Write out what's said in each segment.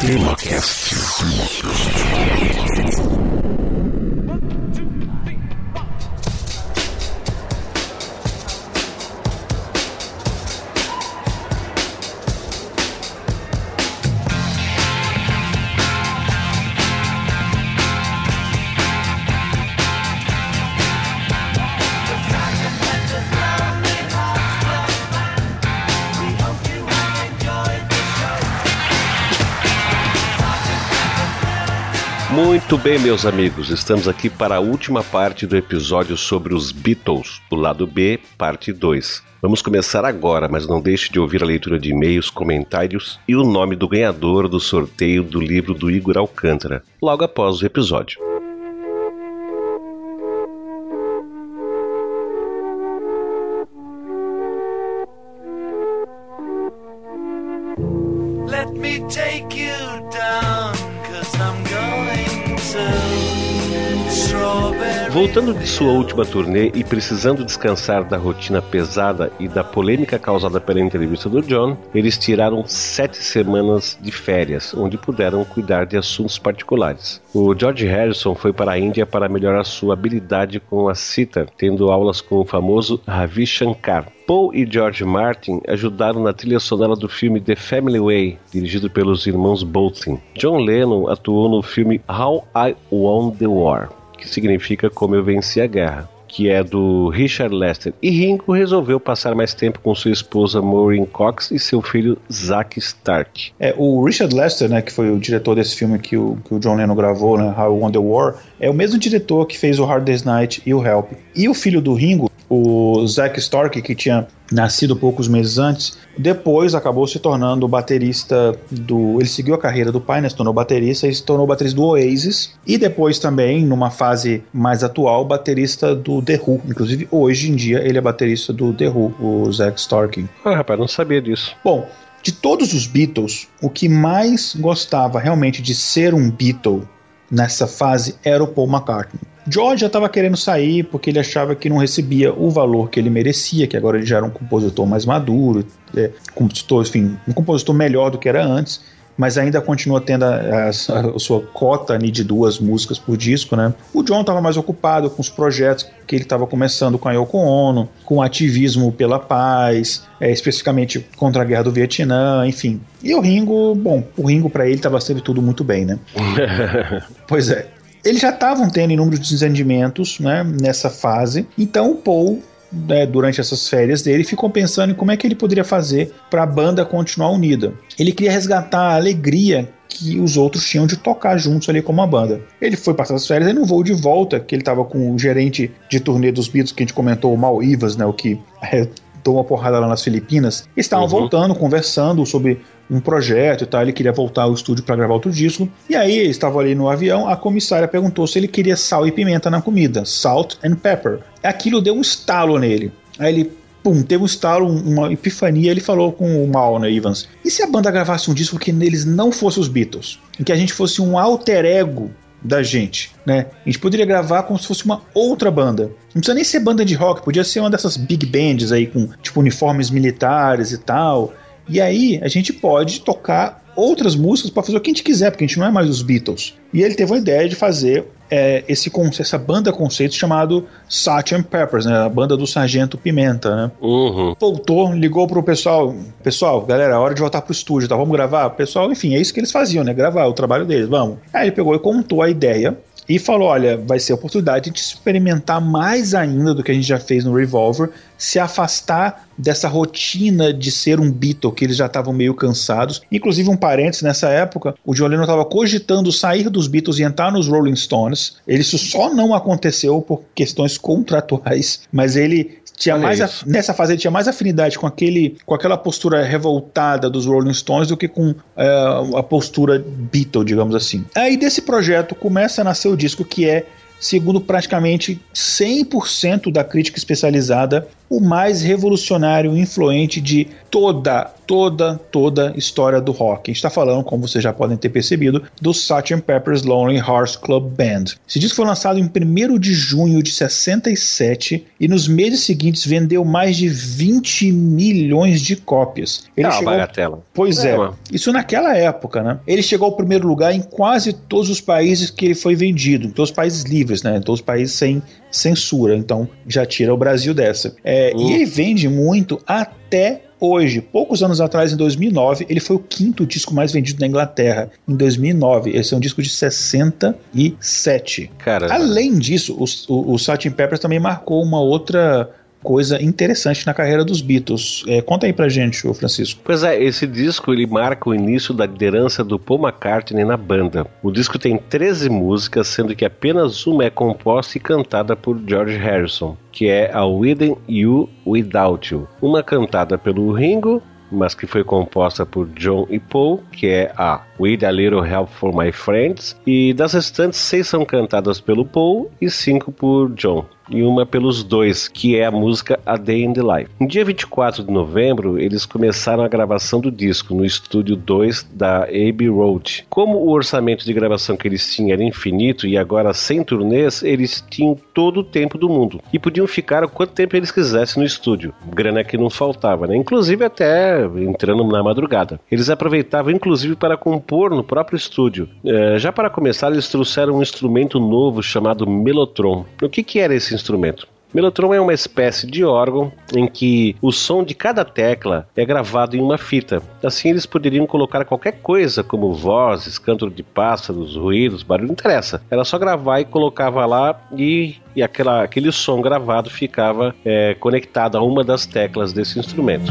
ClimaCast. Muito bem, meus amigos, estamos aqui para a última parte do episódio sobre os Beatles, o lado B, parte 2. Vamos começar agora, mas não deixe de ouvir a leitura de e-mails, comentários e o nome do ganhador do sorteio do livro do Igor Alcântara, logo após o episódio. Let me take you down, 'cause I'm going to Strawberry. Voltando de sua última turnê e precisando descansar da rotina pesada e da polêmica causada pela entrevista do John, eles tiraram 7 semanas de férias, onde puderam cuidar de assuntos particulares. O George Harrison foi para a Índia para melhorar sua habilidade com a sitar, tendo aulas com o famoso Ravi Shankar. Paul e George Martin ajudaram na trilha sonora do filme The Family Way, dirigido pelos irmãos Bolton. John Lennon atuou no filme How I Won the War, que significa Como Eu Venci a Guerra, que é do Richard Lester. E Ringo resolveu passar mais tempo com sua esposa Maureen Cox e seu filho Zach Stark. O Richard Lester, né, que foi o diretor desse filme que o John Lennon gravou, né, How I Won the War, é o mesmo diretor que fez o Hard Day's Night e o Help. E o filho do Ringo, o Zach Stark, que tinha nascido poucos meses antes, depois acabou se tornando o baterista do... Ele seguiu a carreira do pai, né, se tornou baterista e se tornou baterista do Oasis, e depois também, numa fase mais atual, baterista do The Who. Inclusive, hoje em dia, ele é baterista do The Who, o Zach Stark. Ah, rapaz, não sabia disso. Bom, de todos os Beatles, o que mais gostava realmente de ser um Beatle nessa fase era o Paul McCartney. George já estava querendo sair porque ele achava que não recebia o valor que ele merecia, que agora ele já era um compositor mais maduro, um compositor melhor do que era antes, mas ainda continua tendo a sua cota ali de 2 músicas por disco, né? O John estava mais ocupado com os projetos que ele estava começando com a Yoko Ono, com o ativismo pela paz, especificamente contra a guerra do Vietnã, enfim. E o Ringo para ele estava sempre tudo muito bem, né? Pois é. Eles já estavam tendo inúmeros desentendimentos, né, nessa fase, então o Paul, durante essas férias dele, ficou pensando em como é que ele poderia fazer para a banda continuar unida. Ele queria resgatar a alegria que os outros tinham de tocar juntos ali como uma banda. Ele foi passar as férias, aí no voo de volta, que ele estava com o gerente de turnê dos Beatles, que a gente comentou, o Mal Evans, né, o que deu uma porrada lá nas Filipinas. Eles estavam voltando, conversando sobre um projeto e tal, ele queria voltar ao estúdio para gravar outro disco, e aí eles estavam ali no avião, a comissária perguntou se ele queria sal e pimenta na comida, salt and pepper. Aquilo deu um estalo nele, aí ele, teve um estalo, uma epifania, ele falou com o Mal, né, Evans, e se a banda gravasse um disco que neles não fosse os Beatles, em que a gente fosse um alter ego da gente, né? A gente poderia gravar como se fosse uma outra banda. Não precisa nem ser banda de rock, podia ser uma dessas big bands aí com tipo uniformes militares e tal. E aí a gente pode tocar outras músicas para fazer o que a gente quiser, porque a gente não é mais os Beatles. E ele teve a ideia de fazer essa banda conceito chamado Sgt. Peppers, né? A banda do Sargento Pimenta, né? Voltou, ligou pro pessoal, galera, é hora de voltar pro estúdio, tá? Vamos gravar? Pessoal, enfim, é isso que eles faziam, né? Gravar, o trabalho deles, vamos. Aí ele pegou e contou a ideia e falou, olha, vai ser a oportunidade de experimentar mais ainda do que a gente já fez no Revolver, se afastar dessa rotina de ser um Beatle, que eles já estavam meio cansados. Inclusive, um parênteses, nessa época, o John Lennon estava cogitando sair dos Beatles e entrar nos Rolling Stones. Isso só não aconteceu por questões contratuais, mas ele tinha nessa fase ele tinha mais afinidade com aquela postura revoltada dos Rolling Stones do que com a postura Beatle, digamos assim. Aí desse projeto começa a nascer o disco que é segundo praticamente 100% da crítica especializada, o mais revolucionário e influente de toda a história do rock. A gente está falando, como vocês já podem ter percebido, do Sgt. Pepper's Lonely Hearts Club Band. Esse disco foi lançado em 1º de junho de 67 e nos meses seguintes vendeu mais de 20 milhões de cópias. Ele chegou... bagatela. Pois é, isso naquela época, né? Ele chegou ao primeiro lugar em quase todos os países que ele foi vendido, em todos os países livres, né? Em todos os países sem censura, então já tira o Brasil dessa. E ele vende muito até hoje. Poucos anos atrás, em 2009, ele foi o 5º disco mais vendido na Inglaterra. Em 2009, esse é um disco de 67. Caramba. Além disso, o Sgt. Pepper também marcou uma outra coisa interessante na carreira dos Beatles. Conta aí pra gente, ô Francisco. Pois é, esse disco ele marca o início da liderança do Paul McCartney na banda. O disco tem 13 músicas, sendo que apenas uma é composta e cantada por George Harrison, que é a Within You Without You. Uma cantada pelo Ringo, mas que foi composta por John e Paul, que é a With a Little Help for My Friends, e das restantes 6 são cantadas pelo Paul e 5 por John, e uma pelos dois, que é a música A Day in the Life. No dia 24 de novembro, eles começaram a gravação do disco no estúdio 2 da Abbey Road. Como o orçamento de gravação que eles tinham era infinito e agora sem turnês, eles tinham todo o tempo do mundo e podiam ficar o quanto tempo eles quisessem no estúdio. Grana que não faltava, né? Inclusive até entrando na madrugada. Eles aproveitavam inclusive para compor no próprio estúdio. Já para começar, eles trouxeram um instrumento novo chamado Mellotron. O que era esse instrumento? Mellotron é uma espécie de órgão em que o som de cada tecla é gravado em uma fita. Assim eles poderiam colocar qualquer coisa, como vozes, canto de pássaros, ruídos, barulho, não interessa. Era só gravar e colocava lá e aquele som gravado ficava conectado a uma das teclas desse instrumento.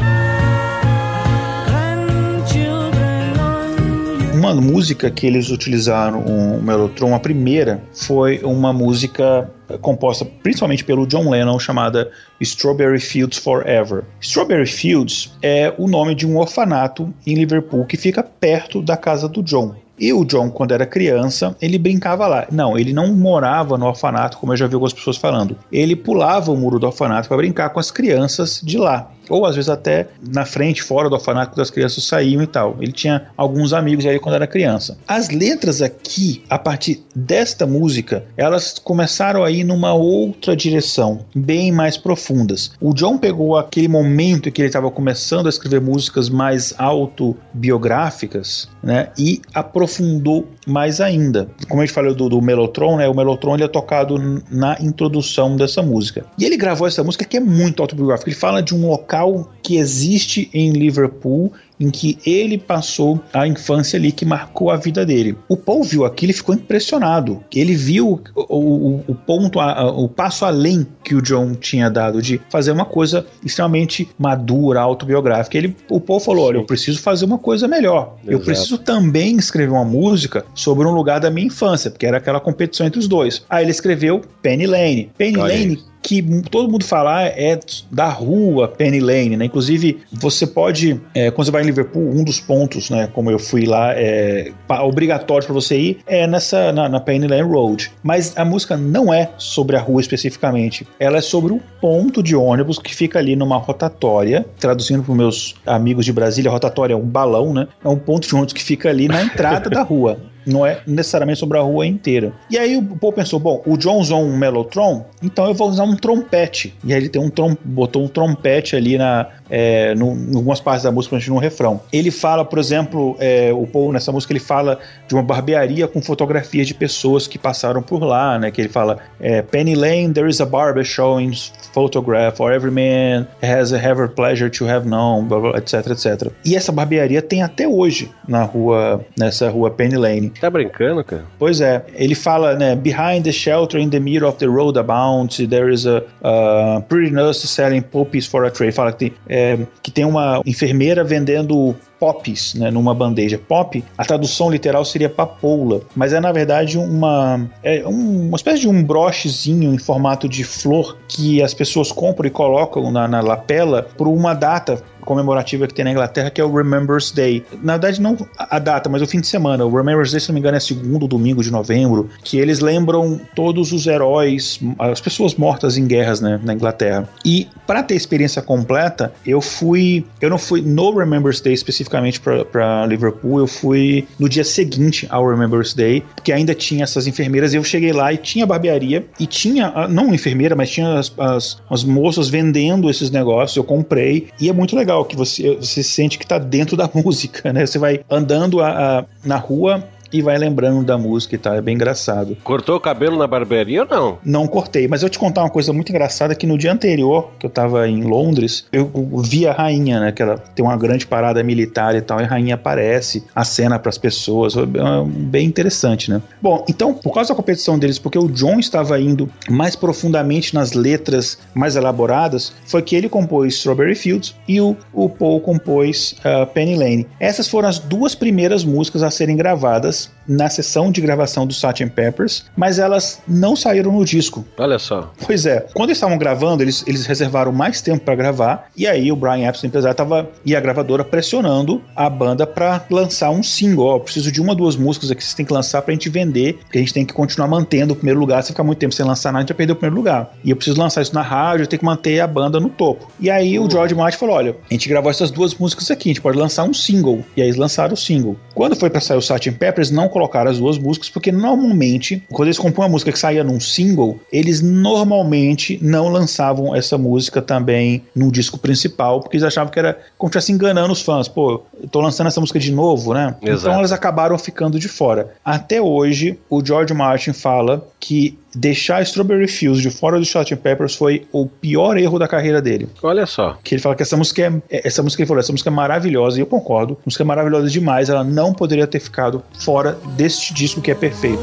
Uma música que eles utilizaram o Mellotron, a primeira, foi uma música composta principalmente pelo John Lennon, chamada Strawberry Fields Forever. Strawberry Fields é o nome de um orfanato em Liverpool que fica perto da casa do John. E o John, quando era criança, ele brincava lá. Não, ele não morava no orfanato, como eu já vi algumas pessoas falando. Ele pulava o muro do orfanato para brincar com as crianças de lá. Ou às vezes até na frente, fora do orfanato, quando as crianças saíam e tal. Ele tinha alguns amigos aí quando era criança. As letras aqui, a partir desta música, elas começaram a ir numa outra direção, bem mais profundas. O John pegou aquele momento em que ele estava começando a escrever músicas mais autobiográficas, né, e aprofundou mais ainda. Como a gente falou do Mellotron, né, o Mellotron ele é tocado na introdução dessa música. E ele gravou essa música que é muito autobiográfica. Ele fala de um local que existe em Liverpool, em que ele passou a infância ali, que marcou a vida dele. O Paul viu aquilo e ficou impressionado. Ele viu o passo além que o John tinha dado de fazer uma coisa extremamente madura, autobiográfica. O Paul falou, olha, eu preciso fazer uma coisa melhor. Exato. Eu preciso também escrever uma música sobre um lugar da minha infância, porque era aquela competição entre os dois. Aí ele escreveu Penny Lane. Penny Lane, que todo mundo fala é da rua Penny Lane, né? Inclusive, você pode, quando você vai em Liverpool, um dos pontos, né, como eu fui lá, obrigatório para você ir, na Penny Lane Road. Mas a música não é sobre a rua especificamente, ela é sobre um ponto de ônibus que fica ali numa rotatória, traduzindo para os meus amigos de Brasília, a rotatória é um balão, né? É um ponto de ônibus que fica ali na entrada da rua. Não é necessariamente sobre a rua inteira. E aí o Paul pensou, bom, o John usou um Mellotron, então eu vou usar um trompete. E aí ele tem botou um trompete ali em algumas partes da música, no refrão. Ele fala, por exemplo, o Paul nessa música ele fala de uma barbearia com fotografias de pessoas que passaram por lá, né? Que ele fala, Penny Lane, there is a barber showing photograph, or every man has a ever pleasure to have known, blah, blah, etc, etc. E essa barbearia tem até hoje nessa rua Penny Lane. Tá brincando, cara? Pois é. Ele fala, né? Behind the shelter in the middle of the road abound, there is a pretty nurse selling puppies for a trade. Fala que tem uma enfermeira vendendo poppies, né, numa bandeja. Pop, a tradução literal seria papoula, mas é na verdade uma espécie de um brochezinho em formato de flor que as pessoas compram e colocam na lapela por uma data comemorativa que tem na Inglaterra, que é o Remembrance Day. Na verdade, não a data, mas o fim de semana. O Remembrance Day, se não me engano, é segundo domingo de novembro, que eles lembram todos os heróis, as pessoas mortas em guerras, né, na Inglaterra. E para ter a experiência completa, eu não fui no Remembrance Day especificamente para Liverpool, eu fui no dia seguinte ao Remembrance Day, porque ainda tinha essas enfermeiras, e eu cheguei lá e tinha barbearia, e tinha, não uma enfermeira, mas tinha as moças vendendo esses negócios, eu comprei, e é muito legal que você sente que tá dentro da música, né? Você vai andando na rua e vai lembrando da música e tal, é bem engraçado. Cortou o cabelo na barbearia ou não? Não cortei, mas eu te contar uma coisa muito engraçada, que no dia anterior, que eu tava em Londres, eu vi a rainha, né, que ela tem uma grande parada militar e tal, e a rainha aparece, acena pras pessoas, bem interessante, né? Bom, então, por causa da competição deles, porque o John estava indo mais profundamente nas letras mais elaboradas, foi que ele compôs Strawberry Fields e o Paul compôs Penny Lane. Essas foram as duas primeiras músicas a serem gravadas na sessão de gravação do Sgt. Pepper's, mas elas não saíram no disco. Olha só. Pois é, quando eles estavam gravando, eles reservaram mais tempo para gravar, e aí o Brian Epstein, empresário, e a gravadora pressionando a banda para lançar um single. Ó, preciso de 1 ou 2 músicas aqui que você tem que lançar pra gente vender, porque a gente tem que continuar mantendo o primeiro lugar. Se ficar muito tempo sem lançar nada, a gente vai perder o primeiro lugar. E eu preciso lançar isso na rádio, eu tenho que manter a banda no topo. E aí o George Martin falou, olha, a gente gravou essas 2 músicas aqui, a gente pode lançar um single. E aí eles lançaram o single. Quando foi pra sair o Sgt. Pepper's, não colocaram as 2 músicas, porque normalmente, quando eles compõem uma música que saía num single, eles normalmente não lançavam essa música também num disco principal, porque eles achavam que era como se estivesse enganando os fãs. Pô, eu tô lançando essa música de novo, né? Exato. Então eles acabaram ficando de fora. Até hoje, o George Martin fala que deixar Strawberry Fields de fora do Sgt. Pepper's foi o pior erro da carreira dele. Olha só. Que ele fala que essa música é maravilhosa, e eu concordo. A música é maravilhosa demais, ela não poderia ter ficado fora deste disco que é perfeito.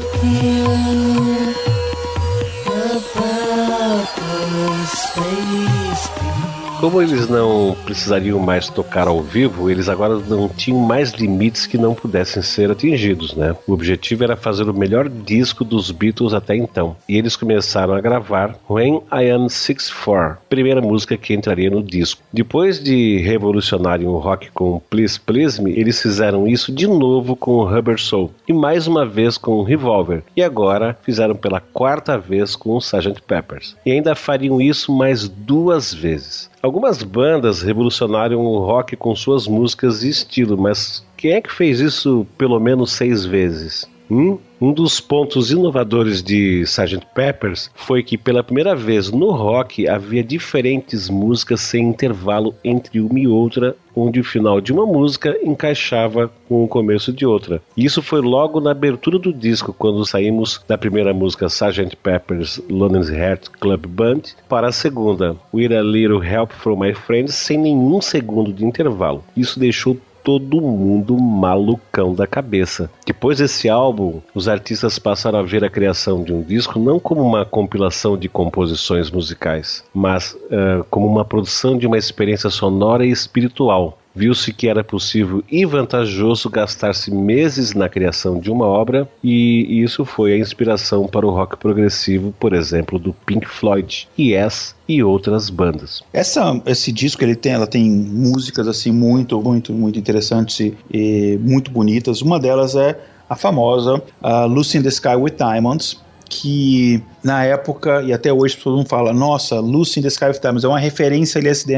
Como eles não precisariam mais tocar ao vivo, eles agora não tinham mais limites que não pudessem ser atingidos, né? O objetivo era fazer o melhor disco dos Beatles até então. E eles começaram a gravar When I Am 64, primeira música que entraria no disco. Depois de revolucionarem o rock com Please Please Me, eles fizeram isso de novo com Rubber Soul. E mais uma vez com Revolver. E agora fizeram pela 4ª vez com o Sgt. Pepper's. E ainda fariam isso mais 2 vezes. Algumas bandas revolucionaram o rock com suas músicas e estilo, mas quem é que fez isso pelo menos 6 vezes? Um dos pontos inovadores de Sgt. Pepper's foi que pela primeira vez no rock havia diferentes músicas sem intervalo entre uma e outra, onde o final de uma música encaixava com o começo de outra. Isso foi logo na abertura do disco, quando saímos da primeira música Sgt. Pepper's Lonely Hearts Club Band para a segunda With a Little Help from My Friends, sem nenhum segundo de intervalo. Isso deixou todo mundo malucão da cabeça. Depois desse álbum, os artistas passaram a ver a criação de um disco não como uma compilação de composições musicais, mas como uma produção de uma experiência sonora e espiritual. Viu-se que era possível e vantajoso gastar-se meses na criação de uma obra, e isso foi a inspiração para o rock progressivo, por exemplo, do Pink Floyd, Yes e outras bandas. Esse disco ela tem músicas assim muito interessantes e muito bonitas. Uma delas é a famosa Lucy in the Sky with Diamonds, que na época, e até hoje todo mundo fala, nossa, Lucy in the Sky with Diamonds é uma referência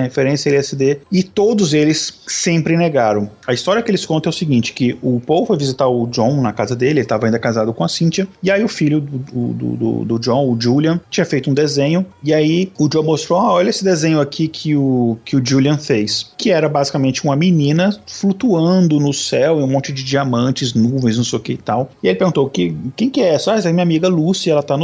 a LSD, e todos eles sempre negaram. A história que eles contam é o seguinte, que o Paul foi visitar o John na casa dele, ele estava ainda casado com a Cynthia, e aí o filho do John, o Julian, tinha feito um desenho, e aí o John mostrou, olha esse desenho aqui que o Julian fez, que era basicamente uma menina flutuando no céu, em um monte de diamantes, nuvens, não sei o que e tal, e ele perguntou, quem que é essa? Ah, essa é minha amiga Lucy, ela tá no céu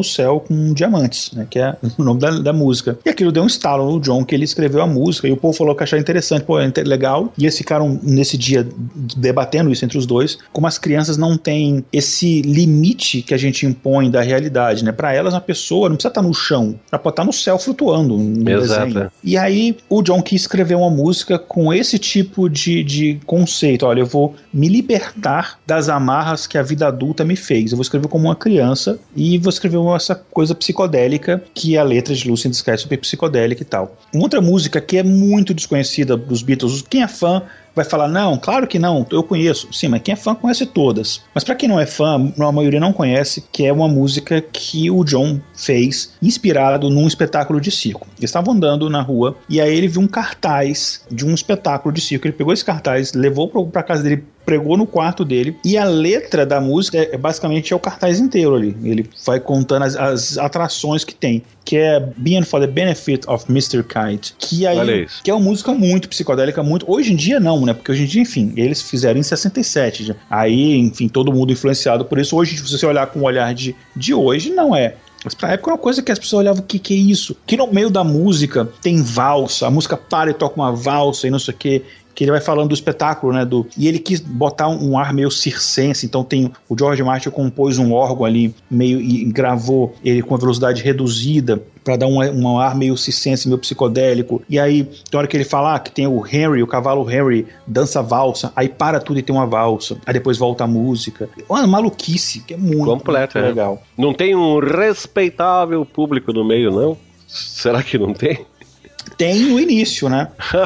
com diamantes, né? Que é o nome da música. E aquilo deu um estalo no John, que ele escreveu a música, e o Paul falou que achava interessante, pô, é legal, e eles ficaram nesse dia debatendo isso entre os dois, como as crianças não têm esse limite que a gente impõe da realidade, né? Pra elas, uma pessoa não precisa estar no chão, ela pode estar no céu flutuando no desenho. E aí, o John quis escrever uma música com esse tipo de conceito. Olha, eu vou me libertar das amarras que a vida adulta me fez. Eu vou escrever como uma criança e vou escrever essa coisa psicodélica, que é a letra de Lucy in the Sky, super psicodélica e tal. Uma outra música que é muito desconhecida dos Beatles, quem é fã vai falar, não, claro que não, eu conheço. Sim, mas quem é fã conhece todas. Mas pra quem não é fã, a maioria não conhece, que é uma música que o John fez, inspirado num espetáculo de circo. Eles estavam andando na rua, e aí ele viu um cartaz de um espetáculo de circo. Ele pegou esse cartaz, levou pra casa dele, pregou no quarto dele, e a letra da música basicamente é o cartaz inteiro ali. Ele vai contando as atrações que tem, que é Being for the Benefit of Mr. Kite, que aí que é uma música muito psicodélica, muito. Hoje em dia não, né? Porque hoje em dia, enfim, eles fizeram em 67 já. Aí, enfim, todo mundo influenciado por isso. Hoje, se você olhar com o olhar de hoje, não é. Mas pra época é uma coisa que as pessoas olhavam, que é isso? Que no meio da música tem valsa, a música para e toca uma valsa e não sei o que ele vai falando do espetáculo, né, e ele quis botar um ar meio circense, então tem o George Martin compôs um órgão ali, meio, e gravou ele com a velocidade reduzida, para dar um ar meio circense, meio psicodélico, e aí tem hora que ele fala que tem o Henry, o cavalo Henry, dança valsa, aí para tudo e tem uma valsa, aí depois volta a música, uma maluquice, que é muito legal. Não tem um respeitável público no meio, não? Será que não tem? Tem no início, né?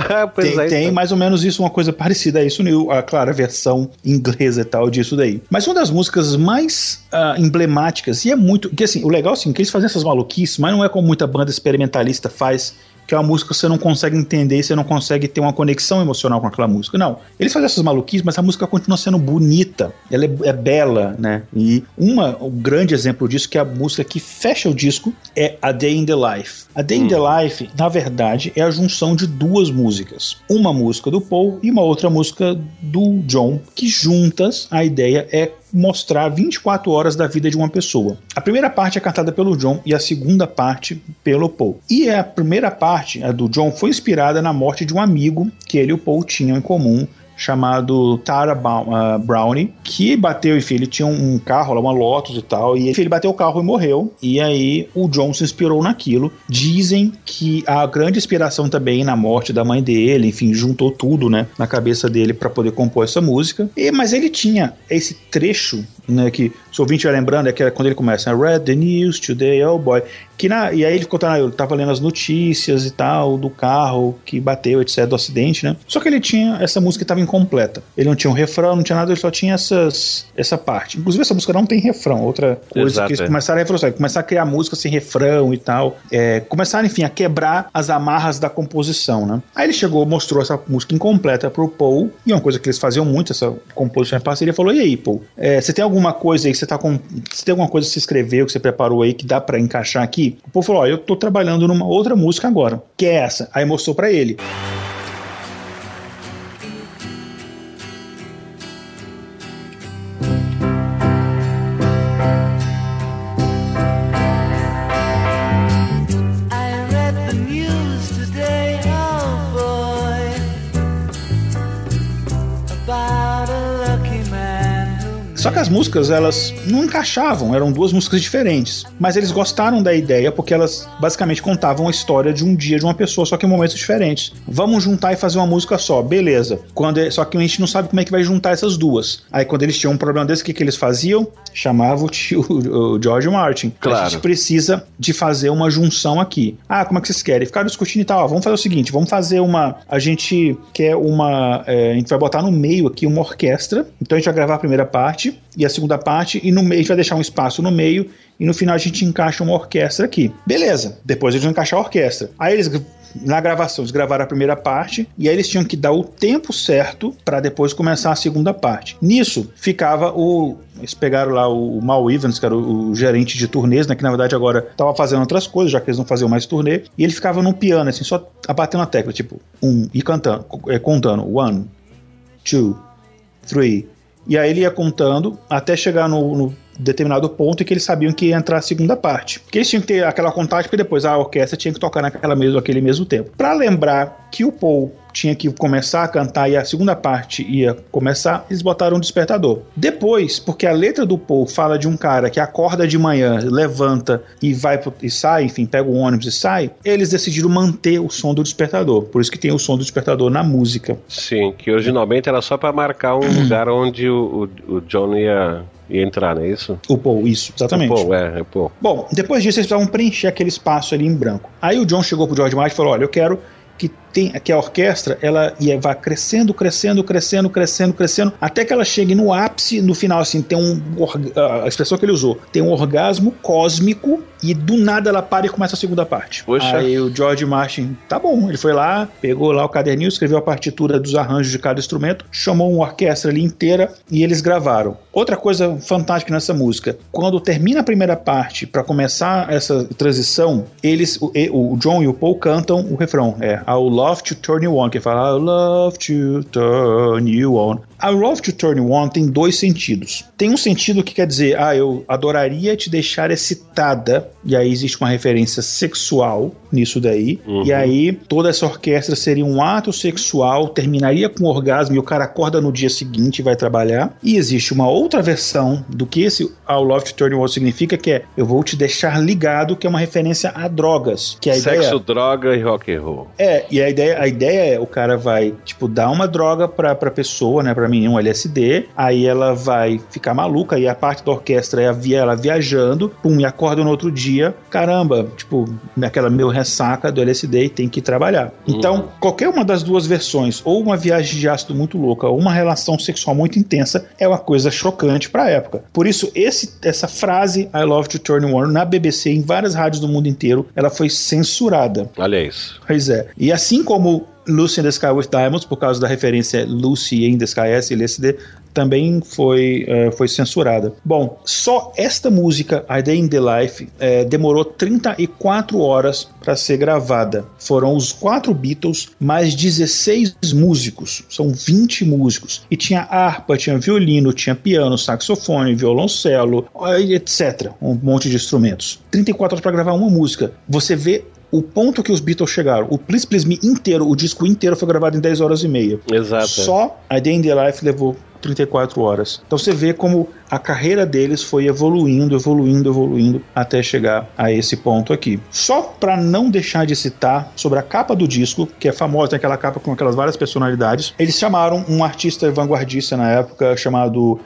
tem mais ou menos isso, uma coisa parecida a isso, claro, a versão inglesa e tal disso daí. Mas uma das músicas mais emblemáticas, e é muito... Porque assim, o legal é assim, que eles fazem essas maluquices, mas não é como muita banda experimentalista faz, que é uma música que você não consegue entender, você não consegue ter uma conexão emocional com aquela música. Não. Eles fazem essas maluquices, mas a música continua sendo bonita. Ela é bela, né? E um grande exemplo disso, que é a música que fecha o disco, é A Day in the Life. A Day in the Life, na verdade, é a junção de duas músicas. Uma música do Paul e uma outra música do John, que juntas, a ideia é mostrar 24 horas da vida de uma pessoa. A primeira parte é cantada pelo John e a segunda parte pelo Paul. E a primeira parte, a do John, foi inspirada na morte de um amigo que ele e o Paul tinham em comum, chamado Tara Browning, que bateu, enfim, ele tinha um carro lá, uma Lotus e tal, e ele bateu o carro e morreu, e aí o John se inspirou naquilo. Dizem que a grande inspiração também na morte da mãe dele, enfim, juntou tudo, né, na cabeça dele para poder compor essa música, mas ele tinha esse trecho, né, que se o ouvinte vai lembrando, é que é quando ele começa, Read the news today, oh boy, e aí ele contando, eu tava lendo as notícias e tal, do carro que bateu, etc, do acidente, né, só que ele tinha, essa música estava incompleta, ele não tinha um refrão, não tinha nada, ele só tinha essa parte, inclusive essa música não tem refrão, outra coisa. Exato, que eles começaram a refrão, começar a criar música sem refrão e tal, começaram, enfim, a quebrar as amarras da composição, né, aí ele chegou, mostrou essa música incompleta pro Paul, e uma coisa que eles faziam muito, essa composição em parceria, falou, e aí, Paul, você tem alguma coisa aí que você tem alguma coisa que você escreveu, que você preparou aí, que dá pra encaixar aqui? O Paul falou, eu tô trabalhando numa outra música agora, que é essa. Aí mostrou pra ele. Só que as músicas, elas não encaixavam, eram duas músicas diferentes. Mas eles gostaram da ideia porque elas basicamente contavam a história de um dia de uma pessoa, só que em momentos diferentes. Vamos juntar e fazer uma música só, beleza. Só que a gente não sabe como é que vai juntar essas duas. Aí quando eles tinham um problema desse, o que eles faziam? Chamavam o George Martin. Claro. A gente precisa de fazer uma junção aqui. Como é que vocês querem? Ficaram discutindo e tal. Vamos fazer o seguinte, vamos fazer a gente quer a gente vai botar no meio aqui uma orquestra. Então a gente vai gravar a primeira parte e a segunda parte, e no meio a gente vai deixar um espaço no meio, e no final a gente encaixa uma orquestra aqui. Beleza, depois eles vão encaixar a orquestra. Aí eles, na gravação, eles gravaram a primeira parte, e aí eles tinham que dar o tempo certo para depois começar a segunda parte. Nisso, ficava eles pegaram lá o Mal Evans, que era o gerente de turnês, né, que na verdade agora estava fazendo outras coisas, já que eles não faziam mais turnê, e ele ficava no piano, assim, só batendo a tecla, tipo, e cantando, contando, 1, 2, 3... E aí ele ia contando até chegar no determinado ponto em que eles sabiam que ia entrar a segunda parte. Porque eles tinham que ter aquela contagem, porque depois a orquestra tinha que tocar naquele mesmo tempo. Para lembrar que o Paul tinha que começar a cantar e a segunda parte ia começar, eles botaram um despertador. Depois, porque a letra do Paul fala de um cara que acorda de manhã, levanta e vai e sai, enfim, pega o ônibus e sai, eles decidiram manter o som do despertador. Por isso que tem o som do despertador na música. Sim, que originalmente era só para marcar um lugar onde o John ia entrar, não é isso? O Paul, isso, exatamente. O Paul, é o Paul. Bom, depois disso eles precisavam preencher aquele espaço ali em branco. Aí o John chegou pro George Martin e falou, olha, eu quero que a orquestra ela vai crescendo, até que ela chegue no ápice, no final, assim, tem a expressão que ele usou, tem um orgasmo cósmico e do nada ela para e começa a segunda parte. Poxa. Aí o George Martin, tá bom, ele foi lá, pegou lá o caderninho, escreveu a partitura dos arranjos de cada instrumento, chamou uma orquestra ali inteira e eles gravaram. Outra coisa fantástica nessa música, quando termina a primeira parte, para começar essa transição, o John e o Paul cantam o refrão, I'll love to turn you on, que fala I'll love to turn you on. I love to turn you on tem dois sentidos. Tem um sentido que quer dizer, eu adoraria te deixar excitada, e aí existe uma referência sexual nisso daí, e aí toda essa orquestra seria um ato sexual, terminaria com um orgasmo e o cara acorda no dia seguinte e vai trabalhar. E existe uma outra versão do que esse I'll love to turn you on significa, que é eu vou te deixar ligado, que é uma referência a drogas. Que a Sexo, droga e rock and roll. E a ideia é, o cara vai, tipo, dar uma droga pra pessoa, né, pra mim, um LSD, aí ela vai ficar maluca, e a parte da orquestra é ela viajando, e acorda no outro dia, caramba, tipo, naquela meio ressaca do LSD e tem que trabalhar. Então, qualquer uma das duas versões, ou uma viagem de ácido muito louca, ou uma relação sexual muito intensa, é uma coisa chocante pra época. Por isso, essa frase, I love to turn you on, na BBC, em várias rádios do mundo inteiro, ela foi censurada. Olha isso. Pois é. E assim como Lucy in the Sky with Diamonds, por causa da referência Lucy in the Sky, LSD, também foi censurada. Bom, só esta música, A Day in the Life, demorou 34 horas para ser gravada. Foram os 4 Beatles, mais 16 músicos, são 20 músicos. E tinha harpa, tinha violino, tinha piano, saxofone, violoncelo, etc. Um monte de instrumentos. 34 horas para gravar uma música. Você vê o ponto que os Beatles chegaram. O Please Please Me inteiro, o disco inteiro foi gravado em 10 horas e meia. Exato. Só A Day in the Life levou 34 horas. Então você vê como a carreira deles foi evoluindo até chegar a esse ponto aqui. Só para não deixar de citar sobre a capa do disco, que é famosa, tem aquela capa com aquelas várias personalidades, eles chamaram um artista vanguardista na época chamado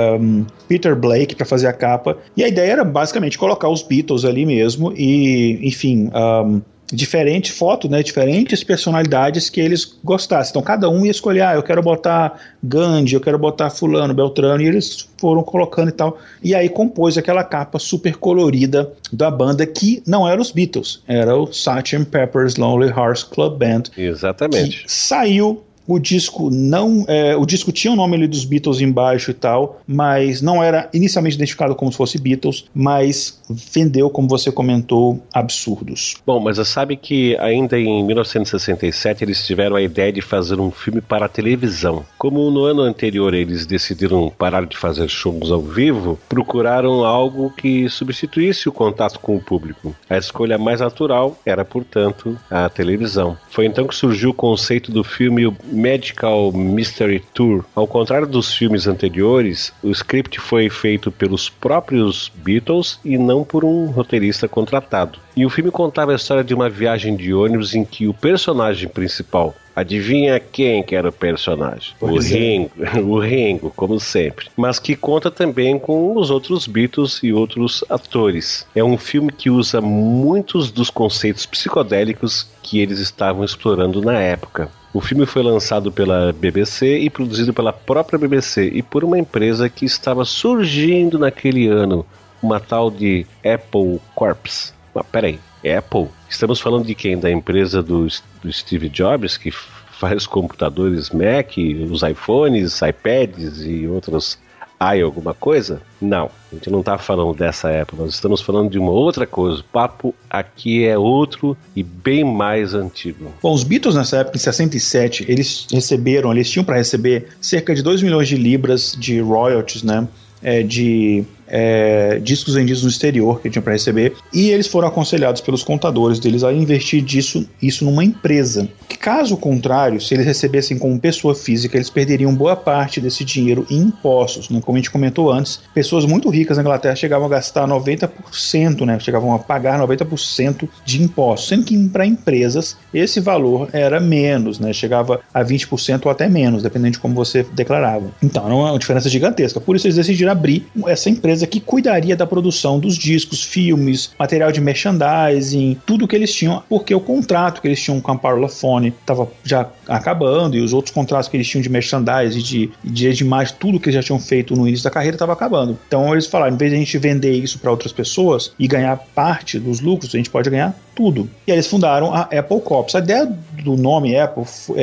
Peter Blake para fazer a capa, e a ideia era basicamente colocar os Beatles ali mesmo e, enfim, diferente foto, né, diferentes personalidades que eles gostassem. Então cada um ia escolher, eu quero botar Gandhi, eu quero botar fulano, Beltrano, e eles foram colocando e tal. E aí compôs aquela capa super colorida da banda, que não era os Beatles, era o Sgt. Pepper's Lonely Hearts Club Band. Exatamente. Que saiu. O disco o disco tinha o nome ali dos Beatles embaixo e tal, mas não era inicialmente identificado como se fosse Beatles, mas vendeu, como você comentou, absurdos. Bom, mas você sabe que ainda em 1967 eles tiveram a ideia de fazer um filme para a televisão. Como no ano anterior eles decidiram parar de fazer shows ao vivo, procuraram algo que substituísse o contato com o público. A escolha mais natural era, portanto, a televisão. Foi então que surgiu o conceito do filme Magical Mystery Tour. Ao contrário dos filmes anteriores, o script foi feito pelos próprios Beatles e não por um roteirista contratado. E o filme contava a história de uma viagem de ônibus em que o personagem principal, adivinha quem que era o personagem? O Ringo, como sempre. Mas que conta também com os outros Beatles e outros atores. É um filme que usa muitos dos conceitos psicodélicos que eles estavam explorando na época. O filme foi lançado pela BBC e produzido pela própria BBC e por uma empresa que estava surgindo naquele ano, uma tal de Apple Corps. Mas peraí, Apple? Estamos falando de quem? Da empresa do Steve Jobs, que faz computadores Mac, os iPhones, iPads e outros alguma coisa? Não, a gente não está falando dessa Apple, nós estamos falando de uma outra coisa. O papo aqui é outro e bem mais antigo. Bom, os Beatles nessa época, em 67, eles tinham para receber cerca de 2 milhões de libras de royalties, né? De discos vendidos no exterior que tinham para receber, e eles foram aconselhados pelos contadores deles a investir isso numa empresa, que caso contrário, se eles recebessem como pessoa física, eles perderiam boa parte desse dinheiro em impostos, né? Como a gente comentou antes, pessoas muito ricas na Inglaterra chegavam a gastar 90%, né? Chegavam a pagar 90% de impostos, sendo que para empresas esse valor era menos, né? Chegava a 20% ou até menos, dependendo de como você declarava. Então, era uma diferença gigantesca. Por isso eles decidiram abrir essa empresa que cuidaria da produção dos discos, filmes, material de merchandising, tudo que eles tinham, porque o contrato que eles tinham com a Parlophone estava já acabando, e os outros contratos que eles tinham de merchandising, de direito de imagem, tudo que eles já tinham feito no início da carreira estava acabando. Então eles falaram, em vez de a gente vender isso para outras pessoas e ganhar parte dos lucros, a gente pode ganhar tudo. E aí eles fundaram a Apple Corps. A ideia do nome Apple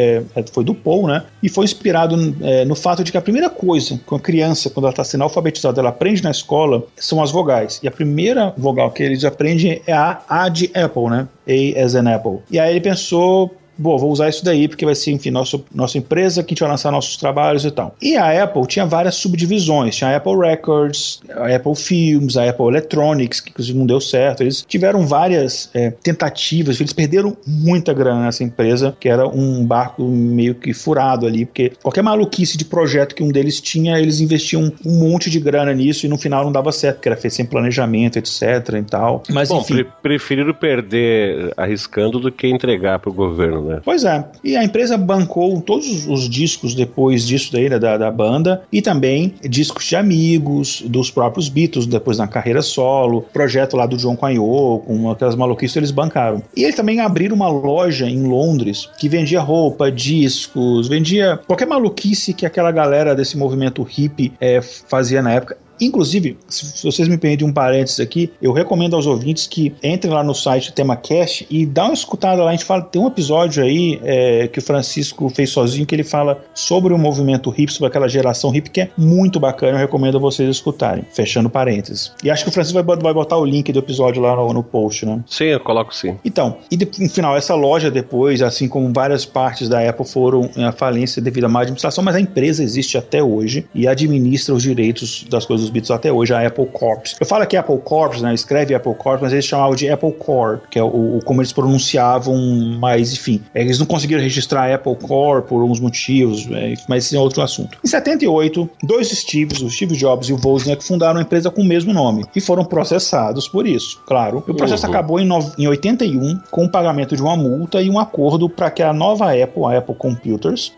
foi do Paul, né? E foi inspirado no fato de que a primeira coisa que uma criança, quando ela está sendo alfabetizada, ela aprende na escola, são as vogais. E a primeira vogal que eles aprendem é a de Apple, né? A as an Apple. E aí ele pensou, vou usar isso daí porque vai ser, enfim, nossa empresa que a gente vai lançar nossos trabalhos e tal. E a Apple tinha várias subdivisões, tinha a Apple Records, a Apple Films, a Apple Electronics, que inclusive não deu certo. Eles tiveram várias tentativas, eles perderam muita grana nessa empresa, que era um barco meio que furado ali, porque qualquer maluquice de projeto que um deles tinha, eles investiam um monte de grana nisso e no final não dava certo, porque era feito sem planejamento, etc e tal. Mas, enfim, preferiram perder arriscando do que entregar para o governo, né? Pois é, e a empresa bancou todos os discos depois disso daí, né, da banda, e também discos de amigos, dos próprios Beatles, depois na carreira solo, projeto lá do John Caio, com aquelas maluquices eles bancaram. E eles também abriram uma loja em Londres, que vendia roupa, discos, vendia qualquer maluquice que aquela galera desse movimento hippie fazia na época. Inclusive, se vocês me permitem um parênteses aqui, eu recomendo aos ouvintes que entrem lá no site TemaCast e dá uma escutada lá. A gente fala, tem um episódio aí que o Francisco fez sozinho, que ele fala sobre o movimento hippie, sobre aquela geração hippie, que é muito bacana. Eu recomendo a vocês escutarem. Fechando parênteses. E acho que o Francisco vai botar o link do episódio lá no post, né? Sim, eu coloco sim. Então, no final, essa loja depois, assim como várias partes da Apple, foram à falência devido à má administração, mas a empresa existe até hoje e administra os direitos das coisas dos Beatles até hoje, a Apple Corps. Eu falo aqui Apple Corps, né? Escreve Apple Corps, mas eles chamavam de Apple Corps, que é como eles pronunciavam, mas enfim, eles não conseguiram registrar a Apple Corps por uns motivos, mas esse é outro assunto. Em 78, dois Steves, o Steve Jobs e o Wozniak, fundaram uma empresa com o mesmo nome e foram processados por isso, claro. O processo acabou em 81 com o pagamento de uma multa e um acordo para que a nova Apple, a Apple Computers,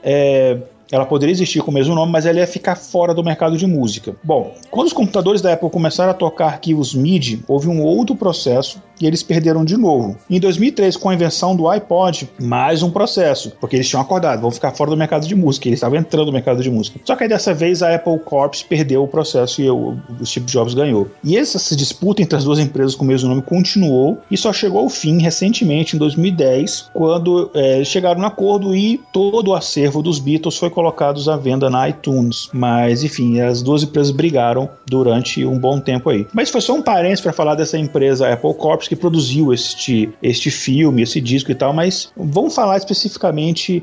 ela poderia existir com o mesmo nome, mas ela ia ficar fora do mercado de música. Bom, quando os computadores da Apple começaram a tocar arquivos MIDI, houve um outro processo e eles perderam de novo. Em 2003, com a invenção do iPod, mais um processo, porque eles tinham acordado, vão ficar fora do mercado de música, eles estavam entrando no mercado de música. Só que aí dessa vez a Apple Corps perdeu o processo e o Steve Jobs ganhou. E essa disputa entre as duas empresas com o mesmo nome continuou e só chegou ao fim recentemente, em 2010, quando chegaram no acordo e todo o acervo dos Beatles foi colocados à venda na iTunes. Mas, enfim, as duas empresas brigaram durante um bom tempo aí. Mas foi só um parênteses para falar dessa empresa Apple Corps que produziu este filme, esse disco e tal, mas vamos falar especificamente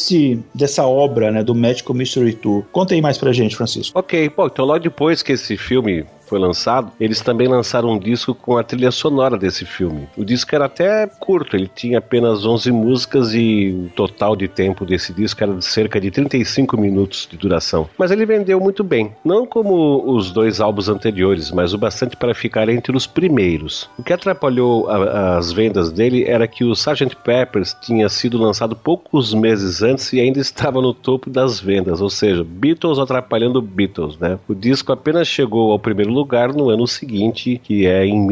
dessa obra, né, do Magical Mystery Tour. Conta aí mais pra gente, Francisco. Ok, então logo depois que esse filme foi lançado, eles também lançaram um disco com a trilha sonora desse filme. O disco era até curto, ele tinha apenas 11 músicas e o total de tempo desse disco era de cerca de 35 minutos de duração. Mas ele vendeu muito bem, não como os dois álbuns anteriores, mas o bastante para ficar entre os primeiros. O que atrapalhou as vendas dele era que o Sgt. Pepper's tinha sido lançado poucos meses antes e ainda estava no topo das vendas, ou seja, Beatles atrapalhando Beatles, né? O disco apenas chegou ao primeiro lugar no ano seguinte, que é em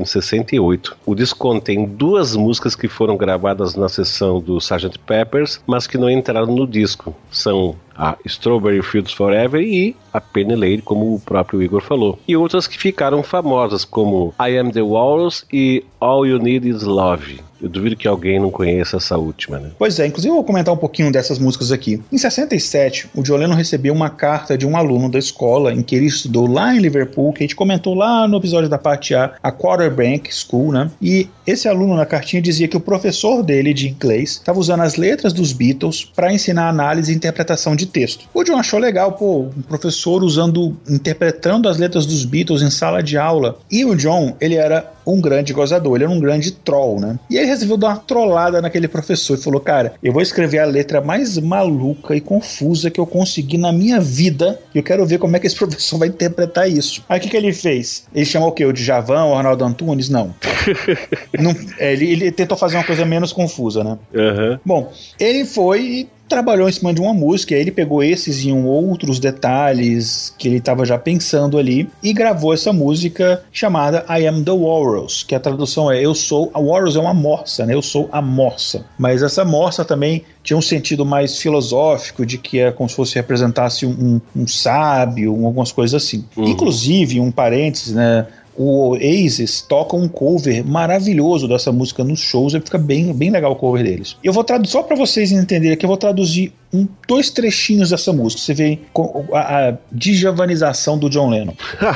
1968. O disco contém 2 músicas que foram gravadas na sessão do Sgt. Pepper's, mas que não entraram no disco. São a Strawberry Fields Forever e a Penny Lane, como o próprio Igor falou. E outras que ficaram famosas, como I Am The Walrus e All You Need Is Love. Eu duvido que alguém não conheça essa última, né? Pois é, inclusive eu vou comentar um pouquinho dessas músicas aqui. Em 67, o John Lennon recebeu uma carta de um aluno da escola em que ele estudou lá em Liverpool, que a gente comentou lá no episódio da parte a Quarterbank School, né? E esse aluno na cartinha dizia que o professor dele de inglês estava usando as letras dos Beatles para ensinar análise e interpretação de texto. O John achou legal, um professor interpretando as letras dos Beatles em sala de aula. E o John, ele era um grande gozador, ele era um grande troll, né? E ele resolveu dar uma trollada naquele professor e falou, cara, eu vou escrever a letra mais maluca e confusa que eu consegui na minha vida e eu quero ver como é que esse professor vai interpretar isso. Aí o que ele fez? Ele chamou o quê? O Djavan, o Arnaldo Antunes? Não. Não, ele tentou fazer uma coisa menos confusa, né? Uhum. Bom, ele foi e trabalhou em cima de uma música, aí ele pegou esses e outros detalhes que ele estava já pensando ali e gravou essa música chamada I Am The Walrus, que a tradução é a Walrus é uma morsa, né? Eu sou a morsa. Mas essa morsa também tinha um sentido mais filosófico, de que é como se fosse representasse um sábio, algumas coisas assim. Uhum. Inclusive, um parênteses, né? O Oasis toca um cover maravilhoso dessa música nos shows, e fica bem, bem legal o cover deles. Eu vou traduzir, só para vocês entenderem aqui, eu vou traduzir 2 trechinhos dessa música. Você vê a djavanização do John Lennon.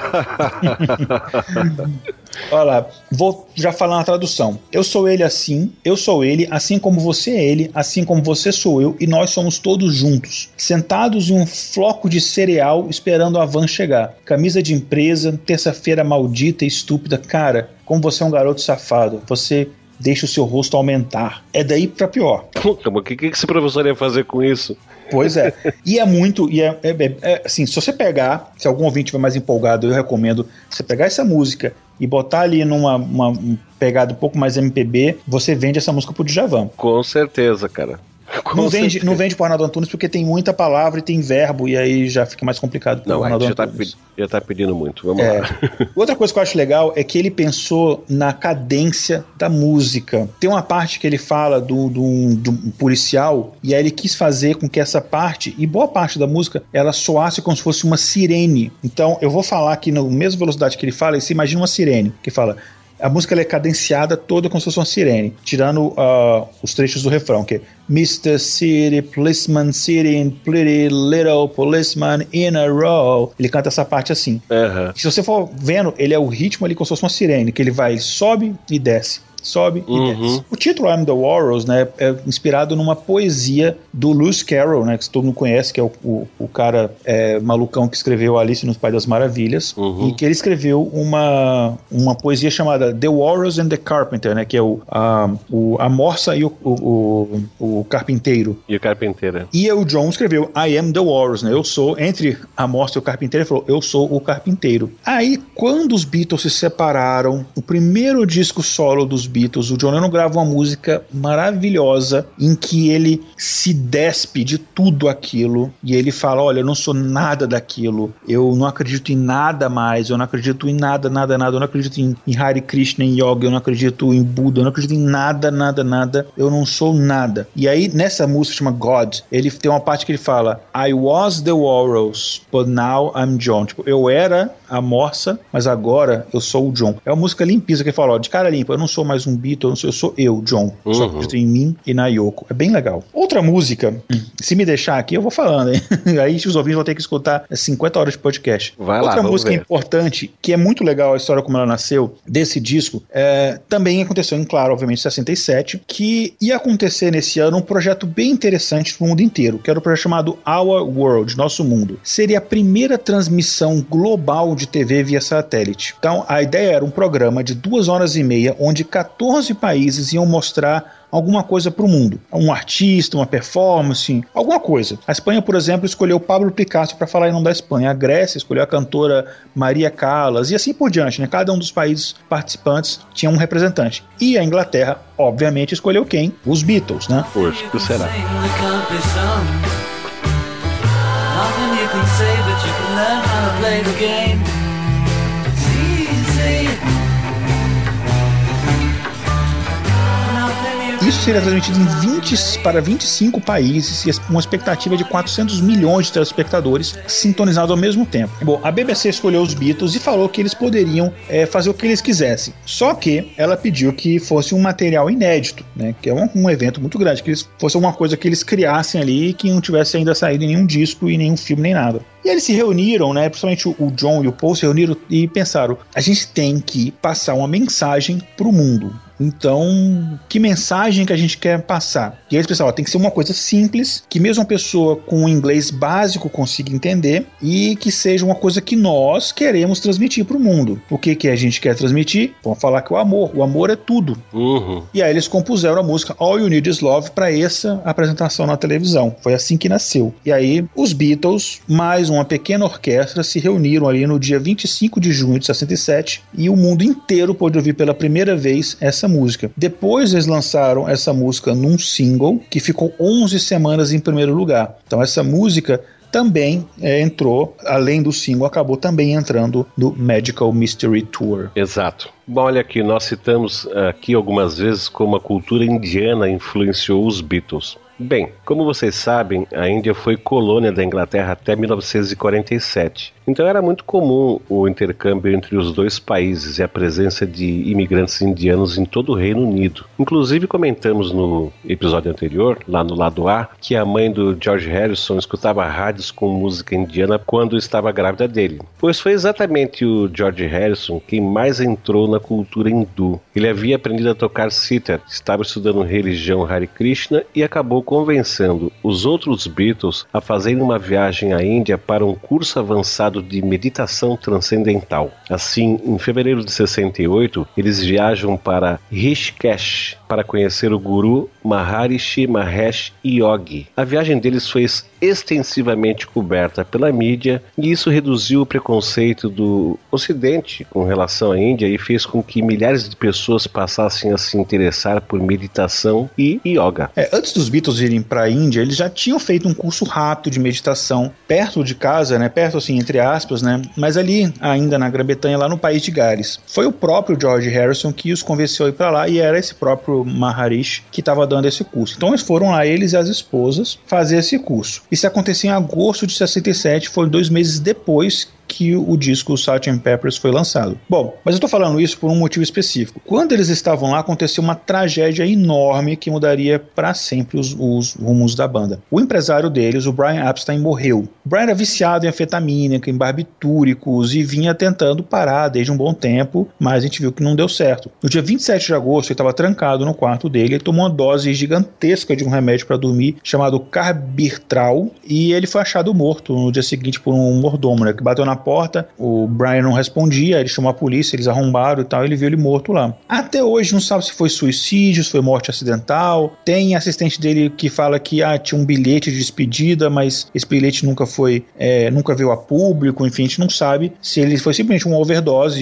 Olha lá, vou já falar na tradução. Eu sou ele, assim como você é ele, assim como você sou eu, e nós somos todos juntos, sentados em um floco de cereal esperando a van chegar. Camisa de empresa, terça-feira maldita e estúpida. Cara, como você é um garoto safado, você deixa o seu rosto aumentar. É daí pra pior. Puta, mas o que esse professor ia fazer com isso? Pois é. E é muito... assim, se você pegar... Se algum ouvinte estiver mais empolgado, eu recomendo você pegar essa música e botar ali numa pegada um pouco mais MPB, você vende essa música pro Djavan. Com certeza, cara. Não vende pro Arnaldo Antunes porque tem muita palavra e tem verbo, e aí já fica mais complicado pro Arnaldo Antunes. Já tá pedindo muito, vamos lá. Outra coisa que eu acho legal é que ele pensou na cadência da música. Tem uma parte que ele fala do policial, e aí ele quis fazer com que essa parte, e boa parte da música, ela soasse como se fosse uma sirene. Então eu vou falar aqui na mesma velocidade que ele fala, e você imagina uma sirene, que fala... A música ela é cadenciada toda como se fosse uma sirene, tirando os trechos do refrão, que é Mr. City Policeman sitting pretty little policeman in a row. Ele canta essa parte assim. Uhum. Se você for vendo, ele é o ritmo ali como se fosse uma sirene, que ele vai, sobe e desce. Sobe e desce. O título I'm the Walrus, né, é inspirado numa poesia do Lewis Carroll, né, que todo mundo conhece, que é o cara malucão que escreveu Alice no País das Maravilhas, e que ele escreveu uma poesia chamada The Walrus and the Carpenter, né, que é a morsa e o carpinteiro. E o carpinteiro. E o John escreveu I am the Walrus, né, eu sou, entre a morsa e o carpinteiro, ele falou, eu sou o carpinteiro. Aí, quando os Beatles se separaram, o primeiro disco solo dos Beatles, o John Lennon grava uma música maravilhosa em que ele se despe de tudo aquilo e ele fala, olha, eu não sou nada daquilo, eu não acredito em nada mais, eu não acredito em nada, eu não acredito em Hare Krishna, em yoga, eu não acredito em Buda, eu não acredito em nada, eu não sou nada. E aí nessa música chama God, ele tem uma parte que ele fala I was the walrus, but now I'm John. Tipo, eu era a morsa, mas agora eu sou o John. É uma música limpeza que ele fala, ó, de cara limpa, eu não sou mais um Beatle, eu sou eu, John. Só acredito em mim e na Yoko. É bem legal. Outra música, se me deixar aqui, eu vou falando, hein? Aí os ouvintes vão ter que escutar 50 horas de podcast. Vai lá, outra música ver. Importante, que é muito legal a história como ela nasceu, desse disco, também aconteceu em, claro, obviamente, 67, que ia acontecer nesse ano um projeto bem interessante pro mundo inteiro, que era o projeto chamado Our World, Nosso Mundo. Seria a primeira transmissão global de TV via satélite. Então, a ideia era um programa de 2 horas e meia, onde 14 países iam mostrar alguma coisa para o mundo. Um artista, uma performance, alguma coisa. A Espanha, por exemplo, escolheu Pablo Picasso para falar em nome da Espanha. A Grécia escolheu a cantora Maria Callas e assim por diante, né? Cada um dos países participantes tinha um representante. E a Inglaterra, obviamente, escolheu quem? Os Beatles, né? Poxa, o que será? Isso seria transmitido para 25 países e uma expectativa de 400 milhões de telespectadores sintonizados ao mesmo tempo. Bom, a BBC escolheu os Beatles e falou que eles poderiam fazer o que eles quisessem. Só que ela pediu que fosse um material inédito, né? Que é um evento muito grande, que fosse uma coisa que eles criassem ali e que não tivesse ainda saído em nenhum disco e nenhum filme nem nada. E eles se reuniram, né? Principalmente o John e o Paul se reuniram e pensaram: a gente tem que passar uma mensagem pro mundo. Então, que mensagem que a gente quer passar? E eles pensaram: tem que ser uma coisa simples, que mesmo uma pessoa com um inglês básico consiga entender e que seja uma coisa que nós queremos transmitir pro mundo. O que a gente quer transmitir? Vamos falar que o amor é tudo. E aí eles compuseram a música All You Need Is Love para essa apresentação na televisão. Foi assim que nasceu. E aí os Beatles, mais uma pequena orquestra, se reuniram ali no dia 25 de junho de 67 e o mundo inteiro pôde ouvir pela primeira vez essa música. Depois eles lançaram essa música num single que ficou 11 semanas em primeiro lugar. Então essa música também entrou, além do single, acabou também entrando no Magical Mystery Tour. Exato. Bom, olha aqui, nós citamos aqui algumas vezes como a cultura indiana influenciou os Beatles. Bem, como vocês sabem, a Índia foi colônia da Inglaterra até 1947. Então era muito comum o intercâmbio entre os dois países e a presença de imigrantes indianos em todo o Reino Unido. Inclusive comentamos no episódio anterior, lá no lado A, que a mãe do George Harrison escutava rádios com música indiana quando estava grávida dele. Pois foi exatamente o George Harrison quem mais entrou na cultura hindu. Ele havia aprendido a tocar sitar, estava estudando religião Hare Krishna e acabou convencendo os outros Beatles a fazerem uma viagem à Índia para um curso avançado de meditação transcendental. Assim, em fevereiro de 68, eles viajam para Rishikesh para conhecer o guru Maharishi Mahesh Yogi. A viagem deles foi extensivamente coberta pela mídia e isso reduziu o preconceito do Ocidente com relação à Índia e fez com que milhares de pessoas passassem a se interessar por meditação e yoga. Antes dos Beatles irem para a Índia, eles já tinham feito um curso rápido de meditação perto de casa, né? Perto assim, entre aspas, né? Mas ali, ainda na Grã-Bretanha, lá no país de Gales. Foi o próprio George Harrison que os convenceu a ir para lá e era esse próprio Maharishi que estava dando esse curso. Então eles foram lá, eles e as esposas, fazer esse curso. Isso aconteceu em agosto de 67, foi 2 meses depois que o disco Sgt. Pepper's foi lançado. Bom, mas eu tô falando isso por um motivo específico. Quando eles estavam lá, aconteceu uma tragédia enorme que mudaria para sempre os rumos da banda. O empresário deles, o Brian Epstein, morreu. O Brian era viciado em anfetamínica, em barbitúricos e vinha tentando parar desde um bom tempo, mas a gente viu que não deu certo. No dia 27 de agosto, ele estava trancado no quarto dele, ele tomou uma dose gigantesca de um remédio para dormir chamado Carbirtral e ele foi achado morto no dia seguinte por um mordomo, né, que bateu na porta, o Brian não respondia, ele chamou a polícia, eles arrombaram e tal, ele viu ele morto lá. Até hoje não sabe se foi suicídio, se foi morte acidental. Tem assistente dele que fala que tinha um bilhete de despedida, mas esse bilhete nunca veio a público, enfim, a gente não sabe se ele foi simplesmente uma overdose,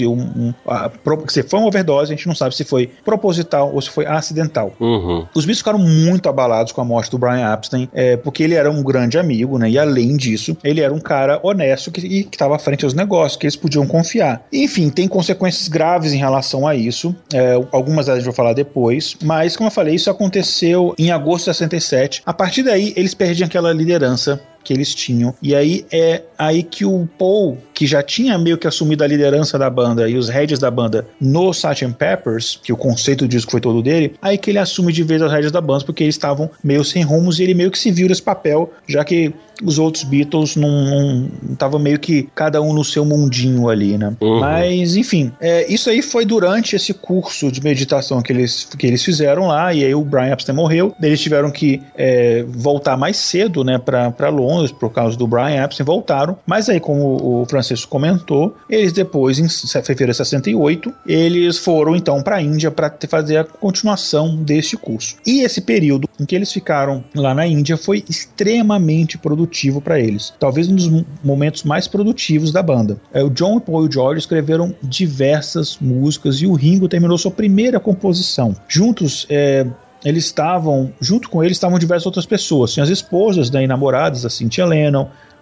se foi uma overdose, a gente não sabe se foi proposital ou se foi acidental. Os bichos ficaram muito abalados com a morte do Brian Epstein, porque ele era um grande amigo, né, e além disso, ele era um cara honesto que estava à frente aos negócios, que eles podiam confiar. Enfim, tem consequências graves em relação a isso, algumas delas eu vou falar depois, mas como eu falei, isso aconteceu em agosto de 67. A partir daí, eles perdem aquela liderança que eles tinham, e aí é aí que o Paul, que já tinha meio que assumido a liderança da banda e os heads da banda no Sgt. Pepper's, que o conceito do disco foi todo dele, aí que ele assume de vez as heads da banda, porque eles estavam meio sem rumos e ele meio que se viu nesse papel, já que os outros Beatles não estavam meio que cada um no seu mundinho ali, né? Mas, enfim, isso aí foi durante esse curso de meditação que eles fizeram lá, e aí o Brian Epstein morreu, eles tiveram que voltar mais cedo, né, pra Londres, por causa do Brian Epstein, voltaram, mas aí, como o Francisco comentou, eles depois, em fevereiro de 68, eles foram então para a Índia para fazer a continuação deste curso. E esse período em que eles ficaram lá na Índia foi extremamente produtivo para eles. Talvez um dos momentos mais produtivos da banda. O John, o Paul e o George escreveram diversas músicas e o Ringo terminou sua primeira composição. Juntos, junto com eles estavam diversas outras pessoas. Tinha as esposas, né, e namoradas, a Cynthia Lennon,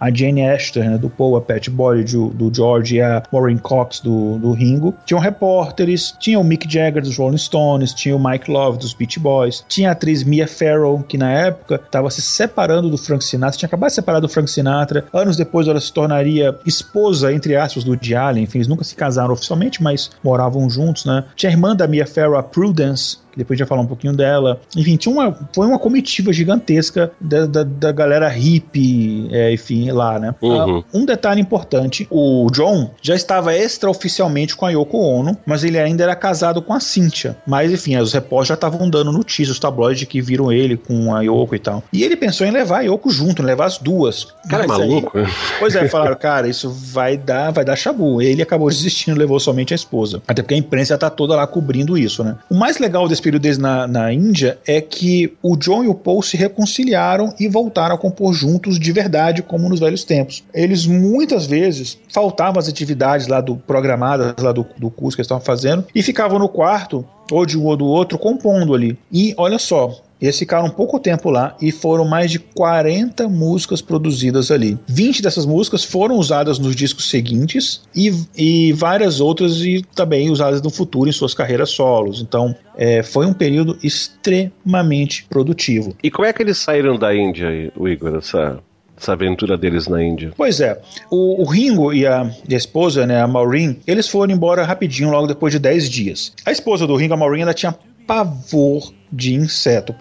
a Jane Astor, né, do Paul, a Pat Boyd do George e a Maureen Cox do Ringo. Tinham repórteres, tinha o Mick Jagger dos Rolling Stones, tinha o Mike Love dos Beach Boys, tinha a atriz Mia Farrow, que na época estava se separando do Frank Sinatra, tinha acabado de separar do Frank Sinatra. Anos depois ela se tornaria esposa, entre aspas, do Woody Allen. Enfim, eles nunca se casaram oficialmente, mas moravam juntos, né? Tinha a irmã da Mia Farrow, a Prudence, que depois a gente vai falar um pouquinho dela. Enfim, foi uma comitiva gigantesca da galera hippie, enfim, lá, né? Um detalhe importante, o John já estava extraoficialmente com a Yoko Ono, mas ele ainda era casado com a Cynthia. Mas, enfim, os repórteres já estavam dando notícias, os tabloides que viram ele com a Yoko e tal. E ele pensou em levar a Yoko junto, levar as duas. Cara, maluco. Aí, pois é, falaram, cara, isso vai dar chabu. Ele acabou desistindo, levou somente a esposa. Até porque a imprensa já tá toda lá cobrindo isso, né? O mais legal desse período deles na Índia é que o John e o Paul se reconciliaram e voltaram a compor juntos de verdade, como nos velhos tempos. Eles muitas vezes faltavam as atividades lá programadas lá do curso que eles estavam fazendo e ficavam no quarto, ou de um ou do outro, compondo ali. E olha só, eles ficaram pouco tempo lá e foram mais de 40 músicas produzidas ali. 20 dessas músicas foram usadas nos discos seguintes e várias outras e também usadas no futuro em suas carreiras solos. Então, foi um período extremamente produtivo. E como é que eles saíram da Índia, o Igor, essa aventura deles na Índia? Pois é, o Ringo e a esposa, né, a Maureen, eles foram embora rapidinho, logo depois de 10 dias. A esposa do Ringo, a Maureen, ela tinha pavor de inseto.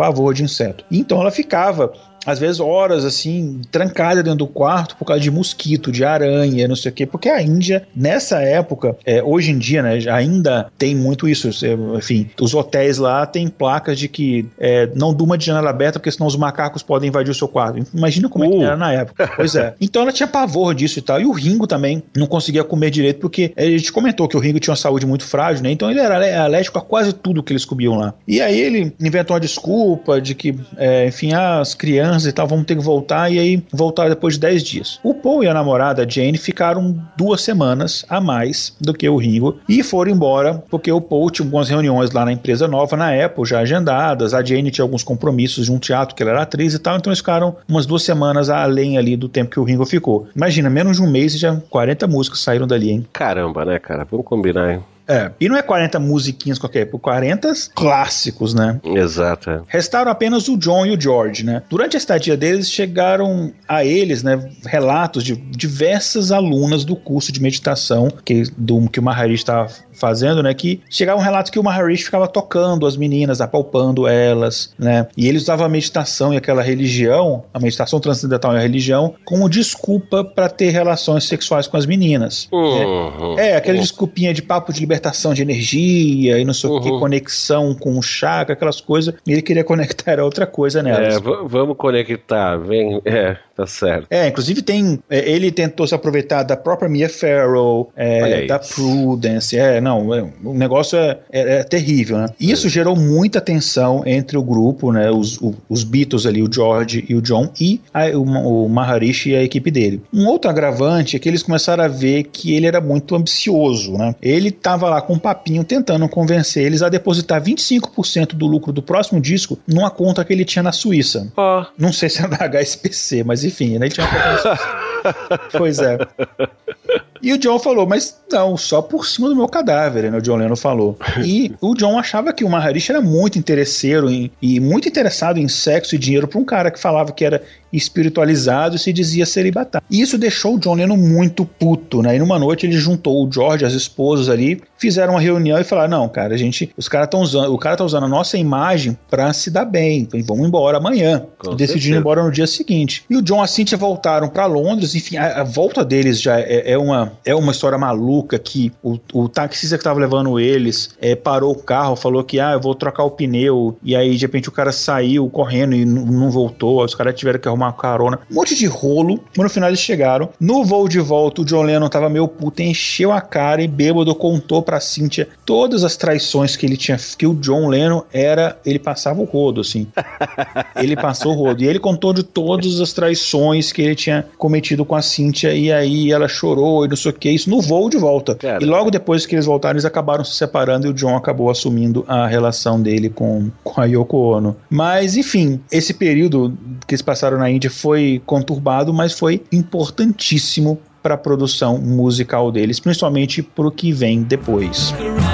Então ela ficava, às vezes, horas assim, trancada dentro do quarto por causa de mosquito, de aranha, não sei o quê, porque a Índia, nessa época, hoje em dia, né, ainda tem muito isso. Enfim, os hotéis lá têm placas de que não durma de janela aberta, porque senão os macacos podem invadir o seu quarto. Imagina como é que era na época. Pois é. Então ela tinha pavor disso e tal. E o Ringo também não conseguia comer direito, porque a gente comentou que o Ringo tinha uma saúde muito frágil, né? Então ele era alérgico a quase tudo que eles comiam lá. E aí ele inventou uma desculpa de que, enfim, as crianças e tal, vamos ter que voltar, e aí voltaram depois de 10 dias. O Paul e a namorada Jane ficaram 2 semanas a mais do que o Ringo e foram embora, porque o Paul tinha algumas reuniões lá na empresa nova, na Apple, já agendadas, a Jane tinha alguns compromissos de um teatro, que ela era atriz e tal, então eles ficaram umas 2 semanas além ali do tempo que o Ringo ficou. Imagina, menos de um mês e já 40 músicas saíram dali, hein? Caramba, né, cara? Vamos combinar, hein? E não é 40 musiquinhas qualquer, por 40 clássicos, né? Exato. Restaram apenas o John e o George, né? Durante a estadia deles, chegaram a eles, né, relatos de diversas alunas do curso de meditação que o Maharishi estava fazendo, né? Que chegava um relato que o Maharishi ficava tocando as meninas, apalpando elas, né? E ele usava a meditação e aquela religião, a meditação transcendental e a religião, como desculpa para ter relações sexuais com as meninas. Aquela desculpinha de papo de libertação de energia e não sei o que, conexão com o chakra, aquelas coisas, e ele queria conectar a outra coisa nelas. Vamos conectar, vem, tá certo. Inclusive ele tentou se aproveitar da própria Mia Farrow, da Prudence, o negócio é terrível, né? Isso gerou muita tensão entre o grupo, né, os Beatles ali, o George e o John, e o Maharishi e a equipe dele. Um outro agravante é que eles começaram a ver que ele era muito ambicioso, né? Ele estava lá com um papinho tentando convencer eles a depositar 25% do lucro do próximo disco numa conta que ele tinha na Suíça. Não sei se era da HSBC, mas enfim, né? Ele tinha uma conta na Suíça. Pois é. E o John falou, mas não, só por cima do meu cadáver, né? O John Lennon falou. E o John achava que o Maharishi era muito interesseiro e muito interessado em sexo e dinheiro para um cara que falava que era espiritualizado e se dizia celibatário. E isso deixou o John Lennon muito puto, né? E numa noite ele juntou o George, as esposas ali, fizeram uma reunião e falaram, não, cara, o cara tá usando a nossa imagem pra se dar bem, vamos embora amanhã. Decidiram ir embora no dia seguinte. E o John e a Cynthia voltaram pra Londres, enfim, a volta deles já é uma história maluca que o taxista que tava levando eles parou o carro, falou que, eu vou trocar o pneu, e aí de repente o cara saiu correndo e não voltou, os caras tiveram que arrumar uma carona, um monte de rolo, mas no final eles chegaram. No voo de volta, o John Lennon tava meio puto, encheu a cara e bêbado contou pra Cynthia todas as traições que ele tinha, que o John Lennon ele passava o rodo, assim. Ele passou o rodo, e ele contou de todas as traições que ele tinha cometido com a Cynthia, e aí ela chorou e não sei o que, isso no voo de volta. Cara. E logo depois que eles voltaram, eles acabaram se separando e o John acabou assumindo a relação dele com a Yoko Ono. Mas, enfim, esse período que eles passaram na na Índia foi conturbado, mas foi importantíssimo para a produção musical deles, principalmente para o que vem depois.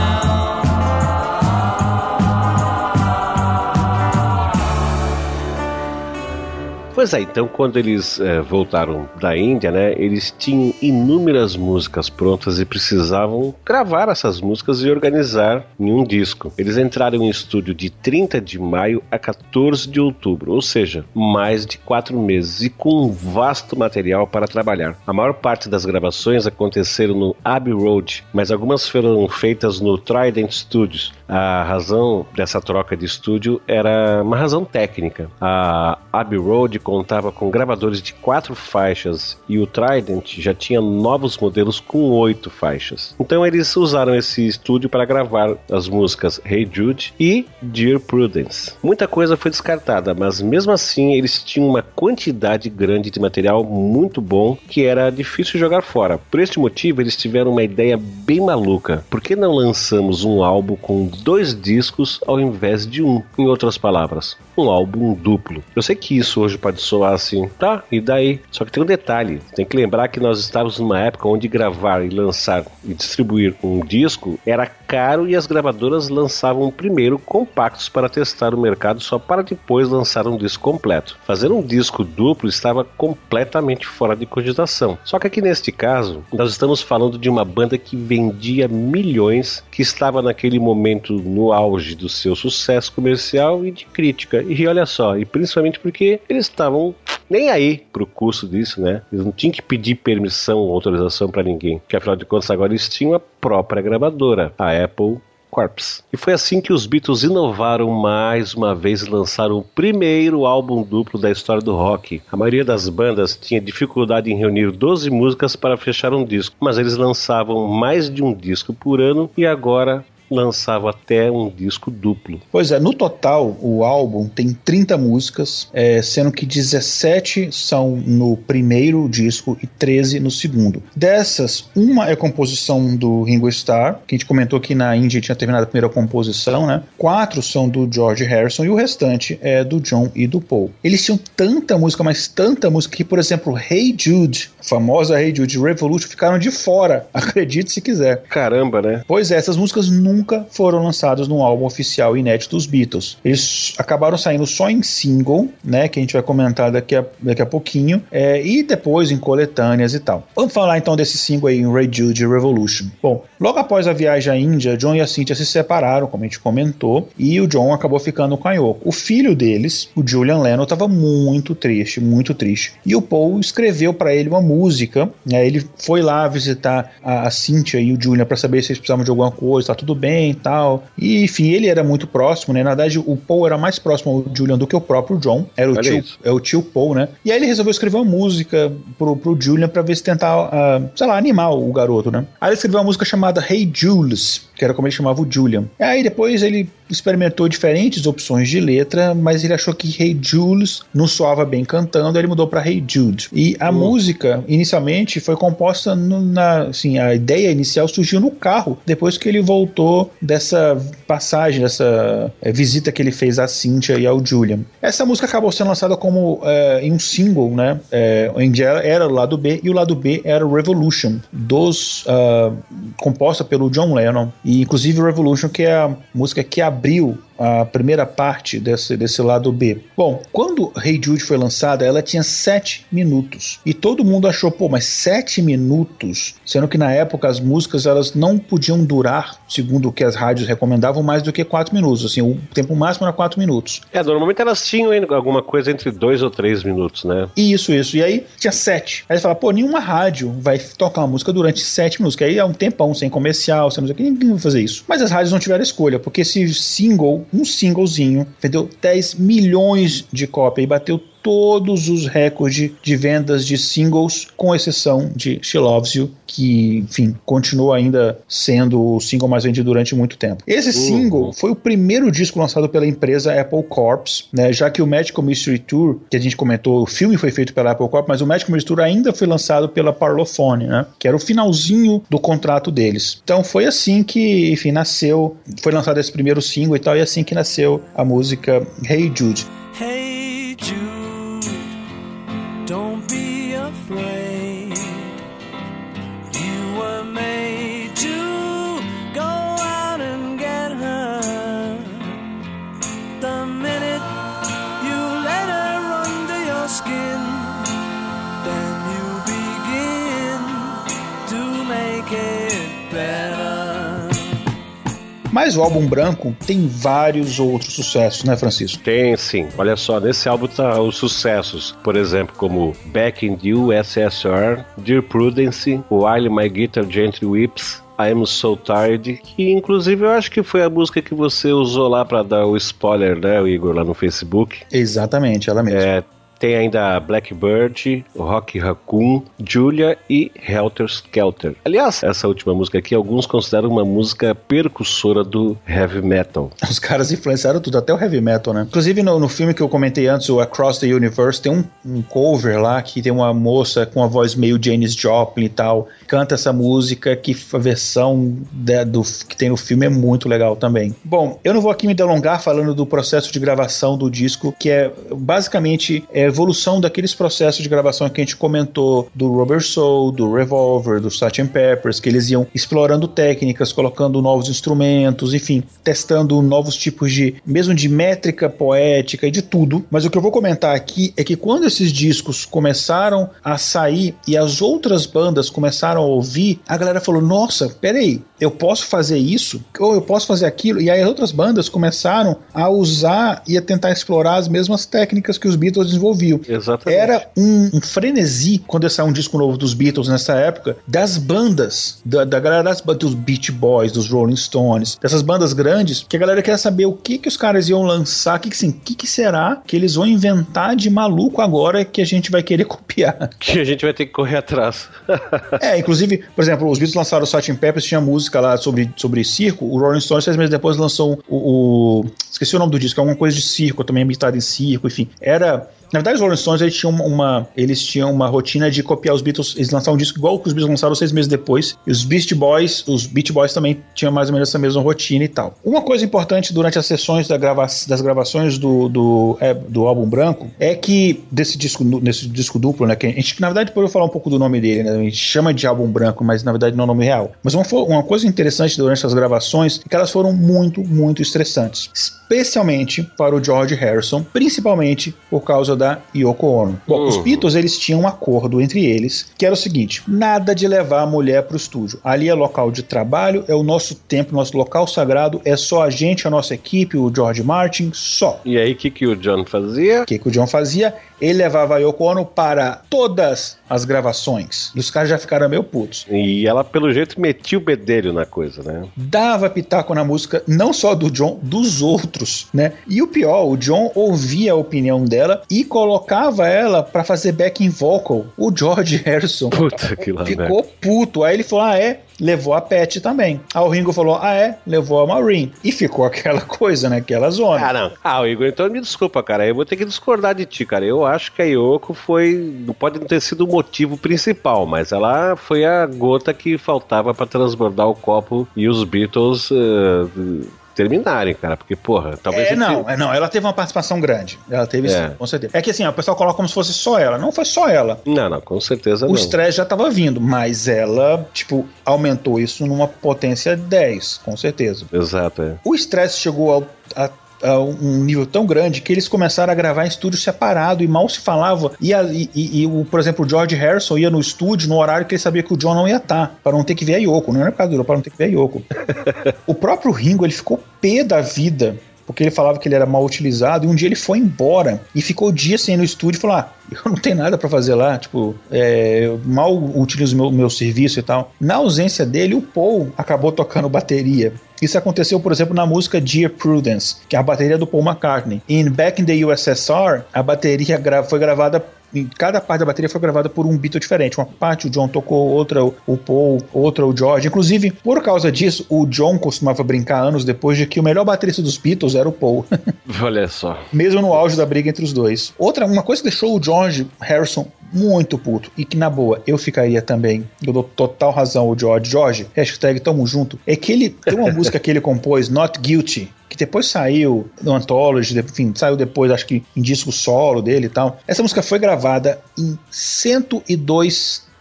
Pois é, então quando eles voltaram da Índia, né, eles tinham inúmeras músicas prontas e precisavam gravar essas músicas e organizar em um disco. Eles entraram em estúdio de 30 de maio a 14 de outubro, ou seja, mais de 4 meses e com um vasto material para trabalhar. A maior parte das gravações aconteceram no Abbey Road, mas algumas foram feitas no Trident Studios. A razão dessa troca de estúdio era uma razão técnica. A Abbey Road contava com gravadores de 4 faixas e o Trident já tinha novos modelos com 8 faixas. Então eles usaram esse estúdio para gravar as músicas Hey Jude e Dear Prudence. Muita coisa foi descartada, mas mesmo assim eles tinham uma quantidade grande de material muito bom que era difícil jogar fora. Por este motivo eles tiveram uma ideia bem maluca. Por que não lançamos um álbum com 2 discos ao invés de um? Em outras palavras, um álbum duplo. Eu sei que isso hoje pode soar assim, tá, e daí? Só que tem um detalhe, tem que lembrar que nós estávamos numa época onde gravar e lançar e distribuir um disco era caro e as gravadoras lançavam primeiro compactos para testar o mercado só para depois lançar um disco completo. Fazer um disco duplo estava completamente fora de cogitação. Só que aqui neste caso, nós estamos falando de uma banda que vendia milhões, que estava naquele momento no auge do seu sucesso comercial e de crítica. E olha só, e principalmente porque eles estavam nem aí pro custo disso, né? Eles não tinham que pedir permissão ou autorização para ninguém, porque afinal de contas agora eles tinham a própria gravadora, a Apple Corps. E foi assim que os Beatles inovaram mais uma vez e lançaram o primeiro álbum duplo da história do rock. A maioria das bandas tinha dificuldade em reunir 12 músicas para fechar um disco, mas eles lançavam mais de um disco por ano e agora lançava até um disco duplo. Pois é, no total o álbum tem 30 músicas, sendo que 17 são no primeiro disco e 13 no segundo. Dessas, uma é composição do Ringo Starr, que a gente comentou que na Índia tinha terminado a primeira composição, né? 4 são do George Harrison e o restante é do John e do Paul. Eles tinham tanta música, mas tanta música que, por exemplo, Hey Jude, a famosa Hey Jude, Revolution, ficaram de fora, acredite se quiser. Caramba, né? Pois é, essas músicas nunca foram lançados no álbum oficial inédito dos Beatles. Eles acabaram saindo só em single, né, que a gente vai comentar daqui a pouquinho, e depois em coletâneas e tal. Vamos falar então desse single aí, Hey Jude Revolution. Bom, logo após a viagem à Índia, John e a Cynthia se separaram, como a gente comentou, e o John acabou ficando com a Yoko. O filho deles, o Julian Lennon, estava muito triste, e o Paul escreveu para ele uma música, né, ele foi lá visitar a Cynthia e o Julian para saber se eles precisavam de alguma coisa, tá tudo bem, tal. E, enfim, ele era muito próximo, né? Na verdade, o Paul era mais próximo ao Julian do que o próprio John. Era o tio Paul, né? E aí ele resolveu escrever uma música pro Julian pra ver se tentar, sei lá, animar o garoto, né? Aí ele escreveu uma música chamada Hey Jules, que era como ele chamava o Julian. E aí depois ele experimentou diferentes opções de letra, mas ele achou que Hey Jules não soava bem cantando, aí ele mudou pra Hey Jude. E a música, inicialmente, foi composta assim, a ideia inicial surgiu no carro, depois que ele voltou dessa passagem, dessa visita que ele fez à Cynthia e ao Julian. Essa música acabou sendo lançada como em um single, né? Onde era o lado B, e o lado B era o Revolution, composta pelo John Lennon, e inclusive Revolution, que é a música que abriu a primeira parte desse lado B. Bom, quando Hey Jude foi lançada, ela tinha 7 minutos. E todo mundo achou, mas 7 minutos? Sendo que na época as músicas elas não podiam durar, segundo o que as rádios recomendavam, mais do que 4 minutos. Assim, o tempo máximo era 4 minutos. Normalmente elas tinham alguma coisa entre 2 ou 3 minutos, né? Isso. E aí tinha 7. Aí você fala, nenhuma rádio vai tocar uma música durante 7 minutos, que aí é um tempão sem comercial, sem música, ninguém vai fazer isso. Mas as rádios não tiveram escolha, porque esse um singlezinho vendeu 10 milhões de cópias e bateu todos os recordes de vendas de singles, com exceção de She Loves You, que, enfim, continua ainda sendo o single mais vendido durante muito tempo. Esse single foi o primeiro disco lançado pela empresa Apple Corps, né, já que o Magical Mystery Tour, que a gente comentou, o filme foi feito pela Apple Corps, mas o Magical Mystery Tour ainda foi lançado pela Parlophone, né, que era o finalzinho do contrato deles. Então foi assim que, enfim, foi lançado esse primeiro single e tal, e assim que nasceu a música Hey Jude. Hey Jude, Mas o álbum branco tem vários outros sucessos, né, Francisco? Tem sim, olha só, nesse álbum tá os sucessos, por exemplo, como Back in the USSR, Dear Prudence, While My Guitar Gently Weeps, I'm So Tired, que inclusive eu acho que foi a música que você usou lá pra dar o spoiler, né, o Igor, lá no Facebook. Exatamente, ela mesma. Tem ainda Blackbird, Rock Raccoon, Julia e Helter Skelter. Aliás, essa última música aqui, alguns consideram uma música percussora do heavy metal. Os caras influenciaram tudo, até o heavy metal, né? Inclusive no filme que eu comentei antes, o Across the Universe, tem um cover lá que tem uma moça com a voz meio Janis Joplin e tal, canta essa música, que a versão que tem no filme é muito legal também. Bom, eu não vou aqui me delongar falando do processo de gravação do disco, que é basicamente a evolução daqueles processos de gravação que a gente comentou do Rubber Soul, do Revolver, do Sgt. Peppers, que eles iam explorando técnicas, colocando novos instrumentos, enfim, testando novos tipos mesmo de métrica poética e de tudo. Mas o que eu vou comentar aqui é que quando esses discos começaram a sair e as outras bandas começaram a ouvir, a galera falou, nossa, peraí, eu posso fazer isso? Ou eu posso fazer aquilo? E aí as outras bandas começaram a usar e a tentar explorar as mesmas técnicas que os Beatles desenvolviam. Exatamente. Era um frenesi quando ia sair um disco novo dos Beatles nessa época, das bandas, da galera dos Beach Boys, dos Rolling Stones, dessas bandas grandes, que a galera quer saber o que os caras iam lançar, o que será que eles vão inventar de maluco agora que a gente vai querer copiar. Que a gente vai ter que correr atrás. Inclusive, por exemplo, os Beatles lançaram o Sgt. Peppers, tinha música lá sobre circo, o Rolling Stones 6 meses depois lançou esqueci o nome do disco, é alguma coisa de circo, também ambientado em circo, enfim, na verdade, os Rolling Stones eles tinham uma rotina de copiar os Beatles. Eles lançaram um disco igual que os Beatles lançaram 6 meses depois. E os Beach Boys também tinham mais ou menos essa mesma rotina e tal. Uma coisa importante durante as sessões das gravações do álbum branco é que nesse disco duplo, né? Que a gente, na verdade, depois eu vou falar um pouco do nome dele, né? A gente chama de álbum branco, mas na verdade não é o nome real. Mas uma coisa interessante durante as gravações é que elas foram muito, muito estressantes. Especialmente para o George Harrison, principalmente por causa da Yoko Ono. Bom, os Beatles, eles tinham um acordo entre eles, que era o seguinte, nada de levar a mulher pro estúdio. Ali é local de trabalho, é o nosso tempo, nosso local sagrado, é só a gente, a nossa equipe, o George Martin, só. E aí, o que o John fazia? O que o John fazia? Ele levava a Yoko Ono para todas as gravações. E os caras já ficaram meio putos. E ela, pelo jeito, metia o bedelho na coisa, né? Dava pitaco na música, não só do John, dos outros, né? E o pior, o John ouvia a opinião dela e colocava ela pra fazer backing vocal. O George Harrison ficou puto. Aí ele falou, levou a Pat também. Aí o Ringo falou, levou a Maureen. E ficou aquela coisa, né? Aquela zona. O Igor, então me desculpa, cara. Eu vou ter que discordar de ti, cara. Eu acho que a Yoko não pode não ter sido o motivo principal, mas ela foi a gota que faltava pra transbordar o copo e os Beatles terminarem, cara, porque, porra, talvez... ela teve uma participação grande. Ela teve, sim, com certeza. É que assim, o pessoal coloca como se fosse só ela. Não foi só ela. Não, com certeza não. O estresse já tava vindo, mas ela, aumentou isso numa potência 10, com certeza. Exato, O estresse chegou a um nível tão grande que eles começaram a gravar em estúdio separado e mal se falava. Por exemplo, o George Harrison ia no estúdio no horário que ele sabia que o John não ia estar, para não ter que ver a Yoko. Não era por causa do para não ter que ver a Yoko. O próprio Ringo, ele ficou pé da vida, porque ele falava que ele era mal utilizado, e um dia ele foi embora e ficou dias sem ir no estúdio e falou, eu não tenho nada pra fazer lá, eu mal utilizo o meu serviço e tal. Na ausência dele, o Paul acabou tocando bateria. Isso aconteceu, por exemplo, na música Dear Prudence, que é a bateria do Paul McCartney. Em Back in the USSR, a bateria foi gravada, cada parte da bateria foi gravada por um Beatle diferente. Uma parte o John tocou, outra o Paul, outra o George. Inclusive, por causa disso, o John costumava brincar anos depois de que o melhor baterista dos Beatles era o Paul. Olha só. Mesmo no auge da briga entre os dois. Uma coisa que deixou o George Harrison muito puto, e que na boa eu ficaria também, eu dou total razão ao George, hashtag tamo junto, é que ele tem uma música que ele compôs, Not Guilty, que depois saiu no Anthology, enfim, saiu depois, acho que em disco solo dele e tal. Essa música foi gravada em 102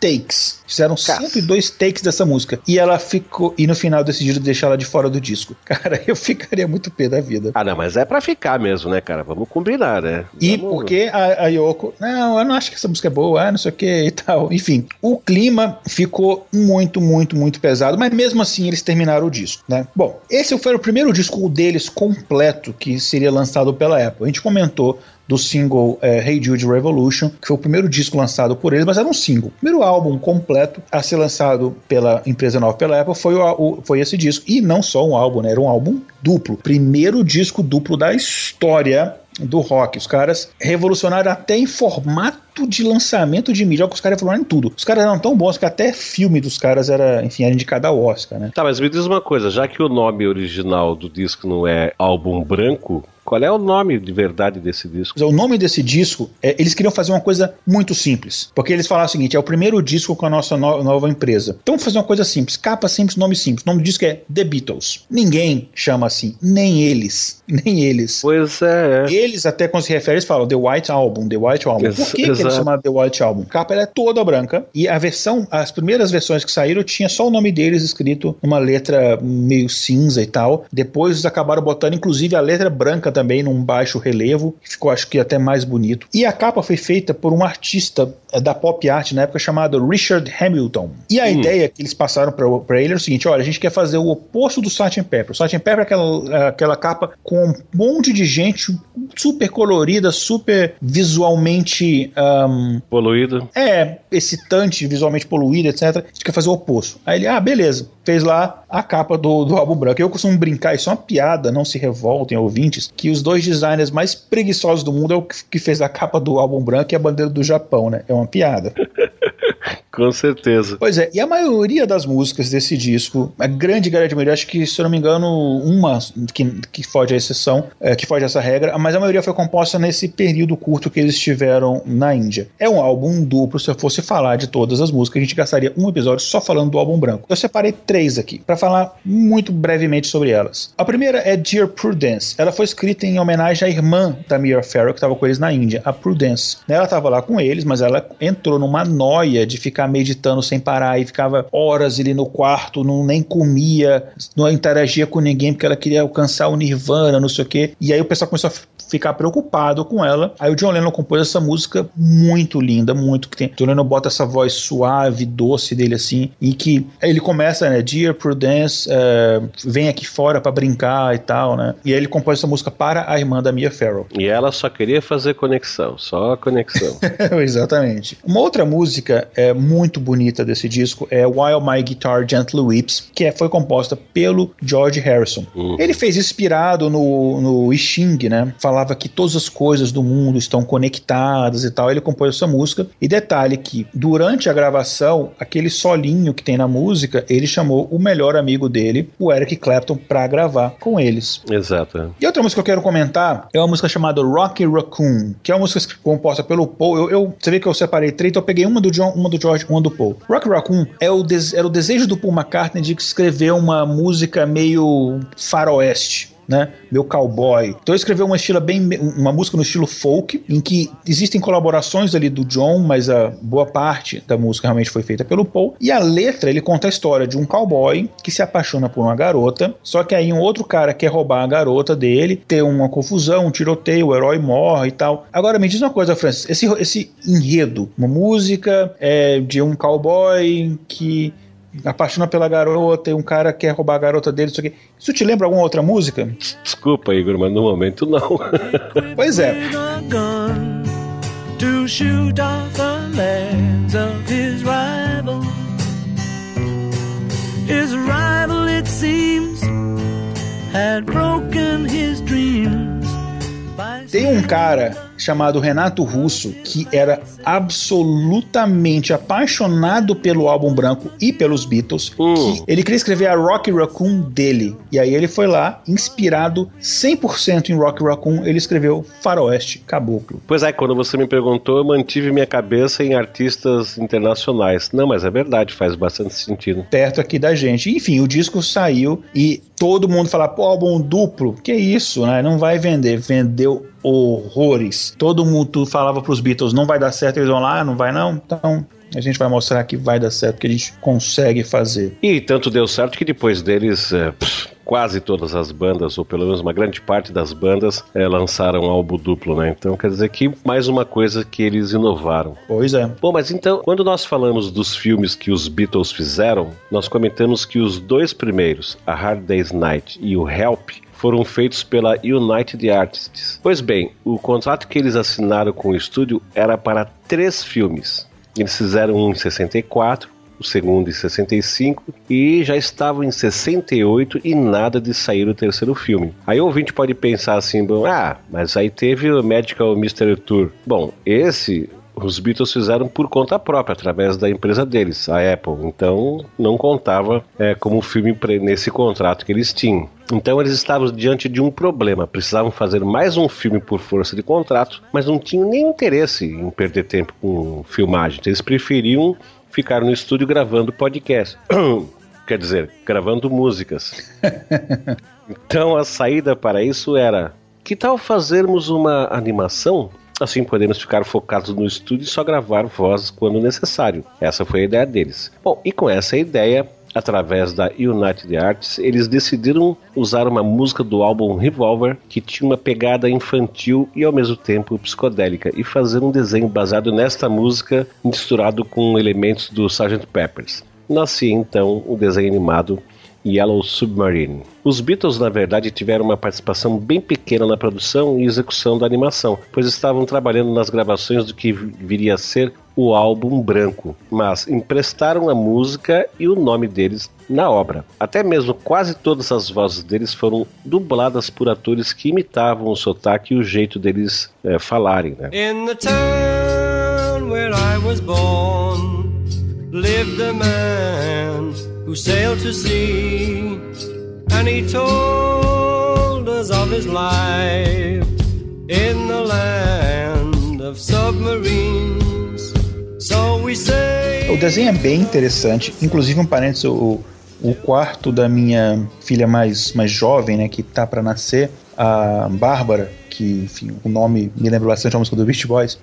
takes. Fizeram 102 takes dessa música. E ela ficou. E no final decidiram deixar ela de fora do disco. Cara, eu ficaria muito pé da vida. Ah, não, mas é pra ficar mesmo, né, cara? Vamos combinar, né? E porque a Yoko, não, eu não acho que essa música é boa, não sei o que e tal. Enfim, o clima ficou muito, muito, muito pesado, mas mesmo assim eles terminaram o disco, né? Bom, esse foi o primeiro disco deles completo que seria lançado pela Apple. A gente comentou do single Hey Jude Revolution, que foi o primeiro disco lançado por eles, mas era um single. O primeiro álbum completo a ser lançado pela empresa nova, pela Apple, foi esse disco. E não só um álbum, né? Era um álbum duplo. Primeiro disco duplo da história do rock. Os caras revolucionaram até em formato de lançamento de mídia, que os caras revolucionaram em tudo. Os caras eram tão bons que até filme dos caras era indicado ao Oscar, né? Tá, mas me diz uma coisa, já que o nome original do disco não é Álbum Branco, qual é o nome de verdade desse disco? O nome desse disco, eles queriam fazer uma coisa muito simples, porque eles falaram o seguinte, é o primeiro disco com a nossa nova empresa. Então vamos fazer uma coisa simples, capa simples, nome simples. O nome do disco é The Beatles. Ninguém chama assim, nem eles. Pois é. Eles até quando se referem, eles falam The White Album. Por que eles chamaram The White Album? A capa é toda branca e as primeiras versões que saíram tinha só o nome deles escrito numa letra meio cinza e tal. Depois eles acabaram botando inclusive a letra branca também num baixo relevo, que ficou acho que até mais bonito. E a capa foi feita por um artista da pop art na época chamado Richard Hamilton. E a ideia que eles passaram para ele era o seguinte, olha, a gente quer fazer o oposto do Sgt. Pepper. O Sgt. Pepper é aquela capa com um monte de gente super colorida, super visualmente poluída. Excitante, visualmente poluída, etc. A gente quer fazer o oposto. Aí ele, beleza, fez lá a capa do álbum branco. Eu costumo brincar, isso é uma piada, não se revoltem, ouvintes, que os dois designers mais preguiçosos do mundo é o que fez a capa do álbum branco e a bandeira do Japão, né? É uma piada. Com certeza. Pois é, e a maioria das músicas desse disco, a grande maioria, acho que, se eu não me engano, uma que foge a exceção, que foge essa regra, mas a maioria foi composta nesse período curto que eles estiveram na Índia. É um álbum duplo, se eu fosse falar de todas as músicas, a gente gastaria um episódio só falando do álbum branco. Eu separei 3 aqui, para falar muito brevemente sobre elas. A primeira é Dear Prudence. Ela foi escrita em homenagem à irmã da Mia Farrow, que estava com eles na Índia, a Prudence. Ela estava lá com eles, mas ela entrou numa noia de ficar meditando sem parar e ficava horas ali no quarto, nem comia, não interagia com ninguém porque ela queria alcançar o nirvana, não sei o quê. E aí o pessoal começou a ficar preocupado com ela. Aí o John Lennon compôs essa música muito linda, muito que tem. John Lennon bota essa voz suave, doce dele assim, e que ele começa, né, Dear Prudence, vem aqui fora pra brincar e tal, né? E aí ele compôs essa música para a irmã da Mia Farrow. E ela só queria fazer conexão, só conexão. Exatamente. Uma outra música muito bonita desse disco é While My Guitar Gently Weeps, que foi composta pelo George Harrison. Ele fez inspirado no I Ching, né? Falava que todas as coisas do mundo estão conectadas e tal. Ele compôs essa música. E detalhe que durante a gravação, aquele solinho que tem na música, ele chamou o melhor amigo dele, o Eric Clapton, pra gravar com eles. Exato. E outra música que eu quero comentar é uma música chamada Rocky Raccoon, que é uma música composta pelo Paul. Você vê que eu separei 3, então eu peguei uma do John, uma do George, uma do Paul. Rocky Raccoon era o desejo do Paul McCartney de escrever uma música meio faroeste, né? Meu cowboy. Então ele escreveu uma música no estilo folk, em que existem colaborações ali do John, mas a boa parte da música realmente foi feita pelo Paul. E a letra, ele conta a história de um cowboy que se apaixona por uma garota, só que aí um outro cara quer roubar a garota dele, tem uma confusão, um tiroteio, o herói morre e tal. Agora me diz uma coisa, Francis, esse enredo, uma música de um cowboy que apaixona pela garota e um cara quer roubar a garota dele, isso te lembra alguma outra música? Desculpa, Igor, mas no momento não. Pois é. To shoot off the legs of his rival. His rival, it seems, had broken his dreams. Tem um cara chamado Renato Russo que era absolutamente apaixonado pelo álbum branco e pelos Beatles, que ele queria escrever a Rocky Raccoon dele, e aí ele foi lá, inspirado 100% em Rocky Raccoon, ele escreveu Faroeste Caboclo. Pois é, quando você me perguntou, eu mantive minha cabeça em artistas internacionais. Não, mas é verdade, faz bastante sentido. Perto aqui da gente. Enfim, o disco saiu e todo mundo fala, pô, álbum duplo, que isso, né? Não vai vender. Vendeu horrores. Todo mundo falava pros Beatles, não vai dar certo, eles vão lá, não vai não. Então, a gente vai mostrar que vai dar certo, que a gente consegue fazer. E tanto deu certo que depois deles, quase todas as bandas, ou pelo menos uma grande parte das bandas, lançaram álbum duplo, né? Então quer dizer que mais uma coisa que eles inovaram. Pois é. Bom, mas então, quando nós falamos dos filmes que os Beatles fizeram, nós comentamos que os dois primeiros, A Hard Day's Night e o Help, foram feitos pela United Artists. Pois bem, o contrato que eles assinaram com o estúdio era para 3 filmes. Eles fizeram um em 64, o segundo em 65 e já estavam em 68 e nada de sair o terceiro filme. Aí o ouvinte pode pensar assim, mas aí teve o Medical Mystery Tour. Bom, os Beatles fizeram por conta própria, através da empresa deles, a Apple. Então não contava como filme nesse contrato que eles tinham. Então eles estavam diante de um problema, precisavam fazer mais um filme por força de contrato, mas não tinham nem interesse em perder tempo com filmagem. Então, eles preferiam ficar no estúdio gravando podcast. Quer dizer, gravando músicas. Então a saída para isso era: que tal fazermos uma animação? Assim podemos ficar focados no estúdio e só gravar vozes quando necessário. Essa foi a ideia deles. Bom, e com essa ideia, através da United Arts, eles decidiram usar uma música do álbum Revolver que tinha uma pegada infantil e ao mesmo tempo psicodélica, e fazer um desenho baseado nesta música misturado com elementos do Sgt. Pepper's. Nascia então o desenho animado Yellow Submarine. Os Beatles, na verdade, tiveram uma participação bem pequena na produção e execução da animação, pois estavam trabalhando nas gravações do que viria a ser o álbum branco, mas emprestaram a música e o nome deles na obra. Até mesmo quase todas as vozes deles foram dubladas por atores que imitavam o sotaque e o jeito deles falarem, né? In the town where I was born lived a man who sailed to sea, and he told us of his life in the land of submarines. So we say... O desenho é bem interessante, inclusive um parênteses, o quarto da minha filha mais jovem, né, que tá para nascer, a Bárbara, que, enfim, o nome me lembra bastante da música do Beast Boys.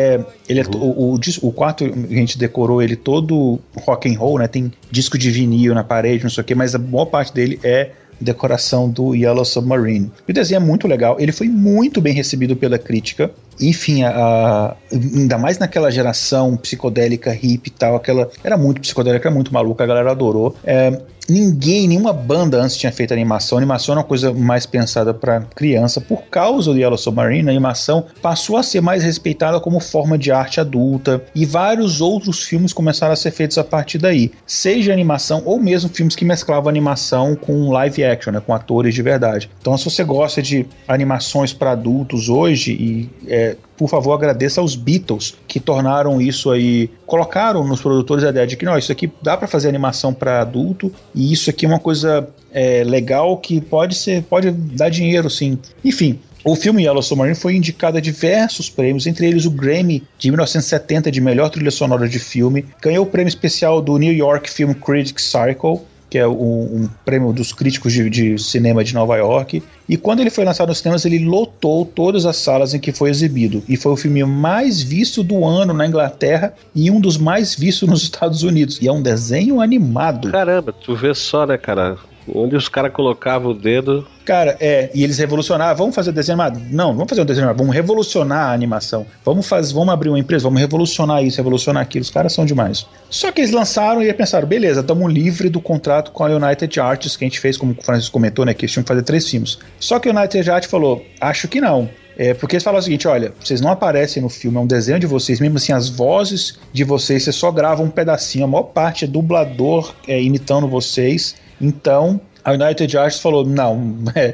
O quarto, a gente decorou ele todo rock and roll, né? Tem disco de vinil na parede, não sei o que, mas a maior parte dele é decoração do Yellow Submarine. O desenho é muito legal, ele foi muito bem recebido pela crítica. Enfim, ainda mais naquela geração psicodélica, hippie e tal, era muito psicodélica, era muito maluca, a galera adorou. Nenhuma banda antes tinha feito animação. A animação era uma coisa mais pensada para criança. Por causa do Yellow Submarine, a animação passou a ser mais respeitada como forma de arte adulta, e vários outros filmes começaram a ser feitos a partir daí, seja animação ou mesmo filmes que mesclavam animação com live action, né, com atores de verdade. Então, se você gosta de animações para adultos hoje, por favor, agradeça aos Beatles, que tornaram isso aí, colocaram nos produtores a ideia de que não, isso aqui dá para fazer animação para adulto, e isso aqui é uma coisa legal que pode dar dinheiro, sim. Enfim, o filme Yellow Submarine foi indicado a diversos prêmios, entre eles o Grammy de 1970 de melhor trilha sonora de filme, ganhou o prêmio especial do New York Film Critics Circle, que é um prêmio dos críticos de cinema de Nova York. E quando ele foi lançado nos cinemas, ele lotou todas as salas em que foi exibido. E foi o filme mais visto do ano na Inglaterra e um dos mais vistos nos Estados Unidos. E é um desenho animado. Caramba, tu vê só, né, cara? Onde os caras colocavam o dedo... Cara, e eles revolucionaram. Vamos fazer desenho animado? Não, vamos fazer um desenho animado. Vamos revolucionar a animação. Vamos abrir uma empresa, vamos revolucionar isso, revolucionar aquilo. Os caras são demais. Só que eles lançaram e pensaram, beleza, estamos livres do contrato com a United Artists, que a gente fez, como o Francisco comentou, né, que eles tinham que fazer 3 filmes. Só que a United Artists falou, acho que não. Porque eles falaram o seguinte, olha, vocês não aparecem no filme, é um desenho de vocês, mesmo assim as vozes de vocês só gravam um pedacinho, a maior parte é dublador imitando vocês. Então a United Artists falou, não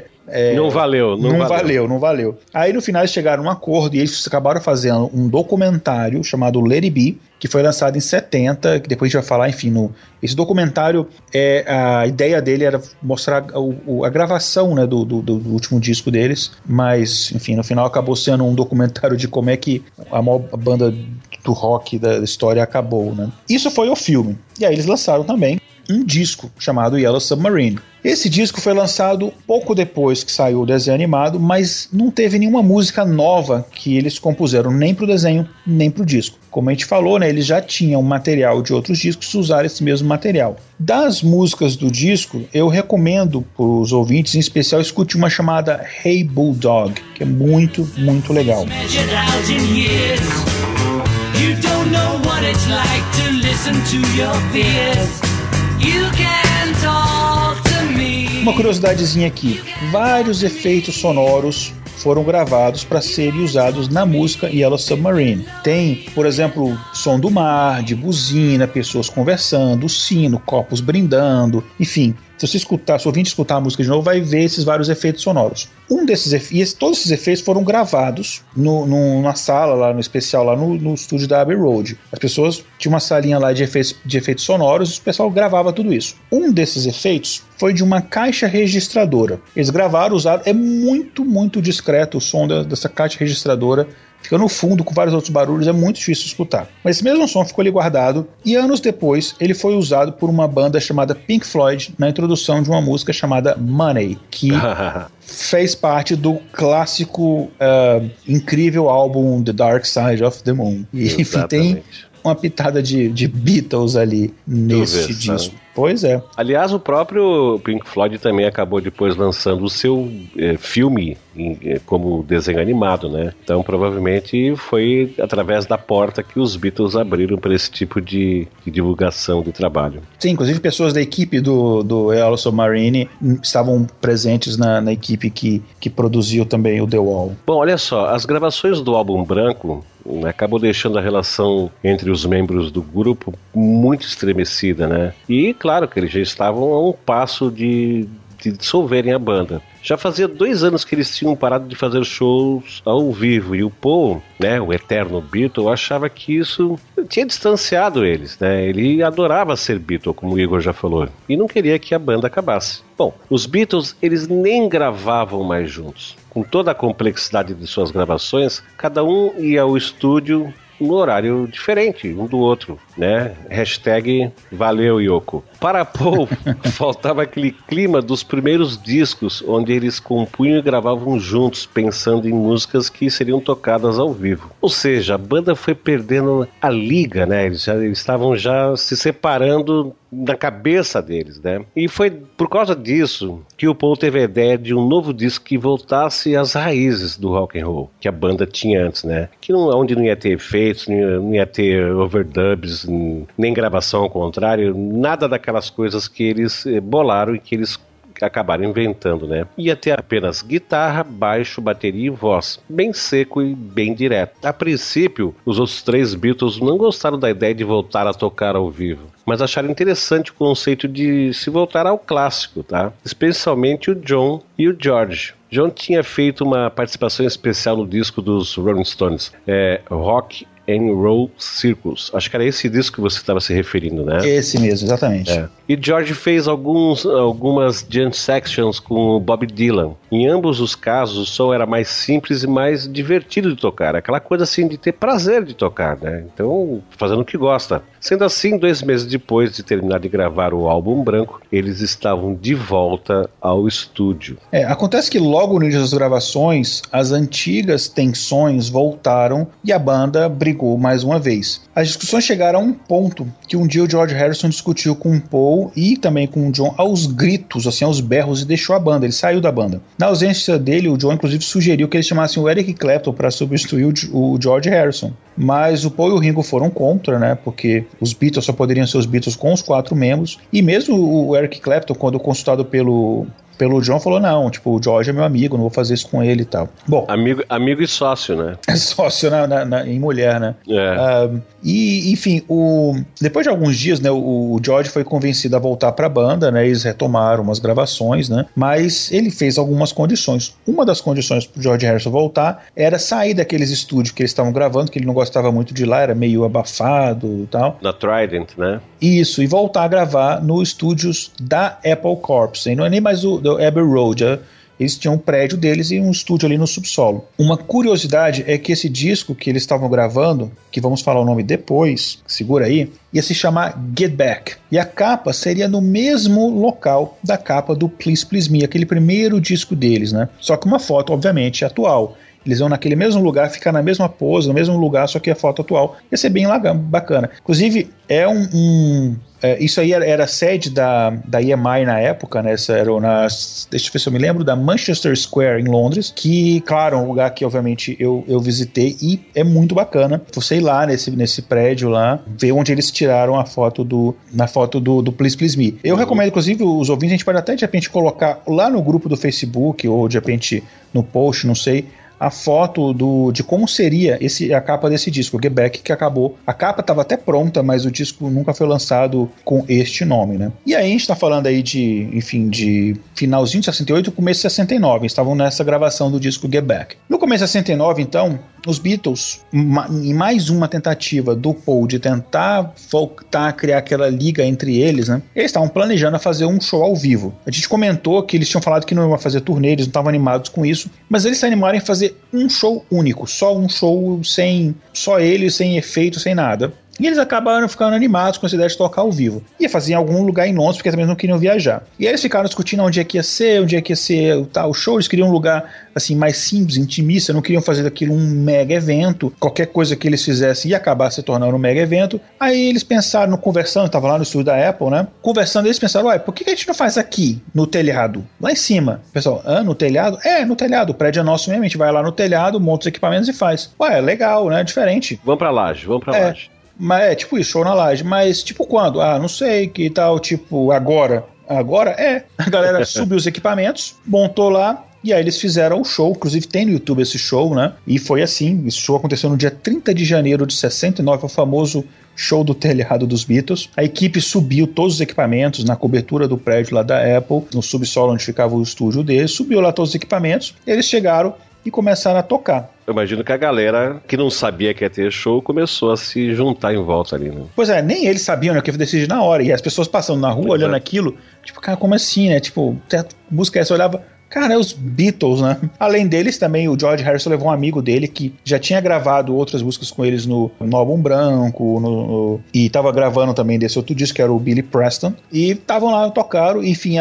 valeu. Aí no final eles chegaram a um acordo e eles acabaram fazendo um documentário chamado Let It Be, que foi lançado em 70, que depois a gente vai falar, enfim, esse documentário, a ideia dele era mostrar a gravação, né, do último disco deles, mas, enfim, no final acabou sendo um documentário de como é que a maior banda do rock da história acabou, né. Isso foi o filme, e aí eles lançaram também um disco chamado Yellow Submarine. Esse disco foi lançado pouco depois que saiu o desenho animado, mas não teve nenhuma música nova que eles compuseram, nem pro desenho, nem pro disco. Como a gente falou, né, eles já tinham material de outros discos, usaram esse mesmo material. Das músicas do disco, eu recomendo para os ouvintes, em especial, escute uma chamada Hey Bulldog, que é muito, muito legal. Uma curiosidadezinha aqui, vários efeitos sonoros foram gravados para serem usados na música Yellow Submarine. Tem, por exemplo, som do mar, de buzina, pessoas conversando, sino, copos brindando, enfim. Se você escutar, se o ouvinte escutar a música de novo, vai ver esses vários efeitos sonoros. Todos esses efeitos foram gravados numa sala, lá no especial, lá no estúdio da Abbey Road. As pessoas tinham uma salinha lá de efeitos sonoros e o pessoal gravava tudo isso. Um desses efeitos foi de uma caixa registradora. Eles gravaram, usaram, é muito, muito discreto o som dessa caixa registradora. Fica no fundo com vários outros barulhos, é muito difícil de escutar. Mas esse mesmo som ficou ali guardado e anos depois ele foi usado por uma banda chamada Pink Floyd na introdução de uma música chamada Money, que fez parte do clássico, incrível álbum The Dark Side of the Moon. E enfim, tem uma pitada de Beatles ali nesse disco. Pois é. Aliás, o próprio Pink Floyd também acabou depois lançando o seu filme como desenho animado, né? Então, provavelmente foi através da porta que os Beatles abriram para esse tipo de divulgação de trabalho. Sim, inclusive pessoas da equipe do Yellow Submarine estavam presentes na equipe que produziu também o The Wall. Bom, olha só, as gravações do álbum branco acabou deixando a relação entre os membros do grupo muito estremecida, né? E claro que eles já estavam a um passo de dissolverem a banda. Já fazia 2 anos que eles tinham parado de fazer shows ao vivo e o Paul, né, o eterno Beatle, achava que isso tinha distanciado eles, né? Ele adorava ser Beatle, como o Igor já falou, e não queria que a banda acabasse. Bom, os Beatles, eles nem gravavam mais juntos. Com toda a complexidade de suas gravações, cada um ia ao estúdio no horário diferente um do outro, né? Hashtag valeu, Yoko. Para Paul, faltava aquele clima dos primeiros discos, onde eles compunham e gravavam juntos, pensando em músicas que seriam tocadas ao vivo. Ou seja, a banda foi perdendo a liga, né? Eles estavam já se separando na cabeça deles, né? E foi por causa disso que o Paul teve a ideia de um novo disco que voltasse às raízes do rock and roll que a banda tinha antes, né? Onde não ia ter efeitos, não ia ter overdubs, nem gravação ao contrário, nada daquelas coisas que eles bolaram e que eles acabaram inventando, né? Ia ter apenas guitarra, baixo, bateria e voz, bem seco e bem direto. A princípio, os outros 3 Beatles não gostaram da ideia de voltar a tocar ao vivo, mas acharam interessante o conceito de se voltar ao clássico, tá? Especialmente o John e o George. John tinha feito uma participação especial no disco dos Rolling Stones, Rock and Roll Circus. Acho que era esse disco que você estava se referindo, né? Esse mesmo, exatamente. E George fez algumas jam sections com o Bob Dylan. Em ambos os casos, o som era mais simples e mais divertido de tocar. Aquela coisa assim de ter prazer de tocar, né? Então, fazendo o que gosta. Sendo assim, 2 meses depois de terminar de gravar o álbum branco, eles estavam de volta ao estúdio. Acontece que logo no início das gravações, as antigas tensões voltaram e a banda brigou mais uma vez. As discussões chegaram a um ponto que um dia o George Harrison discutiu com o Paul e também com o John aos gritos, assim, aos berros, e deixou a banda, ele saiu da banda. Na ausência dele, o John inclusive sugeriu que eles chamassem o Eric Clapton para substituir o George Harrison. Mas o Paul e o Ringo foram contra, né? Porque os Beatles só poderiam ser os Beatles com os 4 membros. E mesmo o Eric Clapton, quando consultado pelo John, falou, não, tipo, o George é meu amigo, não vou fazer isso com ele e tal. Bom, amigo e sócio, né? Sócio em mulher, né? E, enfim, depois de alguns dias, né, o George foi convencido a voltar pra banda, né? Eles retomaram umas gravações, né? Mas ele fez algumas condições. Uma das condições pro George Harrison voltar era sair daqueles estúdios que eles estavam gravando, que ele não gostava muito de lá, era meio abafado e tal. Da Trident, né? Isso, e voltar a gravar nos estúdios da Apple Corps. E não é nem mais do Abbey Road, eles tinham um prédio deles e um estúdio ali no subsolo. Uma curiosidade é que esse disco que eles estavam gravando, que vamos falar o nome depois, segura aí, ia se chamar Get Back. E a capa seria no mesmo local da capa do Please Please Me, aquele primeiro disco deles, né? Só que uma foto, obviamente, atual. Eles vão naquele mesmo lugar, ficar na mesma pose, no mesmo lugar, só que a foto atual ia ser bem bacana. Inclusive, isso aí era a sede da EMI na época, né? Essa era deixa eu ver se eu me lembro, da Manchester Square, em Londres, que, claro, é um lugar que, obviamente, eu visitei e é muito bacana. Você ir lá nesse prédio lá, ver onde eles tiraram a foto do Please Please Me. Eu recomendo, inclusive, os ouvintes, a gente pode até, de repente, colocar lá no grupo do Facebook, ou, de repente, no post, não sei, a foto de como seria a capa desse disco, o Get Back, que acabou. A capa estava até pronta, mas o disco nunca foi lançado com este nome, né? E aí a gente está falando aí de finalzinho de 68 e começo de 69. Eles estavam nessa gravação do disco Get Back. No começo de 69, então, os Beatles, em mais uma tentativa do Paul de tentar voltar a criar aquela liga entre eles, né? Eles estavam planejando fazer um show ao vivo. A gente comentou que eles tinham falado que não iam fazer turnê, eles não estavam animados com isso, mas eles se animaram em fazer um show único, só um show só eles, sem efeito, sem nada. E eles acabaram ficando animados com essa ideia de tocar ao vivo. Ia fazer em algum lugar em Londres, porque também não queriam viajar. E aí eles ficaram discutindo onde é que ia ser o show. Eles queriam um lugar assim, mais simples, intimista, não queriam fazer daquilo um mega evento. Qualquer coisa que eles fizessem ia acabar se tornando um mega evento. Aí eles pensaram, conversando, estava lá no estúdio da Apple, né? Conversando, eles pensaram, por que a gente não faz aqui, no telhado? Lá em cima. O pessoal, no telhado? No telhado, o prédio é nosso mesmo, a gente vai lá no telhado, monta os equipamentos e faz. Legal, né? Diferente. Vamos pra laje. Mas é tipo isso, show na laje. Mas tipo quando? Não sei, que tal, tipo agora. Agora a galera subiu os equipamentos, montou lá, e aí eles fizeram o show. Inclusive tem no YouTube esse show, né? E foi assim, esse show aconteceu no dia 30 de janeiro de 69, o famoso show do telhado dos Beatles. A equipe subiu todos os equipamentos na cobertura do prédio lá da Apple, no subsolo onde ficava o estúdio deles, subiu lá todos os equipamentos, eles chegaram e começaram a tocar. Eu imagino que a galera que não sabia que ia ter show começou a se juntar em volta ali, né? Pois é, nem eles sabiam, né, que ia decidir na hora. E as pessoas passando na rua, olhando aquilo, tipo, cara, como assim, né? Tipo, música essa, olhava, cara, é os Beatles, né? Além deles, também o George Harrison levou um amigo dele que já tinha gravado outras músicas com eles no Álbum Branco, e tava gravando também desse outro disco, que era o Billy Preston. E estavam lá, tocaram, enfim,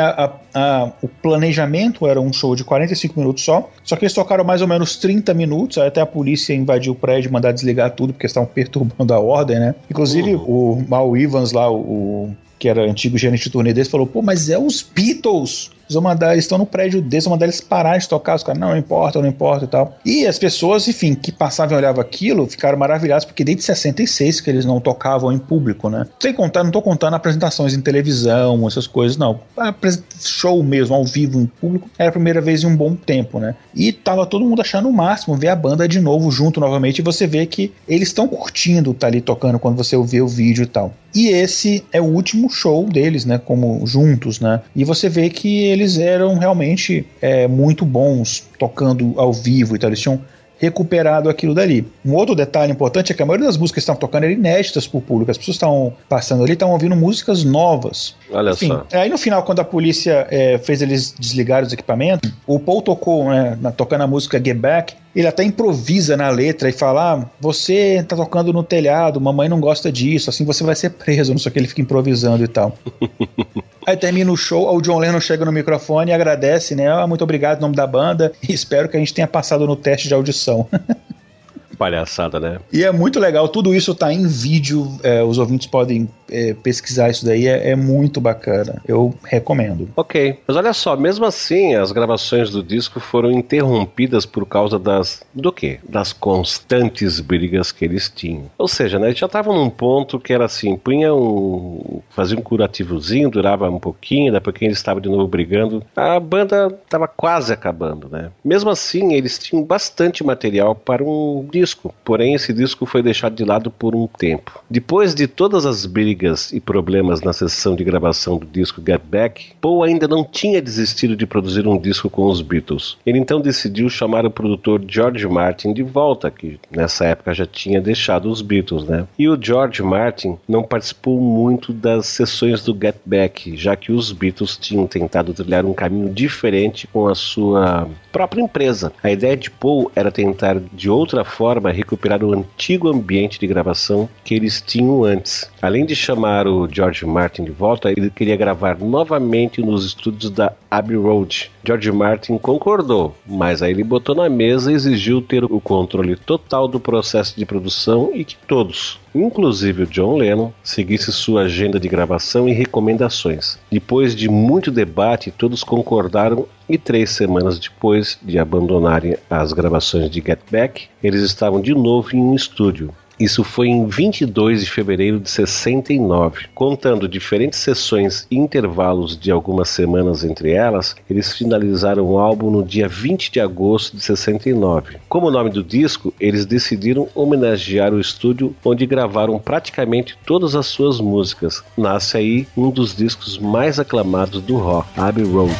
o planejamento era um show de 45 minutos só que eles tocaram mais ou menos 30 minutos, aí até a polícia invadiu o prédio e mandar desligar tudo, porque estavam perturbando a ordem, né? Inclusive, o Mal Evans lá, que era antigo gerente de turnê deles, falou, mas é os Beatles! Eles estão no prédio deles, vão mandar eles parar de tocar. Os caras, não importa e tal. E as pessoas, enfim, que passavam e olhavam aquilo, ficaram maravilhadas, porque desde 66 que eles não tocavam em público, né? Não tô contando apresentações em televisão, essas coisas, não. Show mesmo, ao vivo, em público, era a primeira vez em um bom tempo, né? E tava todo mundo achando o máximo ver a banda de novo, junto novamente, e você vê que eles estão curtindo estar ali tocando quando você vê o vídeo e tal. E esse é o último show deles, né? Como juntos, né? E você vê que eles eram realmente muito bons tocando ao vivo e tal, eles tinham recuperado aquilo dali. Um outro detalhe importante é que a maioria das músicas que estavam tocando eram inéditas pro público, as pessoas estavam passando ali, estavam ouvindo músicas novas. Olha só. Aí no final, quando a polícia fez eles desligarem os equipamentos, o Paul tocou, né, tocando a música Get Back, ele até improvisa na letra e fala, você tá tocando no telhado, mamãe não gosta disso, assim você vai ser preso, não sei o que, ele fica improvisando e tal. Aí termina o show, o John Lennon chega no microfone e agradece, né, muito obrigado em nome da banda e espero que a gente tenha passado no teste de audição. Palhaçada, né? E é muito legal, tudo isso tá em vídeo, os ouvintes podem pesquisar isso daí, é muito bacana, eu recomendo. Ok, mas olha só, mesmo assim as gravações do disco foram interrompidas por causa do quê? Das constantes brigas que eles tinham. Ou seja, né, eles já estavam num ponto que era assim, fazia um curativozinho, durava um pouquinho, depois que eles estavam de novo brigando, a banda estava quase acabando, né? Mesmo assim, eles tinham bastante material para um disco disco, porém esse disco foi deixado de lado por um tempo. Depois de todas as brigas e problemas na sessão de gravação do disco Get Back, Paul ainda não tinha desistido de produzir um disco com os Beatles. Ele então decidiu chamar o produtor George Martin de volta, que nessa época já tinha deixado os Beatles, né? E o George Martin não participou muito das sessões do Get Back, já que os Beatles tinham tentado trilhar um caminho diferente com a sua própria empresa. A ideia de Paul era tentar de outra forma recuperar o antigo ambiente de gravação que eles tinham antes. Além de chamar o George Martin de volta, ele queria gravar novamente nos estúdios da Abbey Road. George Martin concordou, mas aí ele botou na mesa e exigiu ter o controle total do processo de produção e que todos, inclusive o John Lennon, seguisse sua agenda de gravação e recomendações. Depois de muito debate, todos concordaram e 3 semanas depois de abandonarem as gravações de Get Back, eles estavam de novo em um estúdio. Isso foi em 22 de fevereiro de 69. Contando diferentes sessões e intervalos de algumas semanas entre elas, eles finalizaram o álbum no dia 20 de agosto de 69. Como o nome do disco, eles decidiram homenagear o estúdio onde gravaram praticamente todas as suas músicas. Nasce aí um dos discos mais aclamados do rock, Abbey Road.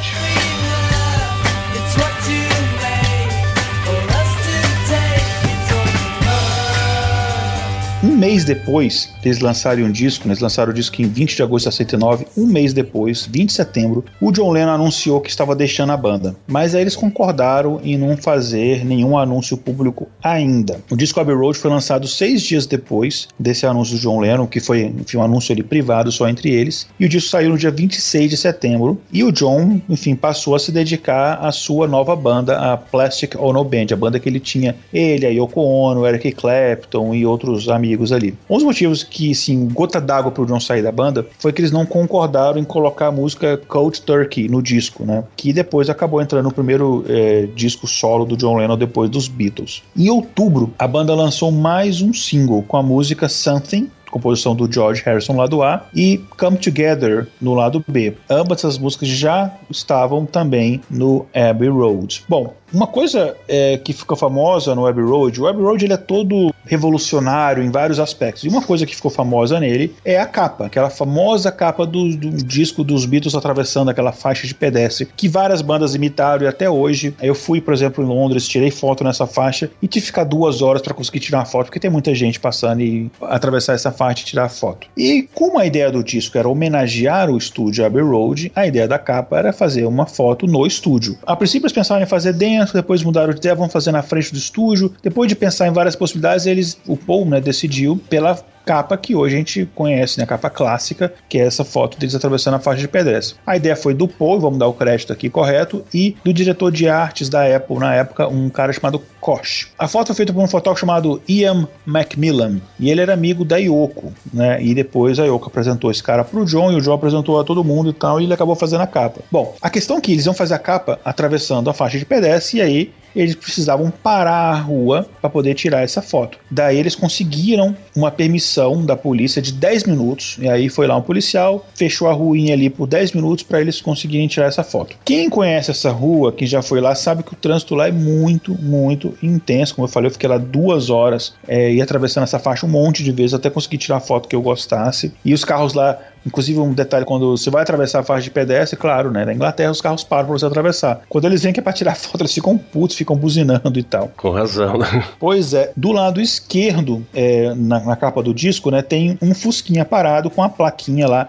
Um mês depois eles lançaram um disco, eles lançaram o disco em 20 de agosto de 69, um mês depois, 20 de setembro, o John Lennon anunciou que estava deixando a banda. Mas aí eles concordaram em não fazer nenhum anúncio público ainda. O disco Abbey Road foi lançado 6 dias depois desse anúncio do John Lennon, que foi, enfim, um anúncio ali privado só entre eles, e o disco saiu no dia 26 de setembro, e o John, enfim, passou a se dedicar à sua nova banda, a Plastic Ono Band, a banda que ele tinha, ele, a Yoko Ono, Eric Clapton e outros amigos ali. Um dos motivos que, sim, gota d'água pro John sair da banda foi que eles não concordaram em colocar a música Cold Turkey no disco, né? Que depois acabou entrando no primeiro disco solo do John Lennon depois dos Beatles. Em outubro, a banda lançou mais um single com a música Something, composição do George Harrison no lado A, e Come Together no lado B. Ambas essas músicas já estavam também no Abbey Road. Bom, uma coisa que ficou famosa no Abbey Road, o Abbey Road ele é todo revolucionário em vários aspectos, e uma coisa que ficou famosa nele é a capa, aquela famosa capa do disco dos Beatles atravessando aquela faixa de pedestre, que várias bandas imitaram e até hoje. Eu fui, por exemplo, em Londres, tirei foto nessa faixa e tive que ficar 2 horas para conseguir tirar uma foto, porque tem muita gente passando e atravessar essa faixa e tirar foto. E como a ideia do disco era homenagear o estúdio Abbey Road, a ideia da capa era fazer uma foto no estúdio. A princípio eles pensaram em fazer dentro, depois mudaram de ideia, vão fazer na frente do estúdio. Depois de pensar em várias possibilidades, o Paul, né, decidiu pela capa que hoje a gente conhece, né, a capa clássica, que é essa foto deles atravessando a faixa de pedestre. A ideia foi do Paul, vamos dar o crédito aqui correto, e do diretor de artes da Apple, na época, um cara chamado Koch. A foto foi feita por um fotógrafo chamado Ian Macmillan, e ele era amigo da Yoko, né, e depois a Yoko apresentou esse cara pro John, e o John apresentou a todo mundo e tal, e ele acabou fazendo a capa. Bom, a questão é que eles iam fazer a capa atravessando a faixa de pedestre, e aí eles precisavam parar a rua para poder tirar essa foto. Daí eles conseguiram uma permissão da polícia de 10 minutos, e aí foi lá um policial, fechou a ruinha ali por 10 minutos para eles conseguirem tirar essa foto. Quem conhece essa rua, quem já foi lá, sabe que o trânsito lá é muito, muito intenso. Como eu falei, eu fiquei lá 2 horas e atravessando essa faixa um monte de vezes até conseguir tirar a foto que eu gostasse. E os carros lá, inclusive um detalhe, quando você vai atravessar a faixa de pedestre, claro, né, na Inglaterra os carros param para você atravessar. Quando eles vêm que é para tirar foto, eles ficam putos, ficam buzinando e tal. Com razão, né? Pois é, do lado esquerdo, na capa do disco, né, tem um Fusquinha parado com a plaquinha lá,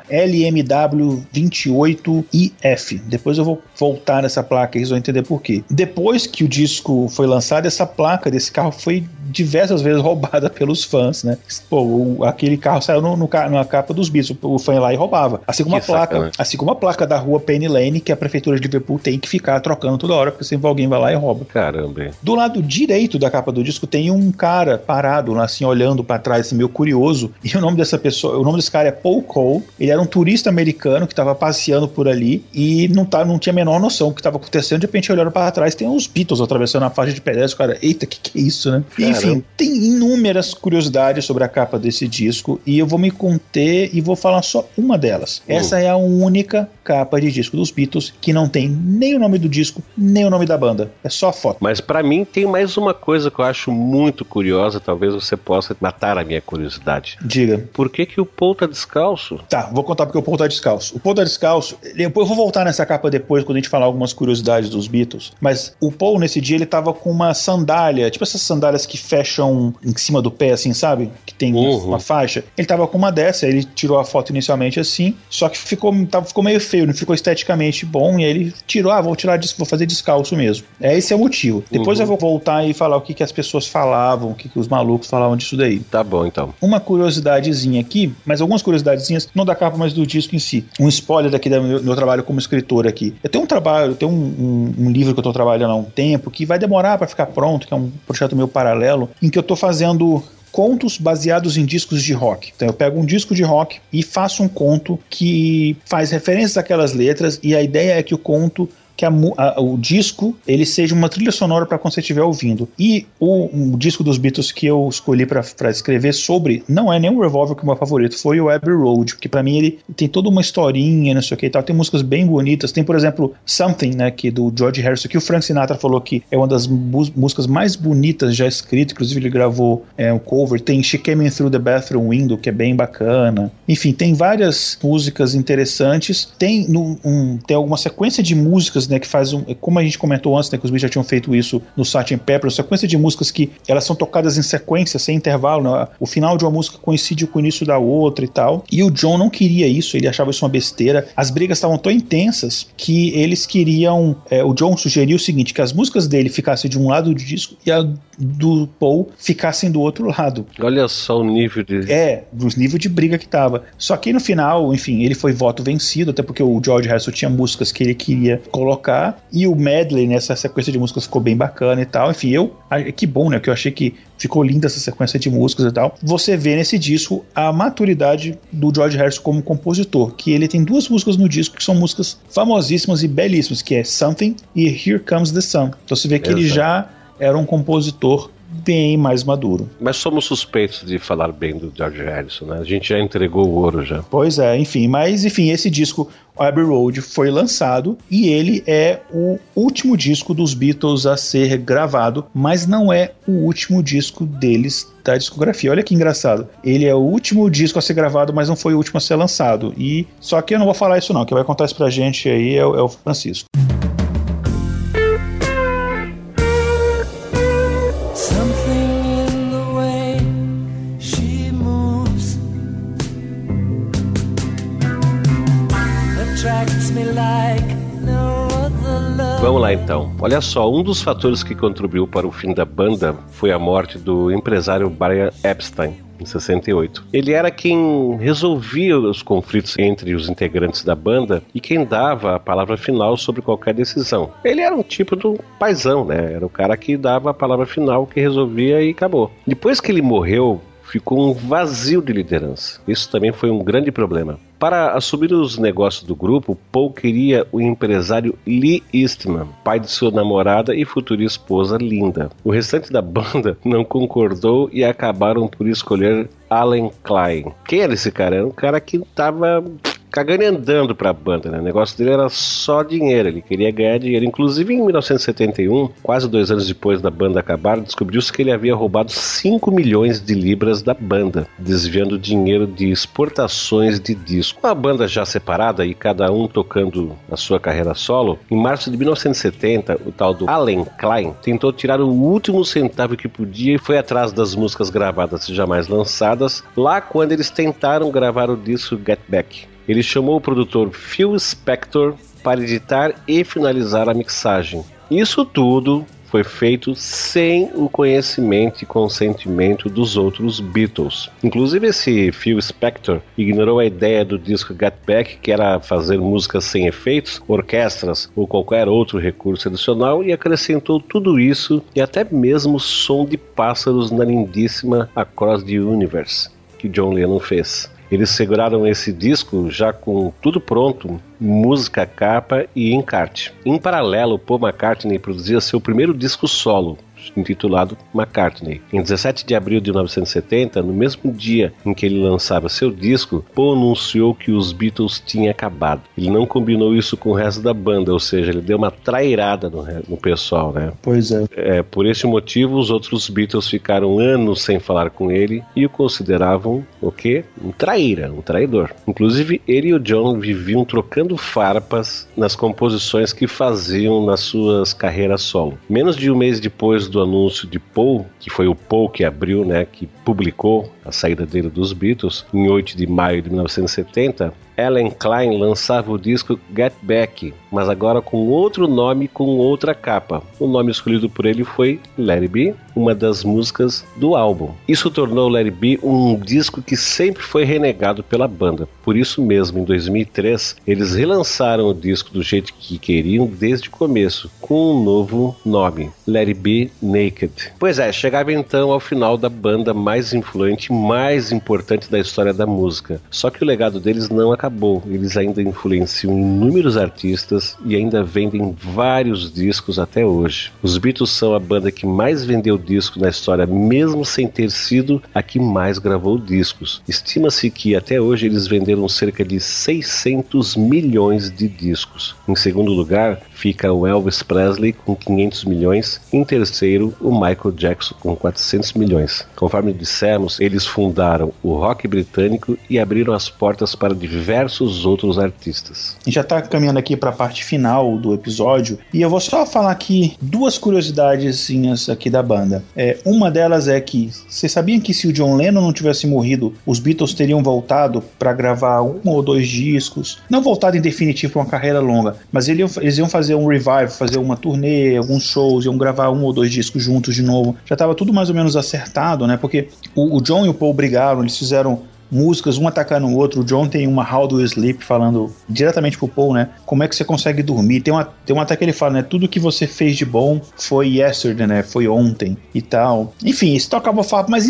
LMW 28IF. Depois eu vou voltar nessa placa e vocês vão entender por quê. Depois que o disco foi lançado, essa placa desse carro foi diversas vezes roubada pelos fãs, né? Pô, aquele carro saiu na capa dos Beatles, o fã ia lá e roubava. Assim como a placa da rua Penny Lane, que a prefeitura de Liverpool tem que ficar trocando toda hora, porque sempre alguém vai lá e rouba. Caramba. Do lado direito da capa do disco tem um cara parado, assim, olhando pra trás, assim, meio curioso, e o nome desse cara é Paul Cole. Ele era um turista americano que tava passeando por ali e não tinha a menor noção do que tava acontecendo. De repente olharam para trás, tem uns Beatles atravessando a faixa de pedestre, cara, eita, que é isso, né? E Enfim, tem inúmeras curiosidades sobre a capa desse disco e eu vou me conter e vou falar só uma delas. Essa é a única capa de disco dos Beatles que não tem nem o nome do disco, nem o nome da banda. É só a foto. Mas pra mim tem mais uma coisa que eu acho muito curiosa, talvez você possa matar a minha curiosidade. Diga. Por que o Paul tá descalço? Tá, vou contar porque o Paul tá descalço. O Paul tá descalço, eu vou voltar nessa capa depois quando a gente falar algumas curiosidades dos Beatles, mas o Paul nesse dia ele tava com uma sandália, tipo essas sandálias que fecham em cima do pé assim, sabe? Que tem uma faixa. Ele tava com uma dessa, ele tirou a foto inicialmente assim, só que ficou meio feio, não ficou esteticamente bom, e aí ele tirou, vou fazer descalço mesmo. Esse é o motivo. Depois eu vou voltar e falar o que as pessoas falavam, o que os malucos falavam disso daí. Tá bom, então. Uma curiosidadezinha aqui, mas algumas curiosidadezinhas, não da capa, mas do disco em si. Um spoiler daqui do meu trabalho como escritor aqui. Eu tenho um livro que eu tô trabalhando há um tempo, que vai demorar pra ficar pronto, que é um projeto meu paralelo, em que eu tô fazendo contos baseados em discos de rock. Então eu pego um disco de rock e faço um conto que faz referências àquelas letras, e a ideia é que o conto, que o disco, ele seja uma trilha sonora para quando você estiver ouvindo. E o disco dos Beatles que eu escolhi para escrever sobre, não é nem o Revolver que é o meu favorito, foi o Abbey Road, porque para mim ele tem toda uma historinha, não sei o que e tal, tem músicas bem bonitas, tem por exemplo Something, né, que do George Harrison, que o Frank Sinatra falou que é uma das músicas mais bonitas já escritas, inclusive ele gravou um cover, tem She Came In Through the Bathroom Window, que é bem bacana, enfim, tem várias músicas interessantes, tem alguma sequência de músicas, né, que faz como a gente comentou antes, né, que os Beatles já tinham feito isso no Sgt. Pepper, sequência de músicas que elas são tocadas em sequência, sem intervalo, né? O final de uma música coincide com o início da outra e tal, e o John não queria isso, ele achava isso uma besteira, as brigas estavam tão intensas que eles queriam, o John sugeriu o seguinte, que as músicas dele ficassem de um lado do disco e a do Paul ficassem do outro lado. Olha só o nível de... dos níveis de briga que tava. Só que no final, enfim, ele foi voto vencido, até porque o George Harrison tinha músicas que ele queria colocar, e o medley nessa sequência de músicas ficou bem bacana e tal. Enfim, que bom, né, que eu achei que ficou linda essa sequência de músicas e tal. Você vê nesse disco a maturidade do George Harrison como compositor, que ele tem duas músicas no disco que são músicas famosíssimas e belíssimas, que é Something e Here Comes the Sun. Então você vê que ele já era um compositor bem mais maduro. Mas somos suspeitos de falar bem do George Harrison, né? A gente já entregou o ouro já. Pois é, enfim, esse disco, Abbey Road, foi lançado e ele é o último disco dos Beatles a ser gravado, mas não é o último disco deles da discografia. Olha que engraçado. Ele é o último disco a ser gravado, mas não foi o último a ser lançado. E só que eu não vou falar isso não, quem vai contar isso pra gente aí é o Francisco. Vamos lá então. Olha só, um dos fatores que contribuiu para o fim da banda foi a morte do empresário Brian Epstein, em 68. Ele era quem resolvia os conflitos entre os integrantes da banda e quem dava a palavra final sobre qualquer decisão. Ele era um tipo do paizão, né? Era o cara que dava a palavra final, que resolvia e acabou. Depois que ele morreu, ficou um vazio de liderança. Isso também foi um grande problema. Para assumir os negócios do grupo, Paul queria o empresário Lee Eastman, pai de sua namorada e futura esposa Linda. O restante da banda não concordou e acabaram por escolher Allen Klein. Quem era esse cara? Era um cara que estava cagando e andando pra banda, né? O negócio dele era só dinheiro, ele queria ganhar dinheiro. Inclusive em 1971, quase 2 anos depois da banda acabar, descobriu-se que ele havia roubado 5 milhões de libras da banda, desviando dinheiro de exportações de disco. Com a banda já separada e cada um tocando a sua carreira solo, em março de 1970, o tal do Allen Klein tentou tirar o último centavo que podia e foi atrás das músicas gravadas e jamais lançadas, lá quando eles tentaram gravar o disco Get Back. Ele chamou o produtor Phil Spector para editar e finalizar a mixagem. Isso tudo foi feito sem o conhecimento e consentimento dos outros Beatles. Inclusive esse Phil Spector ignorou a ideia do disco Get Back, que era fazer músicas sem efeitos, orquestras ou qualquer outro recurso adicional, e acrescentou tudo isso e até mesmo som de pássaros na lindíssima Across the Universe, que John Lennon fez. Eles seguraram esse disco já com tudo pronto, música, capa e encarte. Em paralelo, Paul McCartney produzia seu primeiro disco solo, intitulado McCartney. Em 17 de abril de 1970, no mesmo dia em que ele lançava seu disco, Paul anunciou que os Beatles tinham acabado. Ele não combinou isso com o resto da banda, ou seja, ele deu uma trairada no pessoal, né? Pois é. Por esse motivo, os outros Beatles ficaram anos sem falar com ele e o consideravam o quê? Um traidor. Inclusive, ele e o John viviam trocando farpas nas composições que faziam nas suas carreiras solo. Menos de um mês depois do anúncio de Paul, que foi o Paul que abriu, né, que publicou a saída dele dos Beatles, em 8 de maio de 1970, Alan Klein lançava o disco Get Back, mas agora com outro nome, com outra capa. O nome escolhido por ele foi Let It Be, uma das músicas do álbum. Isso tornou Let It Be um disco que sempre foi renegado pela banda. Por isso mesmo, em 2003, eles relançaram o disco do jeito que queriam desde o começo, com um novo nome, Let It Be Naked. Pois é, chegava então ao final da banda mais influente, mais importante da história da música. Só que o legado deles não acabou. Eles ainda influenciam inúmeros artistas e ainda vendem vários discos até hoje. Os Beatles são a banda que mais vendeu disco na história, mesmo sem ter sido a que mais gravou discos. Estima-se que até hoje eles venderam cerca de 600 milhões de discos. Em segundo lugar, fica o Elvis Presley com 500 milhões. Em terceiro, o Michael Jackson com 400 milhões. Conforme dissemos, eles fundaram o rock britânico e abriram as portas para diversos outros artistas. A gente já está caminhando aqui para a parte final do episódio e eu vou só falar aqui duas curiosidadezinhas aqui da banda. Uma delas é que vocês sabiam que se o John Lennon não tivesse morrido, os Beatles teriam voltado para gravar 1 ou 2 discos, não voltado em definitivo para uma carreira longa, mas eles iam fazer um revive, fazer uma turnê, alguns shows, iam gravar 1 ou 2 discos juntos de novo. Já estava tudo mais ou menos acertado, né? Porque o John e o Paul brigaram, eles fizeram músicas, um atacando o outro. O John tem uma How Do You Sleep falando diretamente pro Paul, né? Como é que você consegue dormir? Tem um até que ele fala, né? Tudo que você fez de bom foi yesterday, né? Foi ontem e tal. Enfim, isso acabou falando, mas em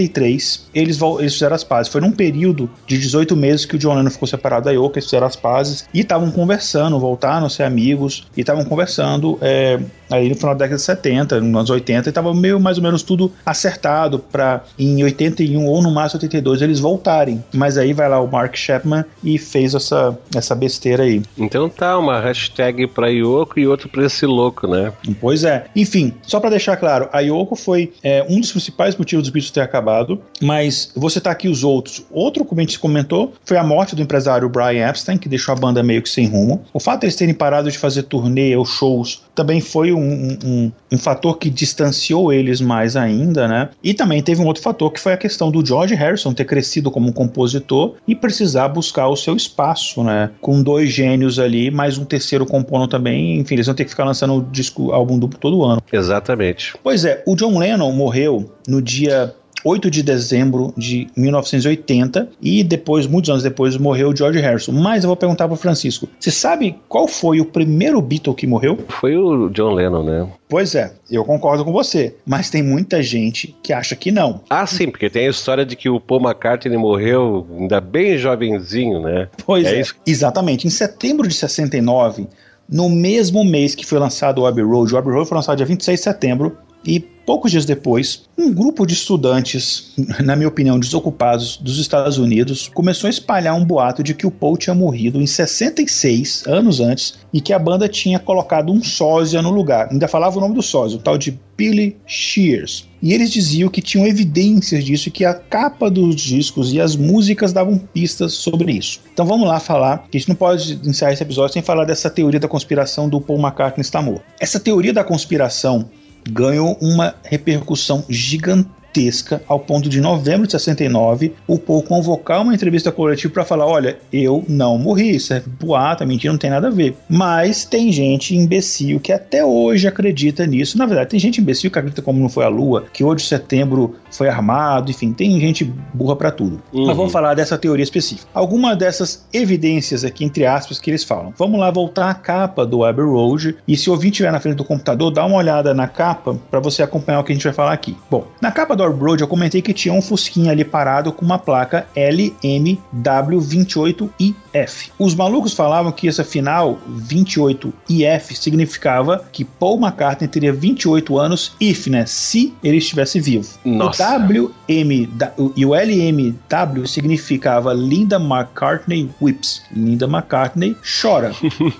73 eles fizeram as pazes. Foi num período de 18 meses que o John Lennon ficou separado da Yoko, eles fizeram as pazes e estavam conversando, voltaram a ser amigos e estavam conversando aí no final da década de 70, nos anos 80, e tava meio mais ou menos tudo acertado para em 81 ou no máximo 82 eles voltarem. Mas aí vai lá o Mark Chapman e fez essa besteira aí. Então tá, uma hashtag pra Yoko e outra pra esse louco, né? Pois é. Enfim, só pra deixar claro, a Yoko foi um dos principais motivos dos Beatles ter acabado, mas vou citar aqui os outros. Outro que a gente comentou foi a morte do empresário Brian Epstein, que deixou a banda meio que sem rumo. O fato de eles terem parado de fazer turnê ou shows também foi um fator que distanciou eles mais ainda, né? E também teve um outro fator que foi a questão do George Harrison ter crescido como um compositor e precisar buscar o seu espaço, né? Com 2 gênios ali, mais um terceiro compondo também, enfim, eles vão ter que ficar lançando álbum duplo todo ano. Exatamente. Pois é, o John Lennon morreu no dia 8 de dezembro de 1980 e depois, muitos anos depois, morreu o George Harrison. Mas eu vou perguntar para o Francisco, você sabe qual foi o primeiro Beatle que morreu? Foi o John Lennon, né? Pois é, eu concordo com você, mas tem muita gente que acha que não. Ah, sim, porque tem a história de que o Paul McCartney morreu ainda bem jovenzinho, né? Pois é, exatamente. Em setembro de 69, no mesmo mês que foi lançado o Abbey Road foi lançado dia 26 de setembro, e poucos dias depois, um grupo de estudantes, na minha opinião, desocupados dos Estados Unidos, começou a espalhar um boato de que o Paul tinha morrido em 66, anos antes, e que a banda tinha colocado um sósia no lugar. Ainda falava o nome do sósia, o tal de Billy Shears. E eles diziam que tinham evidências disso e que a capa dos discos e as músicas davam pistas sobre isso. Então vamos lá falar, que a gente não pode encerrar esse episódio sem falar dessa teoria da conspiração do Paul McCartney estar morto. Essa teoria da conspiração ganhou uma repercussão gigantesca ao ponto de, em novembro de 69, o Paul convocar uma entrevista coletiva para falar, olha, eu não morri, isso é boato, mentira, não tem nada a ver. Mas tem gente imbecil que até hoje acredita nisso. Na verdade, tem gente imbecil que acredita como não foi a Lua, que 8 de setembro foi armado, enfim, tem gente burra para tudo. Mas vamos falar dessa teoria específica. Algumas dessas evidências aqui, entre aspas, que eles falam. Vamos lá voltar à capa do Abbey Road, e se o ouvinte estiver na frente do computador, dá uma olhada na capa para você acompanhar o que a gente vai falar aqui. Bom, na capa do Abbey Road eu comentei que tinha um fusquinha ali parado com uma placa LMW28IF. Os malucos falavam que essa final 28IF significava que Paul McCartney teria 28 anos if, né? Se ele estivesse vivo. Nossa. E o LMW significava Linda McCartney Weeps. Linda McCartney chora.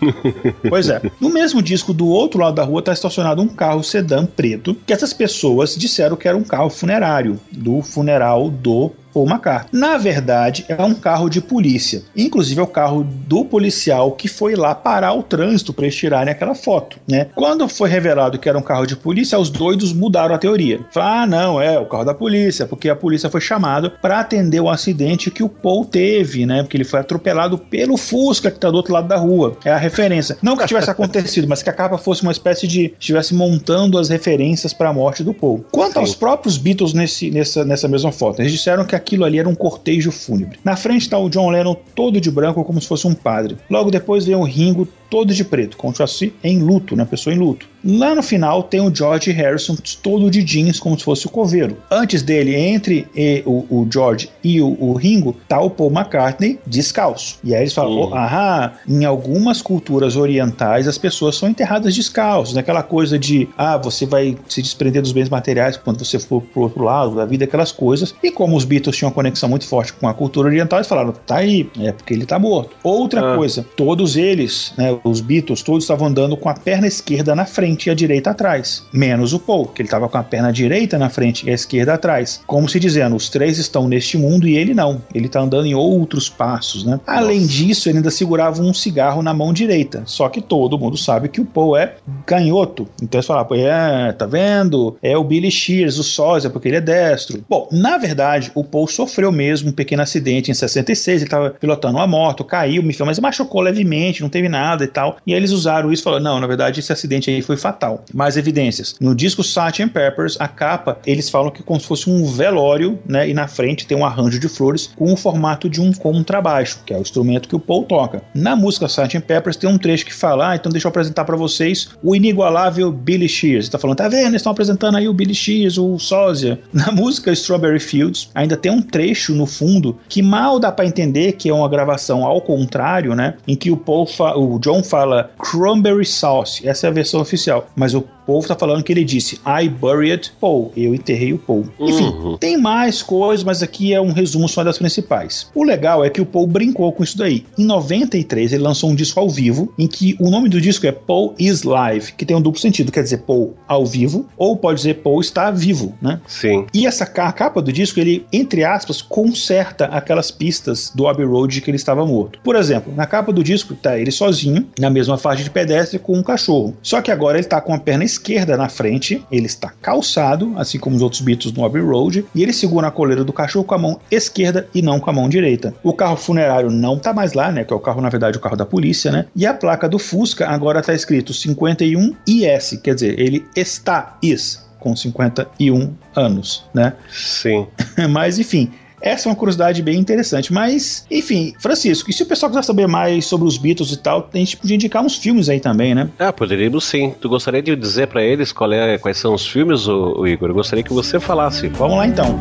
Pois é. No mesmo disco, do outro lado da rua, está estacionado um carro sedã preto, que essas pessoas disseram que era um carro funerário, do funeral do Paul McCartney. Na verdade, é um carro de polícia. Inclusive, é o carro do policial que foi lá parar o trânsito para eles tirarem aquela foto, né? Quando foi revelado que era um carro de polícia, os doidos mudaram a teoria. Falaram, não, é o carro da polícia, porque a polícia foi chamada para atender o acidente que o Paul teve, né? Porque ele foi atropelado pelo Fusca que está do outro lado da rua. É a referência. Não que tivesse acontecido, mas que a capa fosse uma espécie de... estivesse montando as referências para a morte do Paul. Quanto aos próprios Beatles nessa mesma foto, eles disseram que aquilo ali era um cortejo fúnebre. Na frente está o John Lennon todo de branco, como se fosse um padre. Logo depois vem o Ringo todo de preto, como se fosse em luto, né? Pessoa em luto. Lá no final tem o George Harrison todo de jeans, como se fosse o coveiro. Antes dele, entre o George e o Ringo, tá o Paul McCartney descalço. E aí eles falam, em algumas culturas orientais as pessoas são enterradas descalços, né? Aquela coisa de, você vai se desprender dos bens materiais quando você for pro outro lado da vida, aquelas coisas. E como os Beatles tinham uma conexão muito forte com a cultura oriental, eles falaram, tá aí, é porque ele tá morto. Outra coisa, todos eles, né, os Beatles, todos estavam andando com a perna esquerda na frente e a direita atrás, menos o Paul, que ele estava com a perna direita na frente e a esquerda atrás, como se dizendo, os três estão neste mundo e ele não, ele está andando em outros passos, né? Além disso, ele ainda segurava um cigarro na mão direita, só que todo mundo sabe que o Paul é canhoto, então eles falaram, tá vendo? É o Billy Shears, o sósia, porque ele é destro. Bom, na verdade, o Paul sofreu mesmo um pequeno acidente em 66, ele estava pilotando uma moto, caiu, mas machucou levemente, não teve nada e tal, e aí eles usaram isso e falaram, não, na verdade esse acidente aí foi fatal. Mais evidências. No disco Sgt. Peppers, a capa, eles falam que é como se fosse um velório, né, e na frente tem um arranjo de flores com o formato de um contrabaixo, que é o instrumento que o Paul toca. Na música Sgt. Peppers tem um trecho que fala, então deixa eu apresentar pra vocês o inigualável Billy Shears. Ele tá falando, tá vendo? Eles estão apresentando aí o Billy Shears, o sósia. Na música Strawberry Fields, ainda tem um trecho no fundo que mal dá pra entender que é uma gravação ao contrário, né, em que o John fala Cranberry Sauce, essa é a versão oficial, mas o Paul tá falando que ele disse I buried Paul, eu enterrei o Paul. Enfim, tem mais coisas, mas aqui é um resumo só das principais. O legal é que o Paul brincou com isso daí. Em 93 ele lançou um disco ao vivo, em que o nome do disco é Paul is Live, que tem um duplo sentido, quer dizer Paul ao vivo, ou pode dizer Paul está vivo, né? Sim. E essa capa do disco, ele, entre aspas, conserta aquelas pistas do Abbey Road que ele estava morto. Por exemplo, na capa do disco tá ele sozinho, na mesma faixa de pedestre com um cachorro. Só que agora ele tá com a perna esquerda na frente, ele está calçado, assim como os outros Beatles no Abbey Road, e ele segura a coleira do cachorro com a mão esquerda e não com a mão direita. O carro funerário não tá mais lá, né, que é o carro, na verdade, o carro da polícia, né, e a placa do Fusca agora tá escrito 51IS, quer dizer, ele está com 51 anos, né? Sim. Mas, enfim, essa é uma curiosidade bem interessante. Mas, enfim, Francisco, e se o pessoal quiser saber mais sobre os Beatles e tal, a gente podia indicar uns filmes aí também, né? Poderíamos sim. Tu gostaria de dizer pra eles quais são os filmes, o Igor? Eu gostaria que você falasse. Vamos lá, então.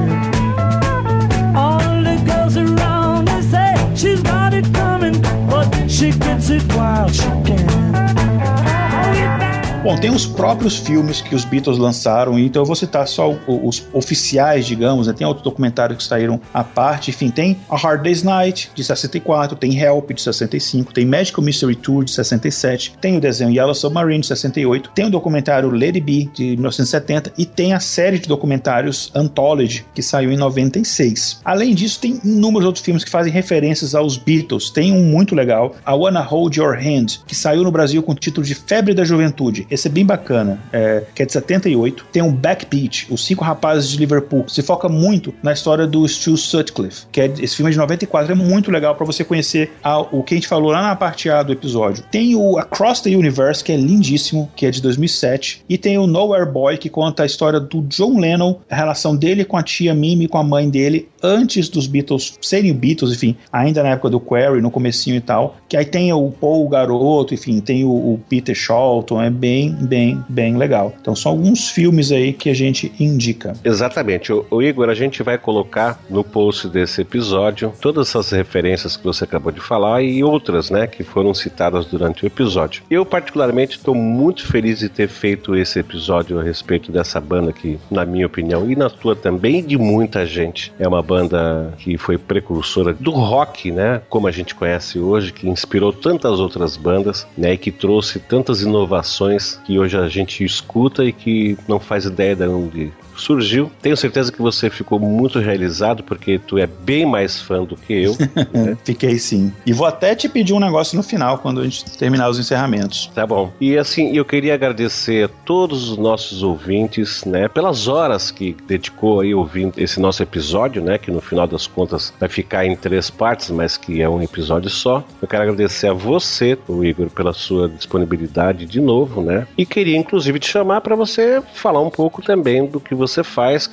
All the girls around me say she's got it coming, but she gets it while she can. Bom, tem os próprios filmes que os Beatles lançaram, então eu vou citar só os oficiais, digamos, né? Tem outros documentários que saíram à parte, enfim, tem A Hard Day's Night, de 64, tem Help, de 65, tem Magical Mystery Tour, de 67, tem o desenho Yellow Submarine, de 68, tem o documentário Let It Be, de 1970, e tem a série de documentários Anthology, que saiu em 96. Além disso, tem inúmeros outros filmes que fazem referências aos Beatles. Tem um muito legal, I Wanna Hold Your Hand, que saiu no Brasil com o título de Febre da Juventude. Esse é bem bacana, que é de 78. Tem um Backbeat, Os 5 Rapazes de Liverpool, se foca muito na história do Stu Sutcliffe, esse filme é de 94, é muito legal para você conhecer o que a gente falou lá na parte A do episódio. Tem o Across the Universe, que é lindíssimo, que é de 2007, e tem o Nowhere Boy, que conta a história do John Lennon, a relação dele com a tia Mimi, com a mãe dele, antes dos Beatles serem Beatles, enfim, ainda na época do Quarry, no comecinho e tal, que aí tem o Paul, o garoto, enfim, tem o Peter Shorten, é bem bem legal. Então são alguns filmes aí que a gente indica. Exatamente. O Igor, a gente vai colocar no post desse episódio todas essas referências que você acabou de falar e outras, né, que foram citadas durante o episódio. Eu particularmente estou muito feliz de ter feito esse episódio a respeito dessa banda que, na minha opinião, e na tua também, e de muita gente, é uma banda que foi precursora do rock, né, como a gente conhece hoje, que inspirou tantas outras bandas, né, e que trouxe tantas inovações que hoje a gente escuta e que não faz ideia de onde surgiu. Tenho certeza que você ficou muito realizado, porque tu é bem mais fã do que eu. Né? Fiquei sim. E vou até te pedir um negócio no final, quando a gente terminar os encerramentos. Tá bom. E assim, eu queria agradecer a todos os nossos ouvintes, né, pelas horas que dedicou aí ouvindo esse nosso episódio, né, que no final das contas vai ficar em 3 partes, mas que é um episódio só. Eu quero agradecer a você, o Igor, pela sua disponibilidade de novo, né, e queria inclusive te chamar para você falar um pouco também do que você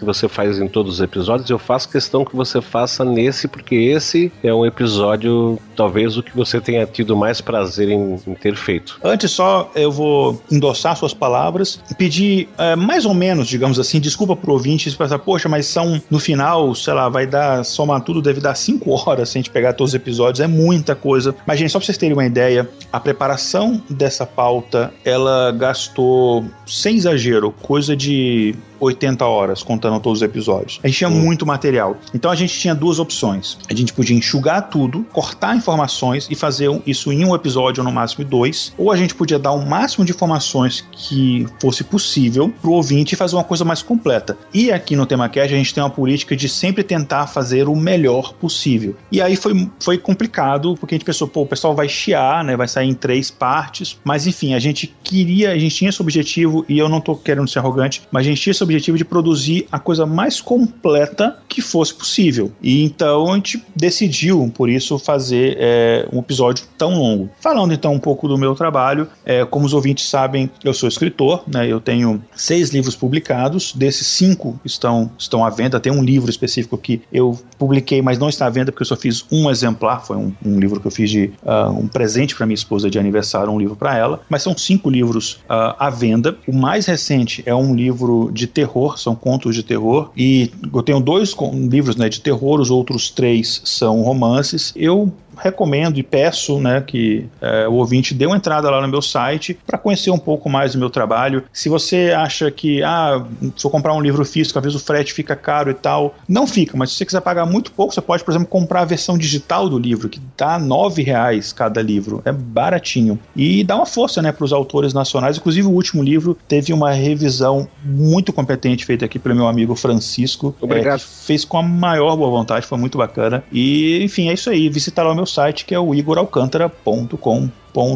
faz em todos os episódios. Eu faço questão que você faça nesse, porque esse é um episódio, talvez, o que você tenha tido mais prazer em ter feito. Antes só, eu vou endossar suas palavras e pedir, mais ou menos, digamos assim, desculpa pro ouvinte, pensar, poxa, mas são, no final, sei lá, vai dar, somar tudo, deve dar 5 horas se a gente pegar todos os episódios, é muita coisa. Mas, gente, só pra vocês terem uma ideia, a preparação dessa pauta, ela gastou, sem exagero, coisa de 80 horas, contando todos os episódios. A gente tinha muito material. Então a gente tinha 2 opções. A gente podia enxugar tudo, cortar informações e fazer isso em um episódio ou no máximo 2. Ou a gente podia dar o máximo de informações que fosse possível pro ouvinte e fazer uma coisa mais completa. E aqui no TemaCast a gente tem uma política de sempre tentar fazer o melhor possível. E aí foi complicado, porque a gente pensou, o pessoal vai chiar, né? Vai sair em 3 partes. Mas enfim, a gente tinha esse objetivo, e eu não tô querendo ser arrogante, mas a gente tinha esse objetivo de produzir a coisa mais completa que fosse possível. E então a gente decidiu, por isso, fazer um episódio tão longo. Falando então um pouco do meu trabalho, como os ouvintes sabem, eu sou escritor, né? Eu tenho 6 livros publicados, desses 5 estão à venda. Tem um livro específico que eu publiquei, mas não está à venda porque eu só fiz um exemplar. Foi um livro que eu fiz de um presente para minha esposa de aniversário, um livro para ela, mas são 5 livros à venda. O mais recente é um livro de terror, são contos de terror, e eu tenho 2 livros, né, de terror, os outros 3 são romances. Eu recomendo e peço, né, que o ouvinte dê uma entrada lá no meu site para conhecer um pouco mais do meu trabalho. Se você acha que se eu comprar um livro físico, às vezes o frete fica caro e tal, não fica, mas se você quiser pagar muito pouco, você pode, por exemplo, comprar a versão digital do livro, que dá R$9 cada livro, é baratinho, e dá uma força, né, para os autores nacionais. Inclusive o último livro teve uma revisão muito competente feita aqui pelo meu amigo Francisco. Obrigado. Que fez com a maior boa vontade, foi muito bacana. E enfim, é isso aí, visita lá o meu site, que é o igoralcantara.com.br.